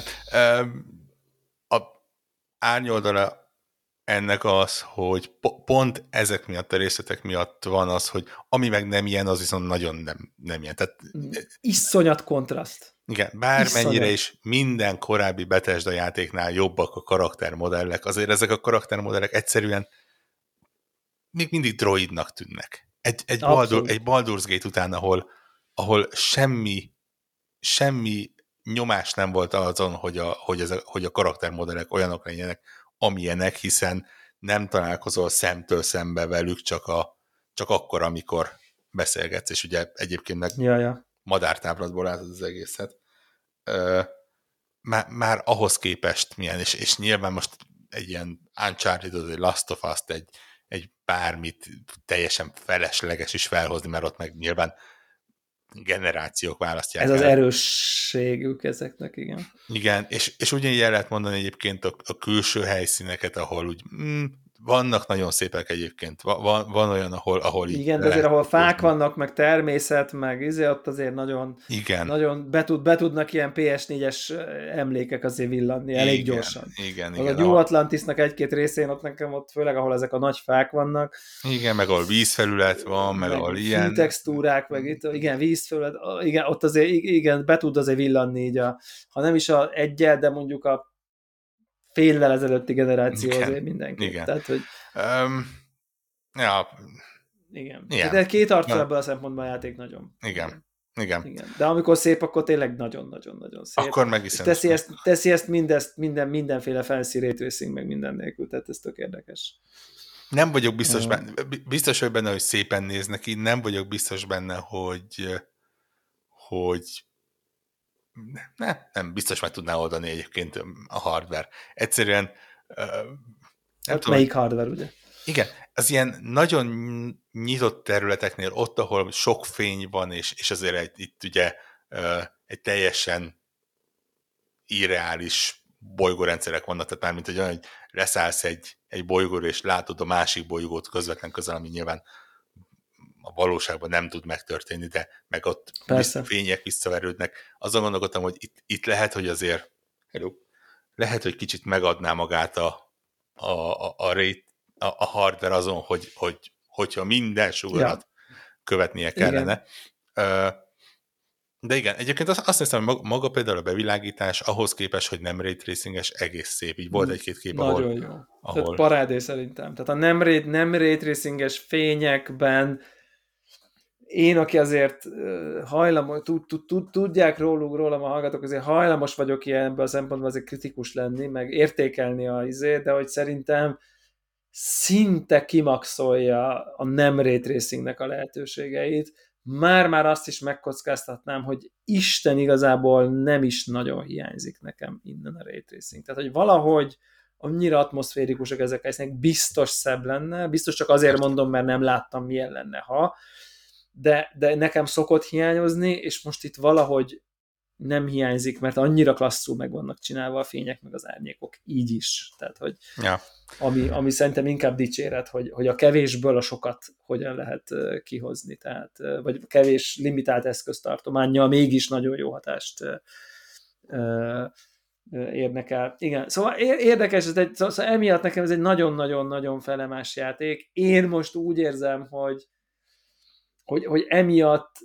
A árnyoldala ennek az, hogy po- pont ezek miatt, a részletek miatt van az, hogy ami meg nem ilyen, az viszont nagyon nem, nem ilyen. Tehát, iszonyat kontraszt. Igen, bármennyire iszonyat. Is minden korábbi Bethesda játéknál jobbak a karaktermodellek, azért ezek a karaktermodellek egyszerűen még mindig droidnak tűnnek. Egy, egy, Baldur, egy Baldur's Gate után, ahol, ahol semmi, semmi nyomás nem volt azon, hogy a, hogy, ez a, hogy a karaktermodellek olyanok legyenek, amilyenek, hiszen nem találkozol szemtől szembe velük, csak, a, csak akkor, amikor beszélgetsz, és ugye egyébként meg ja, ja. madártáblatból látod az egészet. Ö, már, már ahhoz képest milyen, és, és nyilván most egy ilyen Uncharted, egy Last of Us-t, egy, egy bármit teljesen felesleges is felhozni, mert ott meg nyilván generációk választják Ez el. az erősségük ezeknek, igen. Igen, és, és ugyanígy el lehet mondani egyébként a, a külső helyszíneket, ahol úgy mm, vannak nagyon szépek egyébként. Van, van olyan, ahol, ahol így igen, de azért ahol fák vannak, meg természet, meg izé, ott azért nagyon, igen. nagyon be, tud, be tudnak ilyen pé es négyes emlékek azért villanni, elég igen, gyorsan. Igen, az igen. a New Atlantisnak egy-két részén ott nekem ott, főleg ahol ezek a nagy fák vannak. Igen, meg ahol vízfelület van, meg, meg ahol ilyen... textúrák, meg itt, igen, vízfelület, igen, ott azért, igen, be tud azért villanni így a, ha nem is a egyel, de mondjuk a féllel ezelőtti generáció igen, azért mindenki. Igen. Tehát, hogy... Um, ja. Igen. Igen. Tehát két arcú ebből a szempontból a játék nagyon. Igen. Igen. Igen. De amikor szép, akkor tényleg nagyon-nagyon-nagyon szép. Akkor meg is teszi ezt, teszi ezt mindezt, minden, mindenféle fancy ray tracing, meg minden nélkül, tehát ez tök érdekes. Nem vagyok biztos benne, biztos vagy benne, hogy szépen néz neki, nem vagyok biztos benne, hogy hogy ne, nem, biztos meg tudná oldani egyébként a hardware. Egyszerűen uh, nem hát tudom, melyik hardware, ugye? Igen, az ilyen nagyon nyitott területeknél, ott, ahol sok fény van, és, és azért egy, itt ugye uh, egy teljesen irreális bolygórendszerek vannak, tehát mármint egy olyan, hogy leszállsz egy, egy bolygóra, és látod a másik bolygót közvetlen közel, ami nyilván a valóságban nem tud megtörténni, de meg ott vissza, fények visszaverődnek. Azon gondolkodtam, hogy itt, itt lehet, hogy azért hello, lehet, hogy kicsit megadná magát a, a, a, a, rate, a, a hardware azon, hogy, hogy, hogyha minden sugarat ja. követnie kellene. Igen. De igen, egyébként azt, azt hiszem, hogy maga például a bevilágítás ahhoz képest, hogy nem ray tracinges, egész szép. Így volt egy-két kép, nagyon ahol... jó. ahol... Tehát parádé szerintem. Tehát a nem ray, nem ray tracinges fényekben én, aki azért hajlamos, tud, tud, tud, tudják róluk, rólam a hallgatók, azért hajlamos vagyok ilyenből a szempontból azért kritikus lenni, meg értékelni a izét, de hogy szerintem szinte kimaxolja a nem ray tracingnek a lehetőségeit. Már-már azt is megkockáztatnám, hogy Isten igazából nem is nagyon hiányzik nekem innen a ray tracing. Tehát, hogy valahogy annyira atmoszférikusak ezek, ezek biztos szebb lenne, biztos csak azért mondom, mert nem láttam, milyen lenne, ha, de, de nekem szokott hiányozni, és most itt valahogy nem hiányzik, mert annyira klasszul meg vannak csinálva a fények, meg az árnyékok, így is. Tehát, hogy ja. ami, ami szerintem inkább dicséret, hogy, hogy a kevésből a sokat hogyan lehet kihozni, tehát, vagy kevés limitált eszköztartománnyal mégis nagyon jó hatást érnek el. Igen, szóval érdekes, ez egy, szóval emiatt nekem ez egy nagyon-nagyon-nagyon felemás játék. Én most úgy érzem, hogy, hogy, hogy emiatt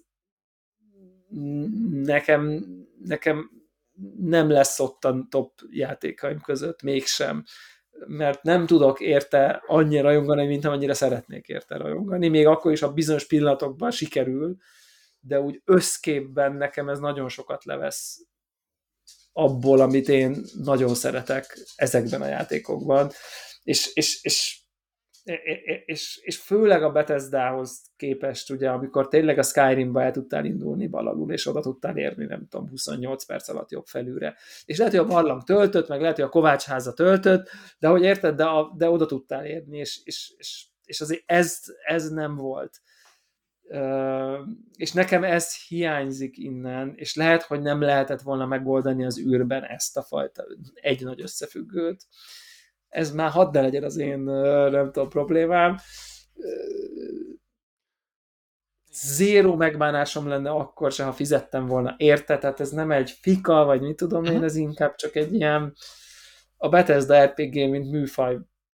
nekem, nekem nem lesz ott a top játékaim között, mégsem. mert nem tudok érte annyira rajongani, mint amennyire szeretnék érte rajongani, még akkor is a bizonyos pillanatokban sikerül, de úgy összképben nekem ez nagyon sokat levesz abból, amit én nagyon szeretek ezekben a játékokban, és, és, és És, és főleg a Bethesdához képest, ugye, amikor tényleg a Skyrimba el tudtál indulni balalul, és oda tudtál érni, nem tudom, huszonnyolc perc alatt jobb felülre. És lehet, hogy a barlang töltött, meg lehet, hogy a Kovácsháza töltött, de hogy érted, de, a, de oda tudtál érni, és, és, és, és azért ez, ez nem volt. Uh, és nekem ez hiányzik innen, és lehet, hogy nem lehetett volna megoldani az űrben ezt a fajta egy nagy összefüggőt. Ez már hadd ne legyen az én, nem tudom, problémám. Zéró megbánásom lenne akkor se, ha fizettem volna érte, tehát ez nem egy fika, vagy mit tudom én, ez inkább csak egy ilyen a Bethesda er pé gé, mint műfaj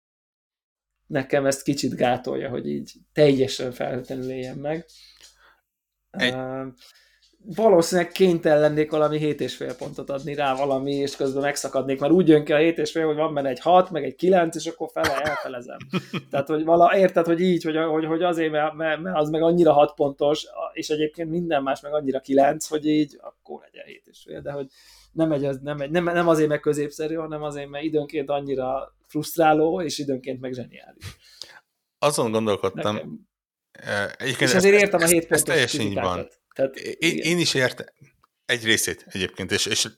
nekem ezt kicsit gátolja, hogy így teljesen feltétlenül éljen meg. Egy... Uh, valószínűleg kénytelen lennék valami hét és fél pontot adni rá valami, és közben megszakadnék, mert úgy jön ki a hét és fél, hogy van benne egy hat, meg egy kilenc, és akkor fele elfelezem. Tehát, hogy vala, érted, hogy így, hogy, hogy, hogy azért, mert, mert az meg annyira hat pontos, és egyébként minden más meg annyira kilenc, hogy így, akkor legyen hét és fél, de hogy nem, egy, nem, egy, nem, nem azért meg középszerű, hanem azért, mert időnként annyira frusztráló, és időnként meg zseniális. Azon gondolkodtam, Nekem. Egyébként és ezért értem a hét pontos teljesen így van. Tehát, én, én is értem egy részét egyébként, és, és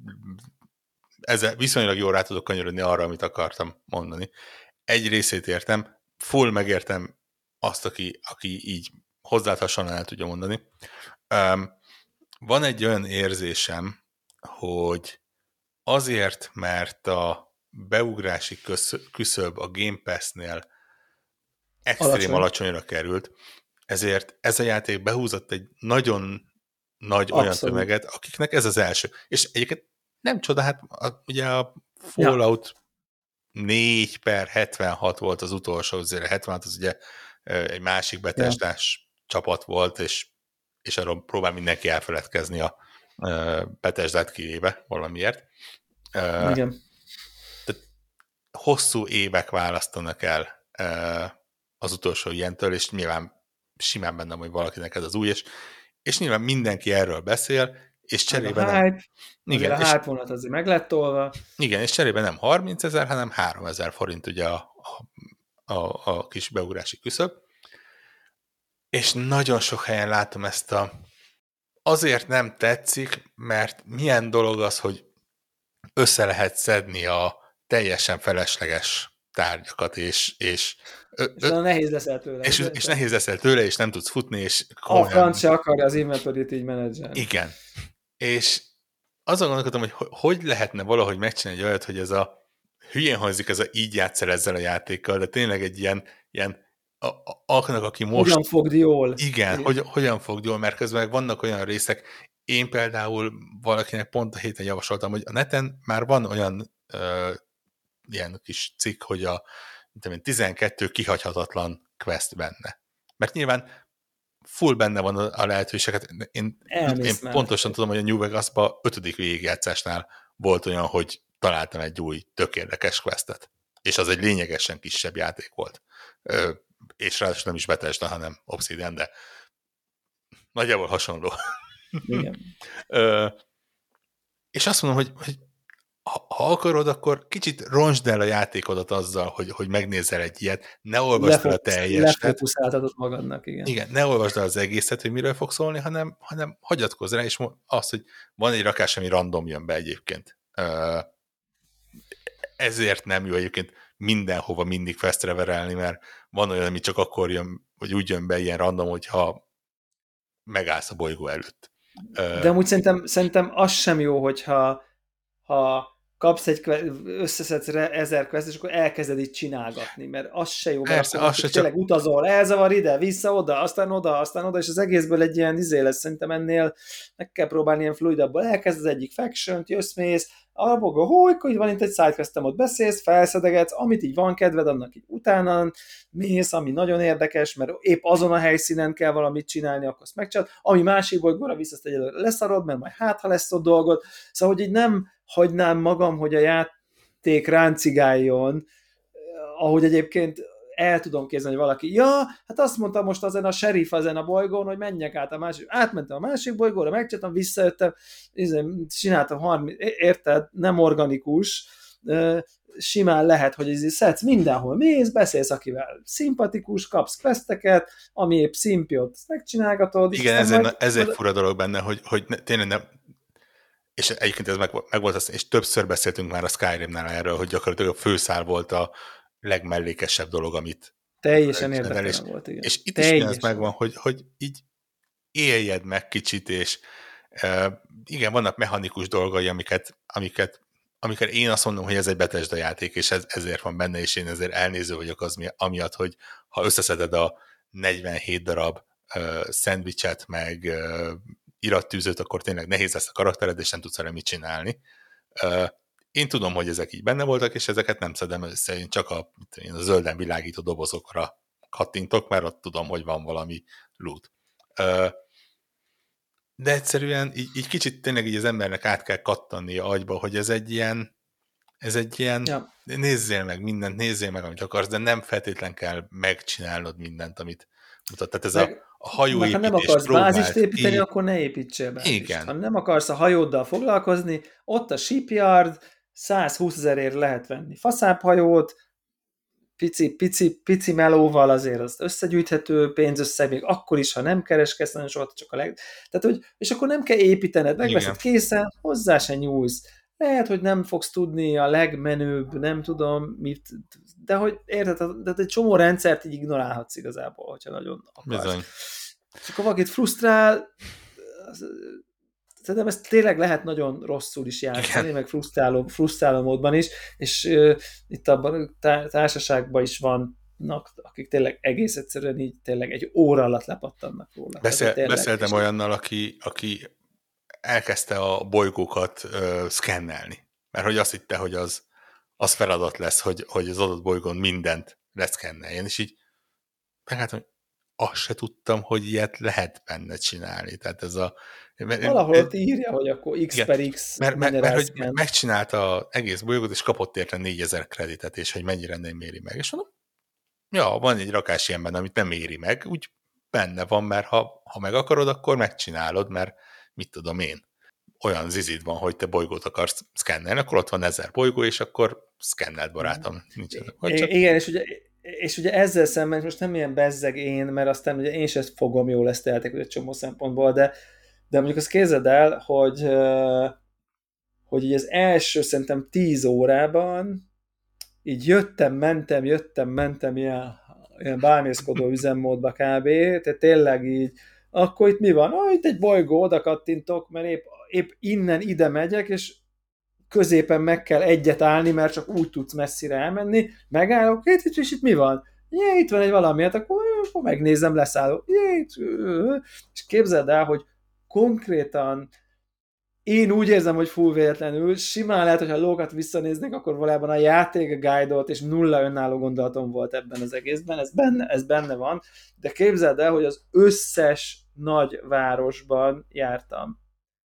ezzel viszonylag jól rá tudok kanyarodni arra, amit akartam mondani. Egy részét értem, full megértem azt, aki, aki így hozzád hasonlóan el tudja mondani. Um, van egy olyan érzésem, hogy azért, mert a beugrási küszöb a Game Pass-nél extrém Alacsony. alacsonyra került, ezért ez a játék behúzott egy nagyon nagy Abszolút. olyan tömeget, akiknek ez az első. És egyébként nem csoda, hát a, ugye a Fallout ja. négy per hetvenhat volt az utolsó, azért a hetvenhat az ugye egy másik Bethesdás ja. csapat volt, és, és arról próbál mindenki elfeledkezni a Bethesdát kivéve valamiért. Igen. Tehát hosszú évek választanak el az utolsó ilyentől, és nyilván simán bennem, hogy valakinek ez az új, és, és nyilván mindenki erről beszél, és cserébe nem... Hype, igen, a hype vonat azért meg lett tolva. Igen, és cserébe nem harmincezer, hanem háromezer forint ugye a, a, a, a kis beugrási küszöb. És nagyon sok helyen látom ezt a... Azért nem tetszik, mert milyen dolog az, hogy össze lehet szedni a teljesen felesleges tárgyakat, és, és, és ö, nehéz leszel tőle. És, és nehéz leszel tőle, és nem tudsz futni, és... A franc se akarja az inventory-t így menedzselni. Igen. És azon gondolkodom, hogy hogy lehetne valahogy megcsinálni egy olyat, hogy ez a hülyén hangzik, ez a így játsszel ezzel a játékkal, de tényleg egy ilyen, ilyen alkanak, aki most... Hogyan fogd jól. Igen, hogy, hogyan fogd jól, mert közben vannak olyan részek, én például valakinek pont a héten javasoltam, hogy a neten már van olyan ö, ilyen kis cikk, hogy a tizenkettő kihagyhatatlan quest benne. Mert nyilván full benne van a lehetőséget. Én, én pontosan tudom, hogy a New Vegasban ötödik végigjátszásnál volt olyan, hogy találtam egy új, tök érdekes questet. És az egy lényegesen kisebb játék volt. Ö, és ráadásul nem is Bethesda, hanem Obsidian, de nagyjából hasonló. Igen. Ö, és azt mondom, hogy, hogy ha, ha akarod, akkor kicsit roncsd el a játékodat azzal, hogy, hogy megnézzel egy ilyet, ne olvasd el a teljeset. Lefókuszáltatod magadnak, igen. Igen, ne olvasd el az egészet, hogy miről fog szólni, hanem, hanem hagyatkozz rá, és azt, hogy van egy rakás, ami random jön be egyébként. Ezért nem jó egyébként mindenhova mindig fesztreverelni, mert van olyan, ami csak akkor jön, vagy úgy jön be ilyen random, hogyha megállsz a bolygó előtt. De amúgy szerintem, szerintem az sem jó, hogyha ha kapsz egy, összeszedsz ezer quest, és akkor elkezded itt csinálgatni, mert az se jó, mert Persze, akkor az se tényleg csak... utazol, elzavar ide, vissza oda, aztán oda, aztán oda, és az egészből egy ilyen izé lesz, szerintem ennél meg kell próbálni ilyen fluidabból, elkezd az egyik faction-t, jössz, mész, alapokban, hogy itt van itt egy sidequestem, ott beszélsz, felszedegetsz, amit így van kedved, annak így utána mész, ami nagyon érdekes, mert épp azon a helyszínen kell valamit csinálni, akkor azt megcsinálod, ami másik bolygóra visz, azt egyelőre leszarod, mert majd hát, ha lesz ott dolgod, szóval, hogy így nem hagynám magam, hogy a játék ráncigáljon, ahogy egyébként el tudom képzelni, hogy valaki, ja, hát azt mondta most azen a sheriff ezen a bolygón, hogy menjek át a másik, átmentem a másik bolygóra, megcsináltam, visszajöttem, csináltam harminc, érted, nem organikus, simán lehet, hogy ez szedsz mindenhol, mész, beszélsz akivel szimpatikus, kapsz questeket, ami épp szimpi, ott megcsinálgatod. Igen, ez egy, ez egy fura dolog benne, hogy, hogy ne, tényleg nem, és egyébként ez meg, meg volt, és többször beszéltünk már a Skyrimnál erről, hogy gyakorlatilag a főszál volt a legmellékesebb dolog, amit teljesen érdekes volt, igen. És itt teljesen. is ez megvan, hogy, hogy így éljed meg kicsit, és uh, igen, vannak mechanikus dolgai, amiket, amiket, amiket én azt mondom, hogy ez egy Bethesda játék, és ez, ezért van benne, és én ezért elnéző vagyok az amiatt, hogy ha összeszeded a negyvenhét darab uh, szendvicset, meg uh, irattűzőt, akkor tényleg nehéz lesz a karaktered, és nem tudsz vele mit csinálni. Uh, Én tudom, hogy ezek így benne voltak, és ezeket nem szedem össze, én csak a, én a zölden világító dobozokra kattintok, mert ott tudom, hogy van valami loot. De egyszerűen így, így kicsit tényleg így az embernek át kell kattannia agyba, hogy ez egy ilyen, ez egy ilyen, ja. Nézzél meg mindent, nézzél meg, amit akarsz, de nem feltétlen kell megcsinálnod mindent, amit mutat. Tehát ez meg, a, a hajóépítés. Ha nem akarsz bázist építeni, é... akkor ne építsél bázist. Igen. Ha nem akarsz a hajóddal foglalkozni, ott a shipyard, százhúszezer lehet venni faszábhajót, pici, pici, pici melóval azért az összegyűjthető pénzösszeg, még akkor is, ha nem kereskedsz, nagyon sokat csak a leg... Tehát, hogy, és akkor nem kell építened, megveszed készen, hozzá se nyúlsz. Lehet, hogy nem fogsz tudni a legmenőbb, nem tudom mit, de hogy érted, de egy csomó rendszert így ignorálhatsz igazából, hogyha nagyon akarsz. Bizony. És akkor valakit frusztrál, szerintem ezt tényleg lehet nagyon rosszul is játszani, igen. Meg frusztráló, frusztráló módban is, és uh, itt abban a társaságban is vannak, akik tényleg egész egyszerűen így tényleg egy óra alatt lepattannak róla. Beszél, beszéltem is olyannal, aki, aki elkezdte a bolygókat uh, szkennelni, mert hogy azt hitte, hogy az, az feladat lesz, hogy, hogy az adott bolygón mindent leszkenneljen, és így megálltam, hogy azt se tudtam, hogy ilyet lehet benne csinálni. Tehát ez a... Mert, valahol ott írja, hogy akkor X igen, per X mert, mert, mert hogy megcsinálta az egész bolygót, és kapott érte négyezer kreditet, és hogy mennyire nem éri meg. És mondom, ja, van egy rakás ilyen benne, amit nem éri meg, úgy benne van, mert ha, ha meg akarod, akkor megcsinálod, mert mit tudom én, olyan zizid van, hogy te bolygót akarsz szkennelni, akkor ott van ezer bolygó, és akkor szkennelt, barátom. Nincs ez. Csak... Igen, és ugye és ugye ezzel szemben most nem ilyen bezzeg én, mert aztán ugye én sem fogom jól ezt elték, egy csomó szempontból, de, de mondjuk azt képzeld el, hogy, hogy így az első szerintem tíz órában így jöttem, mentem, jöttem, mentem ilyen, ilyen bámészkodó üzemmódba kb. Tehát tényleg így, akkor itt mi van? Ah, itt egy bolygó, oda kattintok, mert épp, épp innen ide megyek, és középen meg kell egyet állni, mert csak úgy tudsz messzire elmenni, megállok, és, és itt mi van? Jé, itt van egy valami, hát akkor, akkor megnézem, leszállok. Jé, és képzeld el, hogy konkrétan én úgy érzem, hogy full véletlenül, simán lehet, hogy ha lókat visszanéznek, akkor valójában a játék a guide-ot, és nulla önálló gondolatom volt ebben az egészben, ez benne, ez benne van, de képzeld el, hogy az összes nagy városban jártam.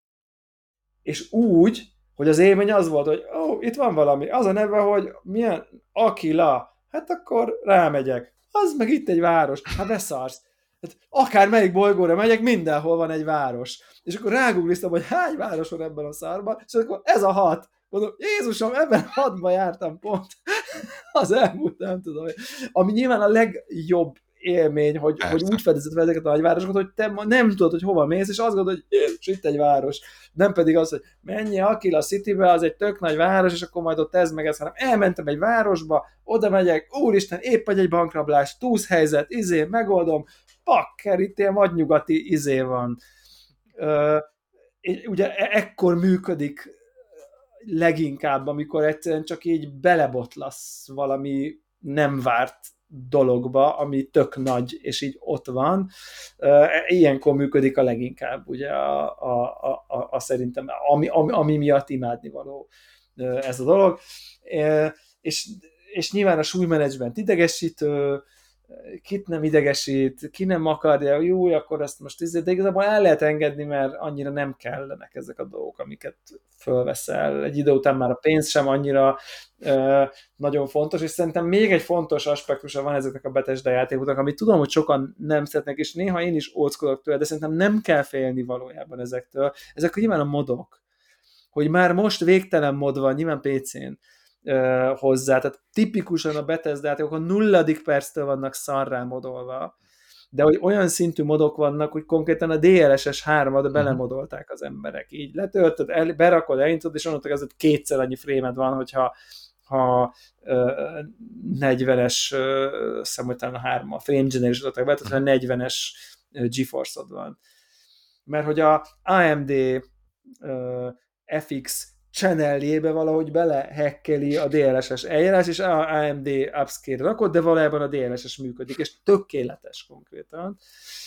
És úgy, hogy az élmény az volt, hogy ó, oh, itt van valami, az a neve, hogy milyen Aquila, hát akkor rámegyek. Az meg itt egy város, hát beszarsz. Hát akár melyik bolygóra megyek, mindenhol van egy város. És akkor rágoogliztam, hogy hány város van ebben a szarban, és akkor ez a hat. Mondom, Jézusom, ebben a hatban jártam pont. Az elmúlt, nem tudom. Ami nyilván a legjobb élmény, hogy, hogy úgy fedezett fel ezeket a nagyvárosokat, hogy te nem tudod, hogy hova mész, és azt gondolod, hogy Jézus, itt egy város. Nem pedig az, hogy menj Aquila Citybe, az egy tök nagy város, és akkor majd ott ez meg ez, hanem elmentem egy városba, oda megyek, úristen, épp egy bankrablás, túszhelyzet, izé, megoldom, pakker, itt ilyen vadnyugati izé van. Uh, ugye ekkor működik leginkább, amikor egyszerűen csak így belebotlasz valami nem várt dologba, ami tök nagy, és így ott van. Ilyenkor működik a leginkább, ugye a, a, a, a, a szerintem, ami, ami, ami miatt imádnivaló ez a dolog. És, és nyilván a súlymenedzsment idegesítő, kit nem idegesít, ki nem akarja, jó, akkor ezt most izé, de igazából el lehet engedni, mert annyira nem kellenek ezek a dolgok, amiket fölveszel. Egy idő után már a pénz sem annyira ö, nagyon fontos, és szerintem még egy fontos aspektusa van ezeknek a Bethesda játékoknak, amit tudom, hogy sokan nem szeretnek, és néha én is óckodok tőle, de szerintem nem kell félni valójában ezektől. Ezek nyilván a modok, hogy már most végtelen mod van, nyilván pé cén uh, hozzá, tehát tipikusan a Bethesda játékok a nulladik perctől vannak szarrá modolva, de hogy olyan szintű modok vannak, hogy konkrétan a dé el es es hármat belemodolták az emberek. Így letöltöd, el, berakod, elindítod, és onnantól kezdve kétszer annyi frémed van, hogyha ha uh, negyvenes, uh, szemben a három, a frame generation-ot be, tehát ha negyvenes uh, GeForce-od van. Mert hogy a á em dé uh, ef iksz channel-jébe valahogy belehekkeli a dé el es es eljárás, és a á em dé upscale rakod, de valójában a dé el es es működik, és tökéletes konkrétan.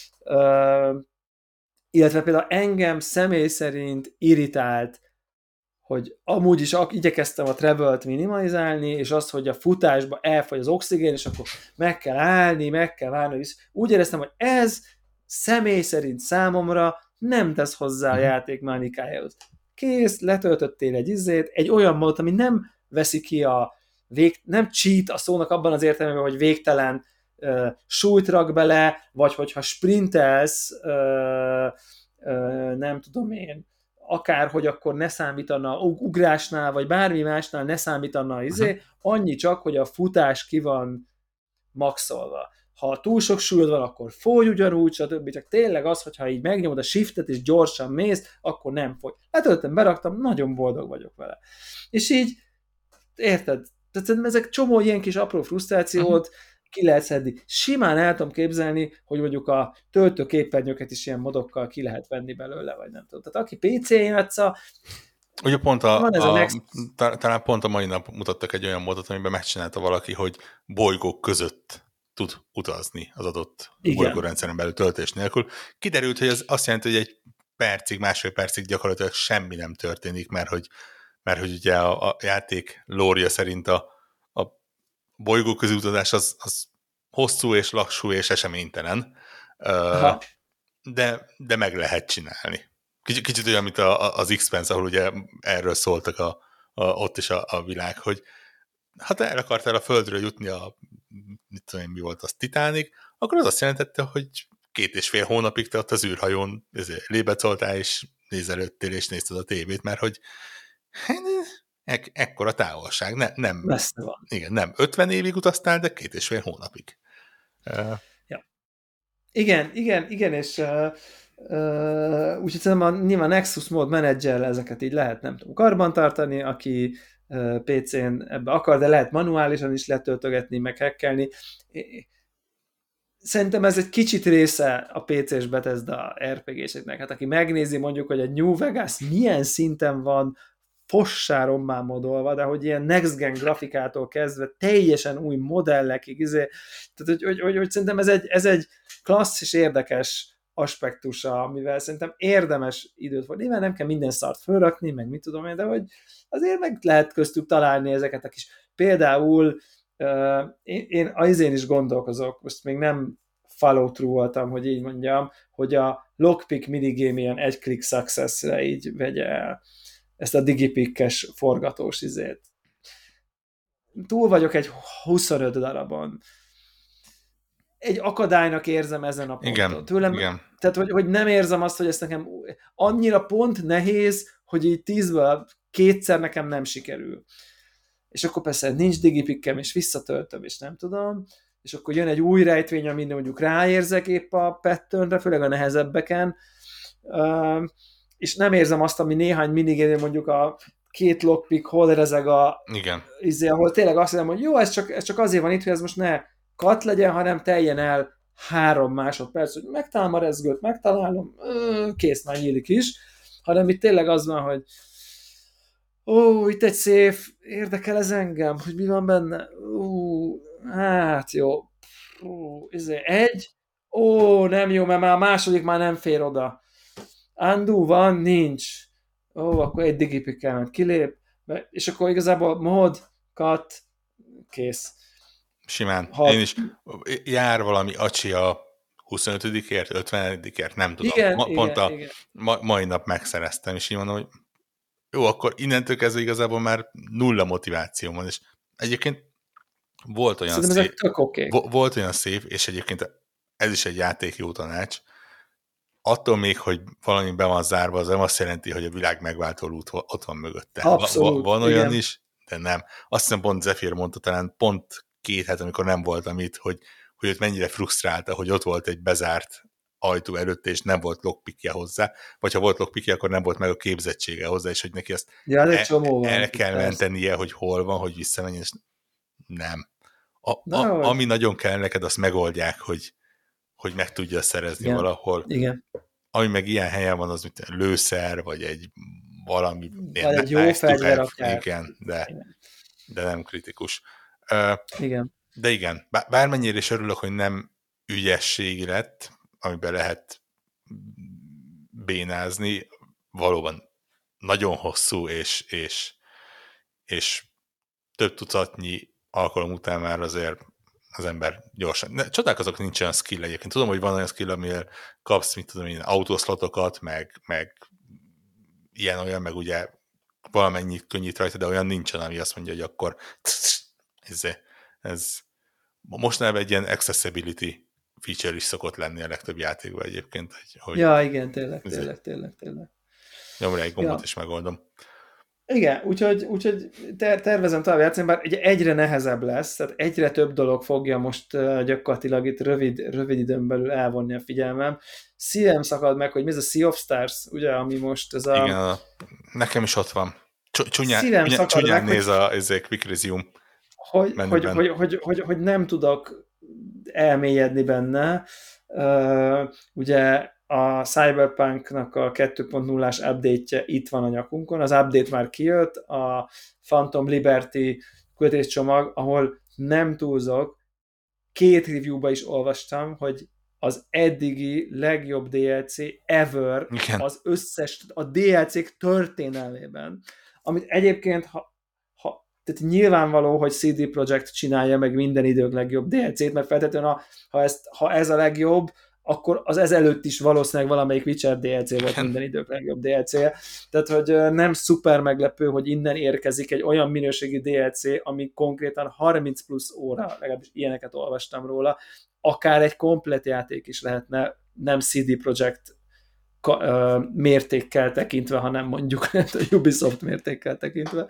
Uh, illetve például engem személy szerint irritált, hogy amúgy is igyekeztem a travel-t minimalizálni, és az, hogy a futásba elfogy az oxigén, és akkor meg kell állni, meg kell várni, és úgy éreztem, hogy ez személy szerint számomra nem tesz hozzá a játék mechanikájához. Kész, letöltöttél egy izét, egy olyan módot, ami nem veszi ki a vég, nem cheat a szónak abban az értelemben, hogy végtelen uh, súlyt rak bele, vagy hogyha sprintelsz, uh, uh, nem tudom én, akárhogy akkor ne számítana ugrásnál, vagy bármi másnál ne számítana izé, annyi csak, hogy a futás ki van maxolva. Ha túl sok súlyod van, akkor fogy ugyanúgy, stb. Csak tényleg az, hogyha így megnyomod a shiftet és gyorsan mész, akkor nem fogy. Letöltöttem, beraktam, nagyon boldog vagyok vele. És így, érted? Tehát ezek csomó ilyen kis apró frusztrációt ki lehet szedni. Simán el tudom képzelni, hogy mondjuk a töltőképernyőket is ilyen modokkal ki lehet venni belőle, vagy nem tudom. Tehát aki pé cén játsza, ugye pont a, van ez a, a next... talán pont a mai nap mutattak egy olyan módot, amiben megcsinálta valaki, hogy bolygók között tud utazni az adott bolygórendszeren belül töltés nélkül. Kiderült, hogy ez azt jelenti, hogy egy percig, másfél percig gyakorlatilag semmi nem történik, mert hogy, mert hogy ugye a, a játék lória szerint a, a bolygó közutazás az, az hosszú és lassú és eseménytelen, uh, de, de meg lehet csinálni. Kicsit, kicsit olyan, mint a, az Expanse, ahol ugye erről szóltak a, a, ott is a, a világ, hogy ha te el akartál a Földről jutni a, mit tudom én, mi volt az, Titanic, akkor az azt jelentette, hogy két és fél hónapig te ott az űrhajón lébecoltál, és nézelődtél, és nézted a tévét, mert hogy ek, ekkora távolság, ne, nem, van. Igen, nem ötven évig utaztál, de két és fél hónapig. Uh, ja. Igen, igen, igen, és uh, uh, úgyhogy szerintem a, nyilván Nexus mód menedzser ezeket így lehet, nem tudom, karbantartani, aki uh, pé cén ebbe akar, de lehet manuálisan is letöltögetni, meg hackelni. Szerintem ez egy kicsit része a pé cés Bethesda er pé gé-seknek. Hát aki megnézi mondjuk, hogy a New Vegas milyen szinten van fossáron már modolva, de hogy ilyen next gen grafikától kezdve teljesen új modellekig, izé, tehát hogy, hogy, hogy, hogy szerintem ez egy, ez egy klassz és érdekes aspektusa, amivel szerintem érdemes időt fordítani. Nyilván nem kell minden szart fölrakni, meg mit tudom én, de hogy azért meg lehet köztük találni ezeket a kis, például uh, én, én azén is gondolkozok, most még nem follow through voltam, hogy így mondjam, hogy a lockpick minigame ilyen egy click success-re így vegye el ezt a digipikkes forgatós izét. Túl vagyok egy huszonöt darabon. Egy akadálynak érzem ezen a ponton. Igen, Tőlem, igen. Tehát, hogy, hogy nem érzem azt, hogy ezt nekem annyira pont nehéz, hogy így tízből kétszer nekem nem sikerül. És akkor persze nincs digipikkem, és visszatöltöm, és nem tudom, és akkor jön egy új rejtvény, amin mondjuk ráérzek épp a patternre, főleg a nehezebbeken, és nem érzem azt, ami néhány minigénél mondjuk a két lockpick, hol rezeg a Igen. Izé, ahol tényleg azt hiszem, hogy jó, ez csak, ez csak azért van itt, hogy ez most ne kat legyen, hanem teljen el három másodperc, hogy megtalálom a rezgőt, megtalálom, kész, már nyílik is, hanem itt tényleg az van, hogy ó, itt egy szép, érdekel ez engem, hogy mi van benne, ó, hát jó, ó, izé, egy, ó, nem jó, mert már a második már nem fér oda. Undo van, nincs. Ó, akkor egy digipikkel kilép, és akkor igazából mod, cut, kész. Simán. Ha... Én is. Jár valami acsi a huszonötödikért, ötvenedikért, nem tudom. Igen, Ma, pont igen, a igen. ma, mai nap megszereztem, és így mondom, hogy jó, akkor innentől kezdve igazából már nulla motiváció van, és egyébként volt olyan Szerintem ezek szép, tök okék. volt olyan szép, és egyébként ez is egy játék jó tanács, attól még, hogy valami be van zárva, az nem azt jelenti, hogy a világ megváltó út ott van mögötte. Abszolút, Van olyan igen. is, de nem. Azt hiszem pont Zephyr mondta talán pont két hét, amikor nem voltam itt, hogy, hogy őt mennyire frusztrálta, hogy ott volt egy bezárt ajtó előtt, és nem volt lockpickje hozzá, vagy ha volt lockpickje, akkor nem volt meg a képzettsége hozzá, és hogy neki ezt Ja, el, csomó el van, kell persze. mentenie, hogy hol van, hogy visszamenjen, és nem. A, Na, a, hogy... ami nagyon kell neked, azt megoldják, hogy, hogy meg tudja szerezni igen. valahol. Igen. Ami meg ilyen helyen van, az mint lőszer, vagy egy valami... Vagy egy jó fegyver akár. Igen, de, igen. de nem kritikus. Uh, igen. De igen, bármennyire is örülök, hogy nem ügyességi lett, amiben lehet bénázni, valóban nagyon hosszú, és, és, és több tucatnyi alkalom után már azért az ember gyorsan. Ne, csodálkozok, nincs olyan skill egyébként. Tudom, hogy van olyan skill, amivel kapsz, mit tudom én, autószlatokat, meg, meg ilyen-olyan, meg ugye valamennyit könnyít rajta, de olyan nincsen, ami azt mondja, hogy akkor ez, ez mostanában egy ilyen accessibility feature is szokott lenni a legtöbb játékban egyébként. Hogy ja, igen, tényleg, tényleg, tényleg, tényleg. Nyomra egy gombot ja. és megoldom. Igen, úgyhogy, úgyhogy ter- tervezem tovább játszani, bár ugye egyre nehezebb lesz, tehát egyre több dolog fogja most uh, gyakorlatilag itt rövid, rövid időn belül elvonni a figyelmem. Szívem szakad meg, hogy mi ez a Sea of Stars, ugye, ami most ez a... Igen, a... nekem is ott van. Csúnyán, Szívem csúnyán, szakad csúnyán meg, néz hogy, a ez Quick Resume hogy, hogy, hogy, hogy, hogy, hogy nem tudok elmélyedni benne. Uh, ugye a Cyberpunknak a kettő pont nullás update-je itt van a nyakunkon, az update már kijött, a Phantom Liberty kötéscsomag, ahol nem túlzok, két reviewba is olvastam, hogy az eddigi legjobb dé el cé ever, igen. Az összes, a dé el cé-k történelmében, amit egyébként, ha, ha, tehát nyilvánvaló, hogy cé dé Projekt csinálja meg minden idők legjobb dé el cét, mert feltétlenül, ha, ha, ezt, ha ez a legjobb, akkor az ezelőtt is valószínűleg valamelyik Witcher dé el cé volt minden idők legjobb dé el cé-je. Tehát, hogy nem szuper meglepő, hogy innen érkezik egy olyan minőségi dé el cé, ami konkrétan harminc plusz óra, legalábbis ilyeneket olvastam róla, akár egy komplett játék is lehetne, nem cé dé Projekt mértékkel tekintve, hanem mondjuk a Ubisoft mértékkel tekintve.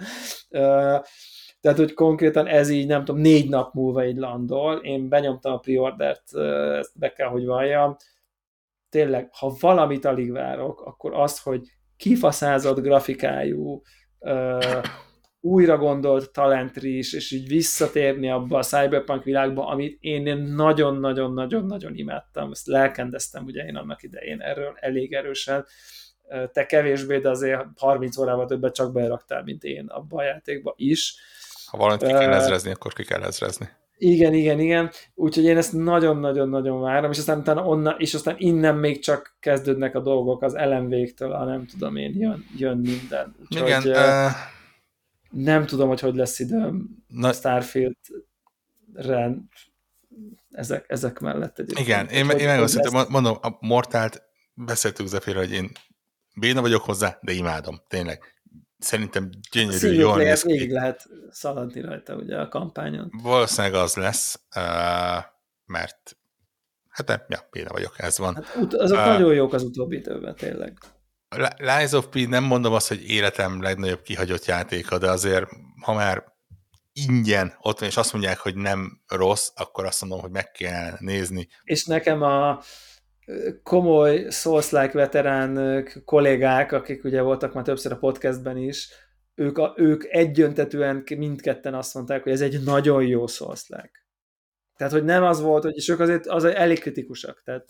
Tehát, hogy konkrétan ez így, nem tudom, négy nap múlva így landol. Én benyomtam a preordert, ezt be kell, hogy valljam. Tényleg, ha valamit alig várok, akkor az, hogy kifaszázott grafikájú, uh, újra gondolt talentris, és így visszatérni abba a cyberpunk világba, amit én nagyon-nagyon-nagyon-nagyon imádtam. Ezt lelkendeztem ugye én annak idején erről elég erősen. Te kevésbé, de azért harminc órával többet csak beraktál, mint én abba a játékba is. Ha valamit ki kell ezrezni, akkor ki kell ezrezni. Igen, igen, igen. Úgyhogy én ezt nagyon-nagyon-nagyon várom, és aztán, utána onnan, és aztán innen még csak kezdődnek a dolgok az el em vé-től, ha nem tudom én, jön, jön minden. Úgyhogy igen. Uh... nem tudom, hogy hogy lesz időm Na... Starfield-re ezek, ezek mellett egyébként. Igen, én, én megmondom, mondom, a Mortalt beszéltük Zephyr, hogy én béna vagyok hozzá, de imádom, tényleg. Szerintem gyönyörű, jól néz ki. Végig lehet szaladni rajta ugye a kampányon. Valószínűleg az lesz, uh, mert hát nem, ja, béna vagyok, ez van. Hát, ut- azok uh, nagyon jók az utóbbi időben, tényleg. Lies of P, nem mondom azt, hogy életem legnagyobb kihagyott játéka, de azért, ha már ingyen ott van, és azt mondják, hogy nem rossz, akkor azt mondom, hogy meg kell nézni. És nekem a komoly Souls-like veterán kollégák, akik ugye voltak már többször a podcastben is, ők, a, ők egyöntetűen mindketten azt mondták, hogy ez egy nagyon jó Souls-like. Tehát, hogy nem az volt, hogy és ők azért az elég kritikusak, tehát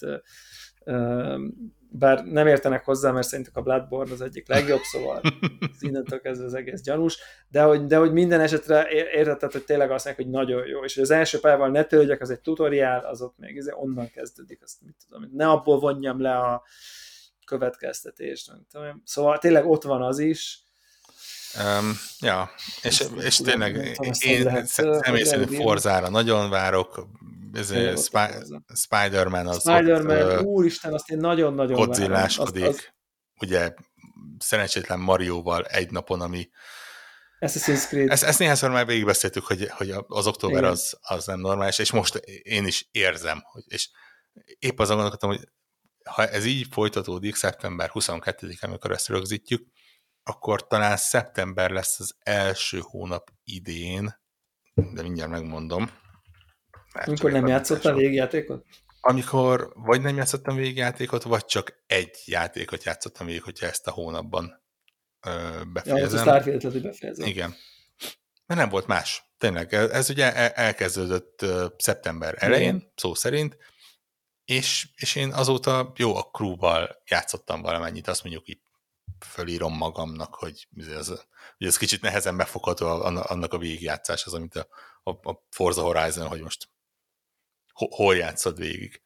bár nem értenek hozzá, mert szerintük a Bloodborne az egyik legjobb, szóval innentől kezdve az egész gyanús, de hogy, de hogy minden esetre értetted, hogy tényleg azt mondják, hogy nagyon jó, és hogy az első pályával ne törődjek, az egy tutoriál, az ott még onnan kezdődik, azt mit tudom, ne abból vonjam le a következtetést. Szóval tényleg ott van az is, Um, ja, és, Ezt nem és tudom, tényleg nem tudom, ezt hogy én lehet, személy hogy lehet szerint bírni. Forzára nagyon várok, ez Nagyon jó volt a Spi- Forza. Spider-Man az ott Spider-Man, uh, úristen, azt én nagyon-nagyon várom. Azt, az godzilláskodik, ugye szerencsétlen Marióval egy napon, ami Assassin's Creed, ezt, ezt néhányszor már végigbeszéltük, hogy, hogy az október igen. az, az nem normális, és most én is érzem, hogy, és épp azon gondolkodtam, hogy ha ez így folytatódik szeptember huszonkettedikén, amikor ezt rögzítjük, akkor talán szeptember lesz az első hónap idén, de mindjárt megmondom. Mert csak Amikor egy nem játszottál pattintásról. végjátékot? Amikor vagy nem játszottam végig játékot, vagy csak egy játékot játszottam végig, hogyha ezt a hónapban ö, Ja, ott a befejezem. Starfield-et, hogy befejezem. Igen. Mert nem volt más. Tényleg, ez, ez ugye elkezdődött uh, szeptember elején, Igen. szó szerint, és, és én azóta jó, a crewval játszottam valamennyit, azt mondjuk így fölírom magamnak, hogy ez, hogy ez kicsit nehezen befogható annak a végigjátszás, az, amit a, a, a Forza Horizon, hogy most hol játszod végig.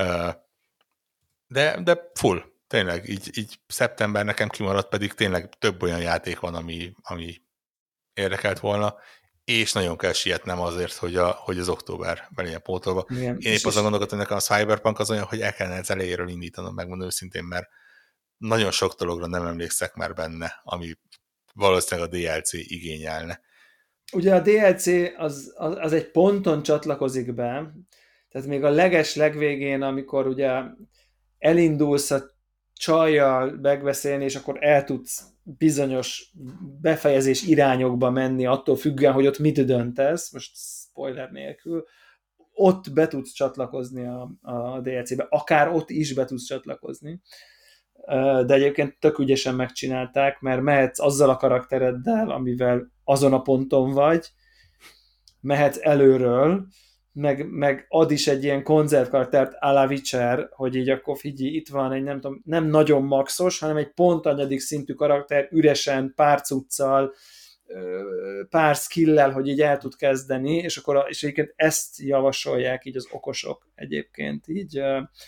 De, de full, tényleg, így, így szeptember nekem kimaradt, pedig tényleg több olyan játék van, ami, ami érdekelt volna, és nagyon kell sietnem azért, hogy, a, hogy az október legyen pótolva. Igen. Én épp azon gondolkodtam, hogy nekem a Cyberpunk az olyan, hogy el kellene az elejéről indítanom, megmondom őszintén, mert nagyon sok dologra nem emlékszek már benne, ami valószínűleg a dé el cé igényelne. Ugye a dé el cé az, az, az egy ponton csatlakozik be, tehát még a leges legvégén, amikor ugye elindulsz a csajjal megbeszélni, és akkor el tudsz bizonyos befejezés irányokba menni, attól függően, hogy ott mit döntesz, most spoiler nélkül, ott be tudsz csatlakozni a, a dé el cé-be, akár ott is be tudsz csatlakozni. De egyébként tök ügyesen megcsinálták, mert mehetsz azzal a karaktereddel, amivel azon a ponton vagy, mehetsz előről, meg, meg ad is egy ilyen konzervkaraktert a la Witcher, hogy így akkor figyelj, itt van egy nem tudom, nem nagyon maxos, hanem egy pont annyadik szintű karakter, üresen, pár cuccal, pár skill-lel, hogy így el tud kezdeni, és akkor és egyébként ezt javasolják így az okosok egyébként így,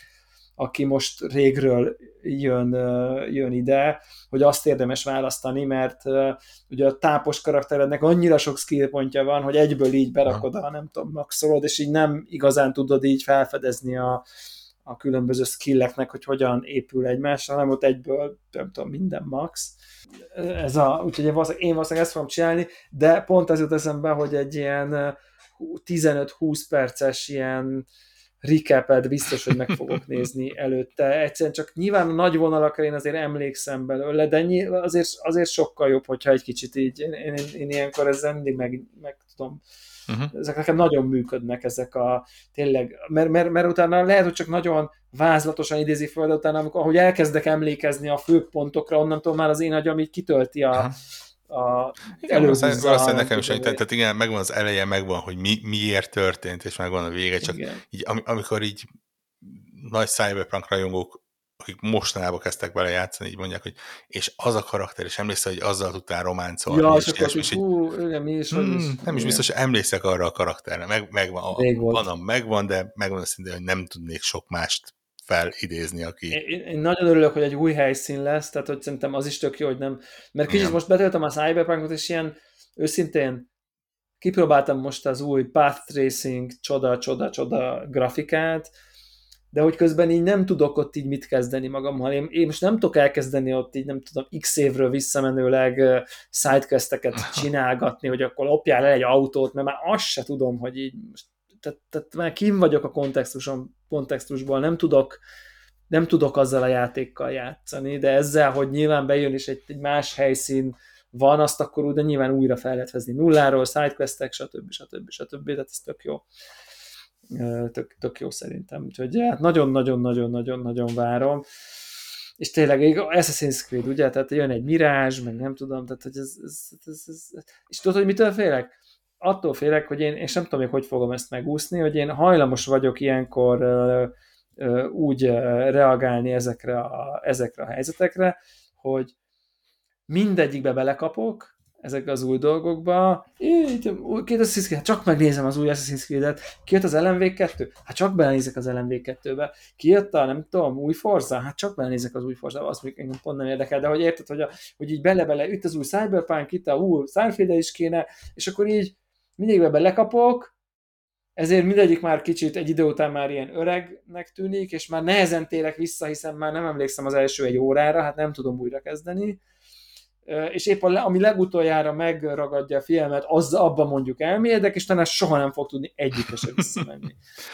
aki most régről jön, jön ide, hogy azt érdemes választani, mert ugye a tápos karakterednek annyira sok skillpontja van, hogy egyből így berakod a, nem tudom, maxolod, és így nem igazán tudod így felfedezni a, a különböző skilleknek, hogy hogyan épül egymásra, hanem ott egyből, nem tudom, minden max. Ez a, úgyhogy én valószínűleg, én valószínűleg ezt fogom csinálni, de pont ez jut eszembe, hogy egy ilyen tizenöt-húsz perces ilyen recapet biztos, hogy meg fogok nézni előtte. Egyszerűen csak nyilván a nagy vonalakra én azért emlékszem belőle, de azért, azért sokkal jobb, hogyha egy kicsit így, én, én, én ilyenkor ezzel mindig meg, meg tudom, uh-huh. ezek nekem nagyon működnek, ezek a tényleg, mert, mert, mert utána lehet, hogy csak nagyon vázlatosan idézi föl, de utána, amikor, ahogy elkezdek emlékezni a fő pontokra, onnantól már az én agyam így kitölti a, uh-huh. A, igen, valószínűleg nekem is, tehát igen, megvan az eleje, megvan, hogy mi, miért történt, és megvan a vége, csak igen. így, am, amikor így nagy Cyberpunk rajongók, akik mostanában kezdtek bele játszani, így mondják, hogy és az a karakter, és emlékszel, hogy azzal tudtál románcolni. Ja, és, és, és hú, igen, mi is, hmm, is. Nem igen. is biztos, hogy emlékszek arra a karakterre, meg, megvan, a, van, megvan, de megvan szintén, hogy nem tudnék sok mást felidézni, aki... Én, én nagyon örülök, hogy egy új helyszín lesz, tehát hogy szerintem az is tök jó, hogy nem... Mert kicsit most betöltöm a Cyberpunkot, és ilyen őszintén kipróbáltam most az új Path Tracing csoda, csoda, csoda grafikát, de hogy közben így nem tudok ott így mit kezdeni magammal. Én, én most nem tudok elkezdeni ott így, nem tudom, x évről visszamenőleg sidequesteket csinálgatni, hogy akkor lopjál el egy autót, mert már azt se tudom, hogy így most tehát, tehát már kim vagyok a kontextuson, kontextusból, nem tudok, nem tudok azzal a játékkal játszani, de ezzel, hogy nyilván bejön és egy, egy más helyszín van, azt akkor úgy, de nyilván újra fel lehet vezni nulláról, sidequestek, stb. stb. stb. Tehát ez tök jó. Tök, tök jó szerintem. Úgyhogy hát nagyon-nagyon-nagyon-nagyon-nagyon várom. És tényleg Assassin's Creed, ugye? Tehát jön egy Mirage, meg nem tudom, tehát hogy ez, ez, ez, ez, ez. És tudod, hogy mitől félek? Attól félek, hogy én, és nem tudom még, hogy fogom ezt megúszni, hogy én hajlamos vagyok ilyenkor uh, uh, úgy uh, reagálni ezekre a, ezekre a helyzetekre, hogy mindegyikbe belekapok, ezekbe az új dolgokba. Két Assassin's Creed, hát csak megnézem az új Assassin's Creed-et. Kijött az Alan Wake kettő? Hát csak belenézek az Alan Wake kettőbe. Kijött a, nem tudom, új Forza? Hát csak belenézek az új Forza. Azt még engem pont nem érdekel, de hogy érted, hogy, a, hogy így bele-bele, itt az új Cyberpunk, itt a új Starfield is kéne, és akkor így mindig ebben lekapok, ezért mindegyik már kicsit egy idő után már ilyen öregnek tűnik, és már nehezen térek vissza, hiszen már nem emlékszem az első egy órára, hát nem tudom újra kezdeni. És épp a, ami legutoljára megragadja a filmet, az abban mondjuk elmélyedek, és talán soha nem fog tudni egyikre se visszamenni.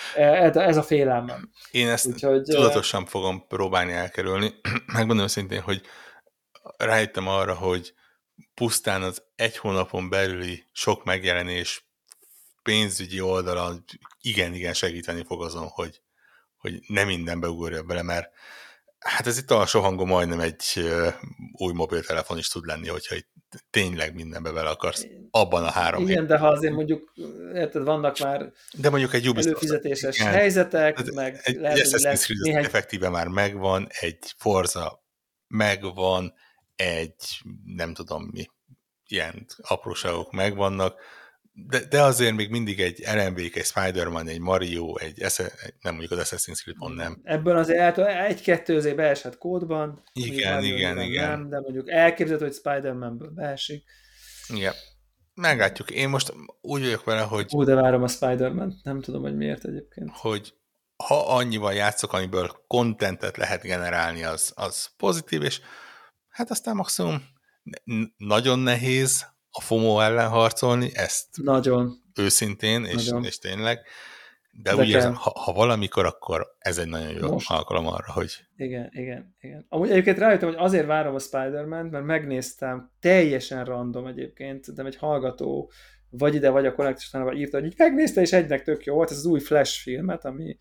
Ez a félelmem. Én ezt Úgyhogy, tudatosan fogom próbálni elkerülni. Megmondom szintén, hogy rájöttem arra, hogy pusztán az egy hónapon belüli sok megjelenés pénzügyi oldalon igen-igen segíteni fog azon, hogy, hogy nem mindenbe ugorja bele, mert hát ez itt alsó hangon majdnem egy uh, új mobiltelefon is tud lenni, hogyha itt tényleg mindenbe bele akarsz abban a három Igen, hétben. De ha azért mondjuk, érted, vannak már de mondjuk egy előfizetéses igen. helyzetek, ez, meg egy, lehet, egy hogy lesz néhány... effektíve már megvan, egy Forza megvan, egy nem tudom mi, ilyen apróságok megvannak, De, de azért még mindig egy Alan Wake, egy Spider-Man, egy Mario, egy, nem mondjuk az Assassin's Creed pont nem. Ebből azért egy-kettő azért beeshet kódban. Igen, igen, igen. Nem, de mondjuk elképzelhető, hogy Spider-Manből beesik. Igen. Meglátjuk. Én most úgy vagyok vele, hogy... Ó, de várom a Spider-Man. Nem tudom, hogy miért egyébként. Hogy ha annyival játszok, amiből contentet lehet generálni, az, az pozitív, és hát aztán maximum nagyon nehéz a FOMO ellen harcolni, ezt nagyon. őszintén, és, nagyon. és tényleg, de, de úgy érzem, ha, ha valamikor, akkor ez egy nagyon jó most. alkalom arra, hogy... Igen, igen, igen. Amúgy egyébként rájöttem, hogy azért várom a Spider-Man-t, mert megnéztem, teljesen random egyébként, de egy hallgató, vagy ide, vagy a Connectus-nál írta, hogy így megnézte, és egynek tök jó volt, ez az új Flash filmet, ami,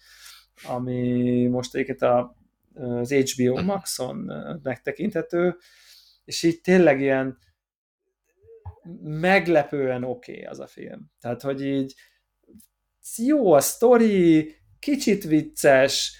ami most egyébként a, az há bé o Maxon megtekinthető, és így tényleg ilyen meglepően oké okay az a film. Tehát, hogy így jó a sztori, kicsit vicces,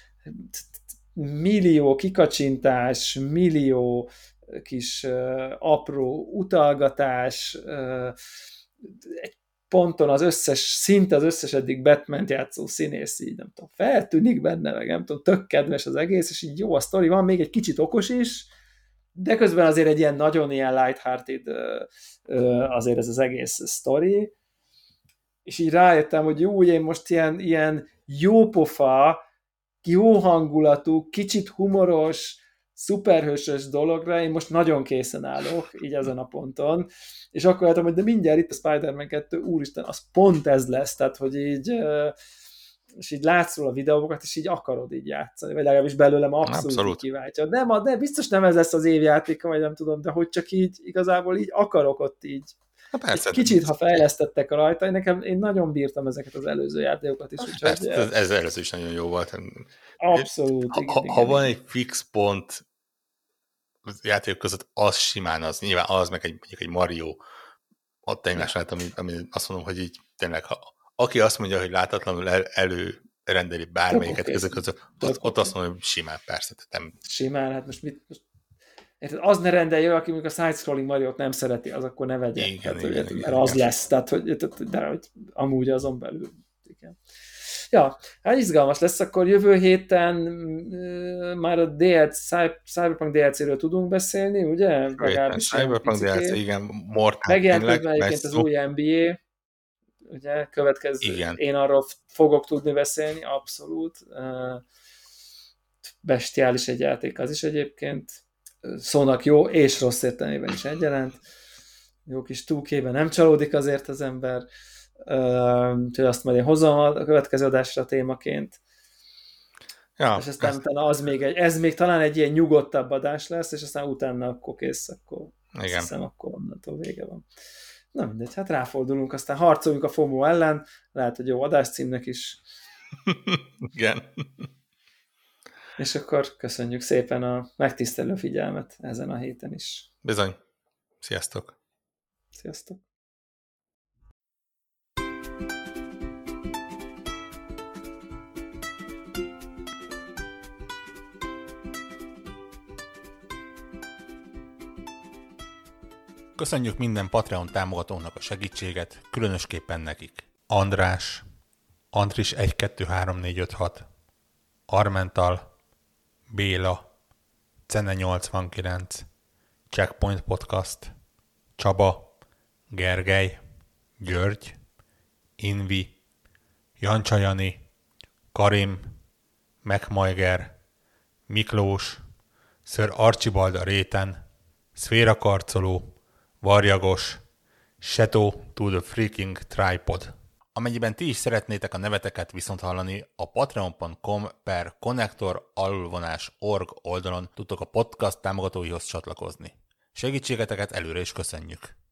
millió kikacsintás, millió kis uh, apró utalgatás, uh, egy ponton az összes, szinte az összes eddig Batman-t játszó színész így, nem tudom, feltűnik benne, meg nem tudom, tök kedves az egész, és így jó a sztori, van még egy kicsit okos is, de közben azért egy ilyen nagyon ilyen lighthearted azért ez az egész sztori, és így rájöttem, hogy jó, én most ilyen, ilyen jópofa, jó hangulatú, kicsit humoros, szuperhősös dologra én most nagyon készen állok, így ezen a ponton, és akkor láttam, hogy de mindjárt itt a Spider-Man kettő, úristen, az pont ez lesz, tehát, hogy így és így látsz róla a videókat, és így akarod így játszani, vagy legalábbis belőlem abszolút, abszolút. kiváltja. Nem, de biztos nem ez lesz az évjátéka, vagy nem tudom, de hogy csak így igazából így akarok ott így. Persze, kicsit, ha fejlesztettek rajta, én nekem én nagyon bírtam ezeket az előző játékokat is. Úgyhogy, persze, ez, ez először is nagyon jó volt. Abszolút. Ha, igen, ha, igen, ha igen. van egy fix pont játékok között, az simán az, nyilván az meg egy, mondjuk egy Mario, ott egymás mellett, ami, ami azt mondom, hogy így tényleg, ha, aki azt mondja, hogy látatlanul el, előrendeli bármelyiket között között, ott, ott azt mondom, hogy simán, persze. Nem... Simán, hát most mit... Most... Érted, az ne rendelje, aki mondjuk a side-scrolling Mario-t nem szereti, az akkor ne vegye. Igen, tehát, igen, hogy, igen, mert igen, az igen. lesz, tehát hogy, de hogy amúgy azon belül. Igen. Ja, hát izgalmas lesz, akkor jövő héten uh, már a dé el cé, Cyberpunk dé el cé-ről tudunk beszélni, ugye? Legalábbis Cyberpunk dé el cé, igen, Mortán megjelent közben egyébként az új en bé á, ugye, következő, igen. Én arról fogok tudni beszélni, abszolút. Uh, bestiális egy játék az is egyébként. Szónak jó és rossz értelmében is egyaránt. Jó kis two K-ben nem csalódik azért az ember. Úgyhogy azt majd én hozom a következő adásra témaként. Ja, és aztán ezt... utána az még egy, ez még talán egy ilyen nyugodtabb adás lesz, és aztán utána akkor kész, akkor azt hiszem, akkor onnantól vége van. Na mindegy, hát ráfordulunk, aztán harcoljunk a FOMO ellen, lehet, hogy jó adáscímnek is. Igen. És akkor köszönjük szépen a megtisztelő figyelmet ezen a héten is. Bizony. Sziasztok. Sziasztok. Köszönjük minden Patreon támogatónak a segítséget, különösképpen nekik. András, Andris egy kettő három négy öt hat, Armental, Béla, Cene nyolcvankilenc, Checkpoint Podcast, Csaba, Gergely, György, Invi, Jancsa Jani, Karim, Megmajger, Miklós, Sir Archibald a réten, Szféra Karcoló, Varjagos, Shadow to the Freaking Tripod. Amennyiben ti is szeretnétek a neveteket viszont hallani, a patreon pont com per connector alulvonás org oldalon tudtok a podcast támogatóihoz csatlakozni. Segítségeteket előre is köszönjük!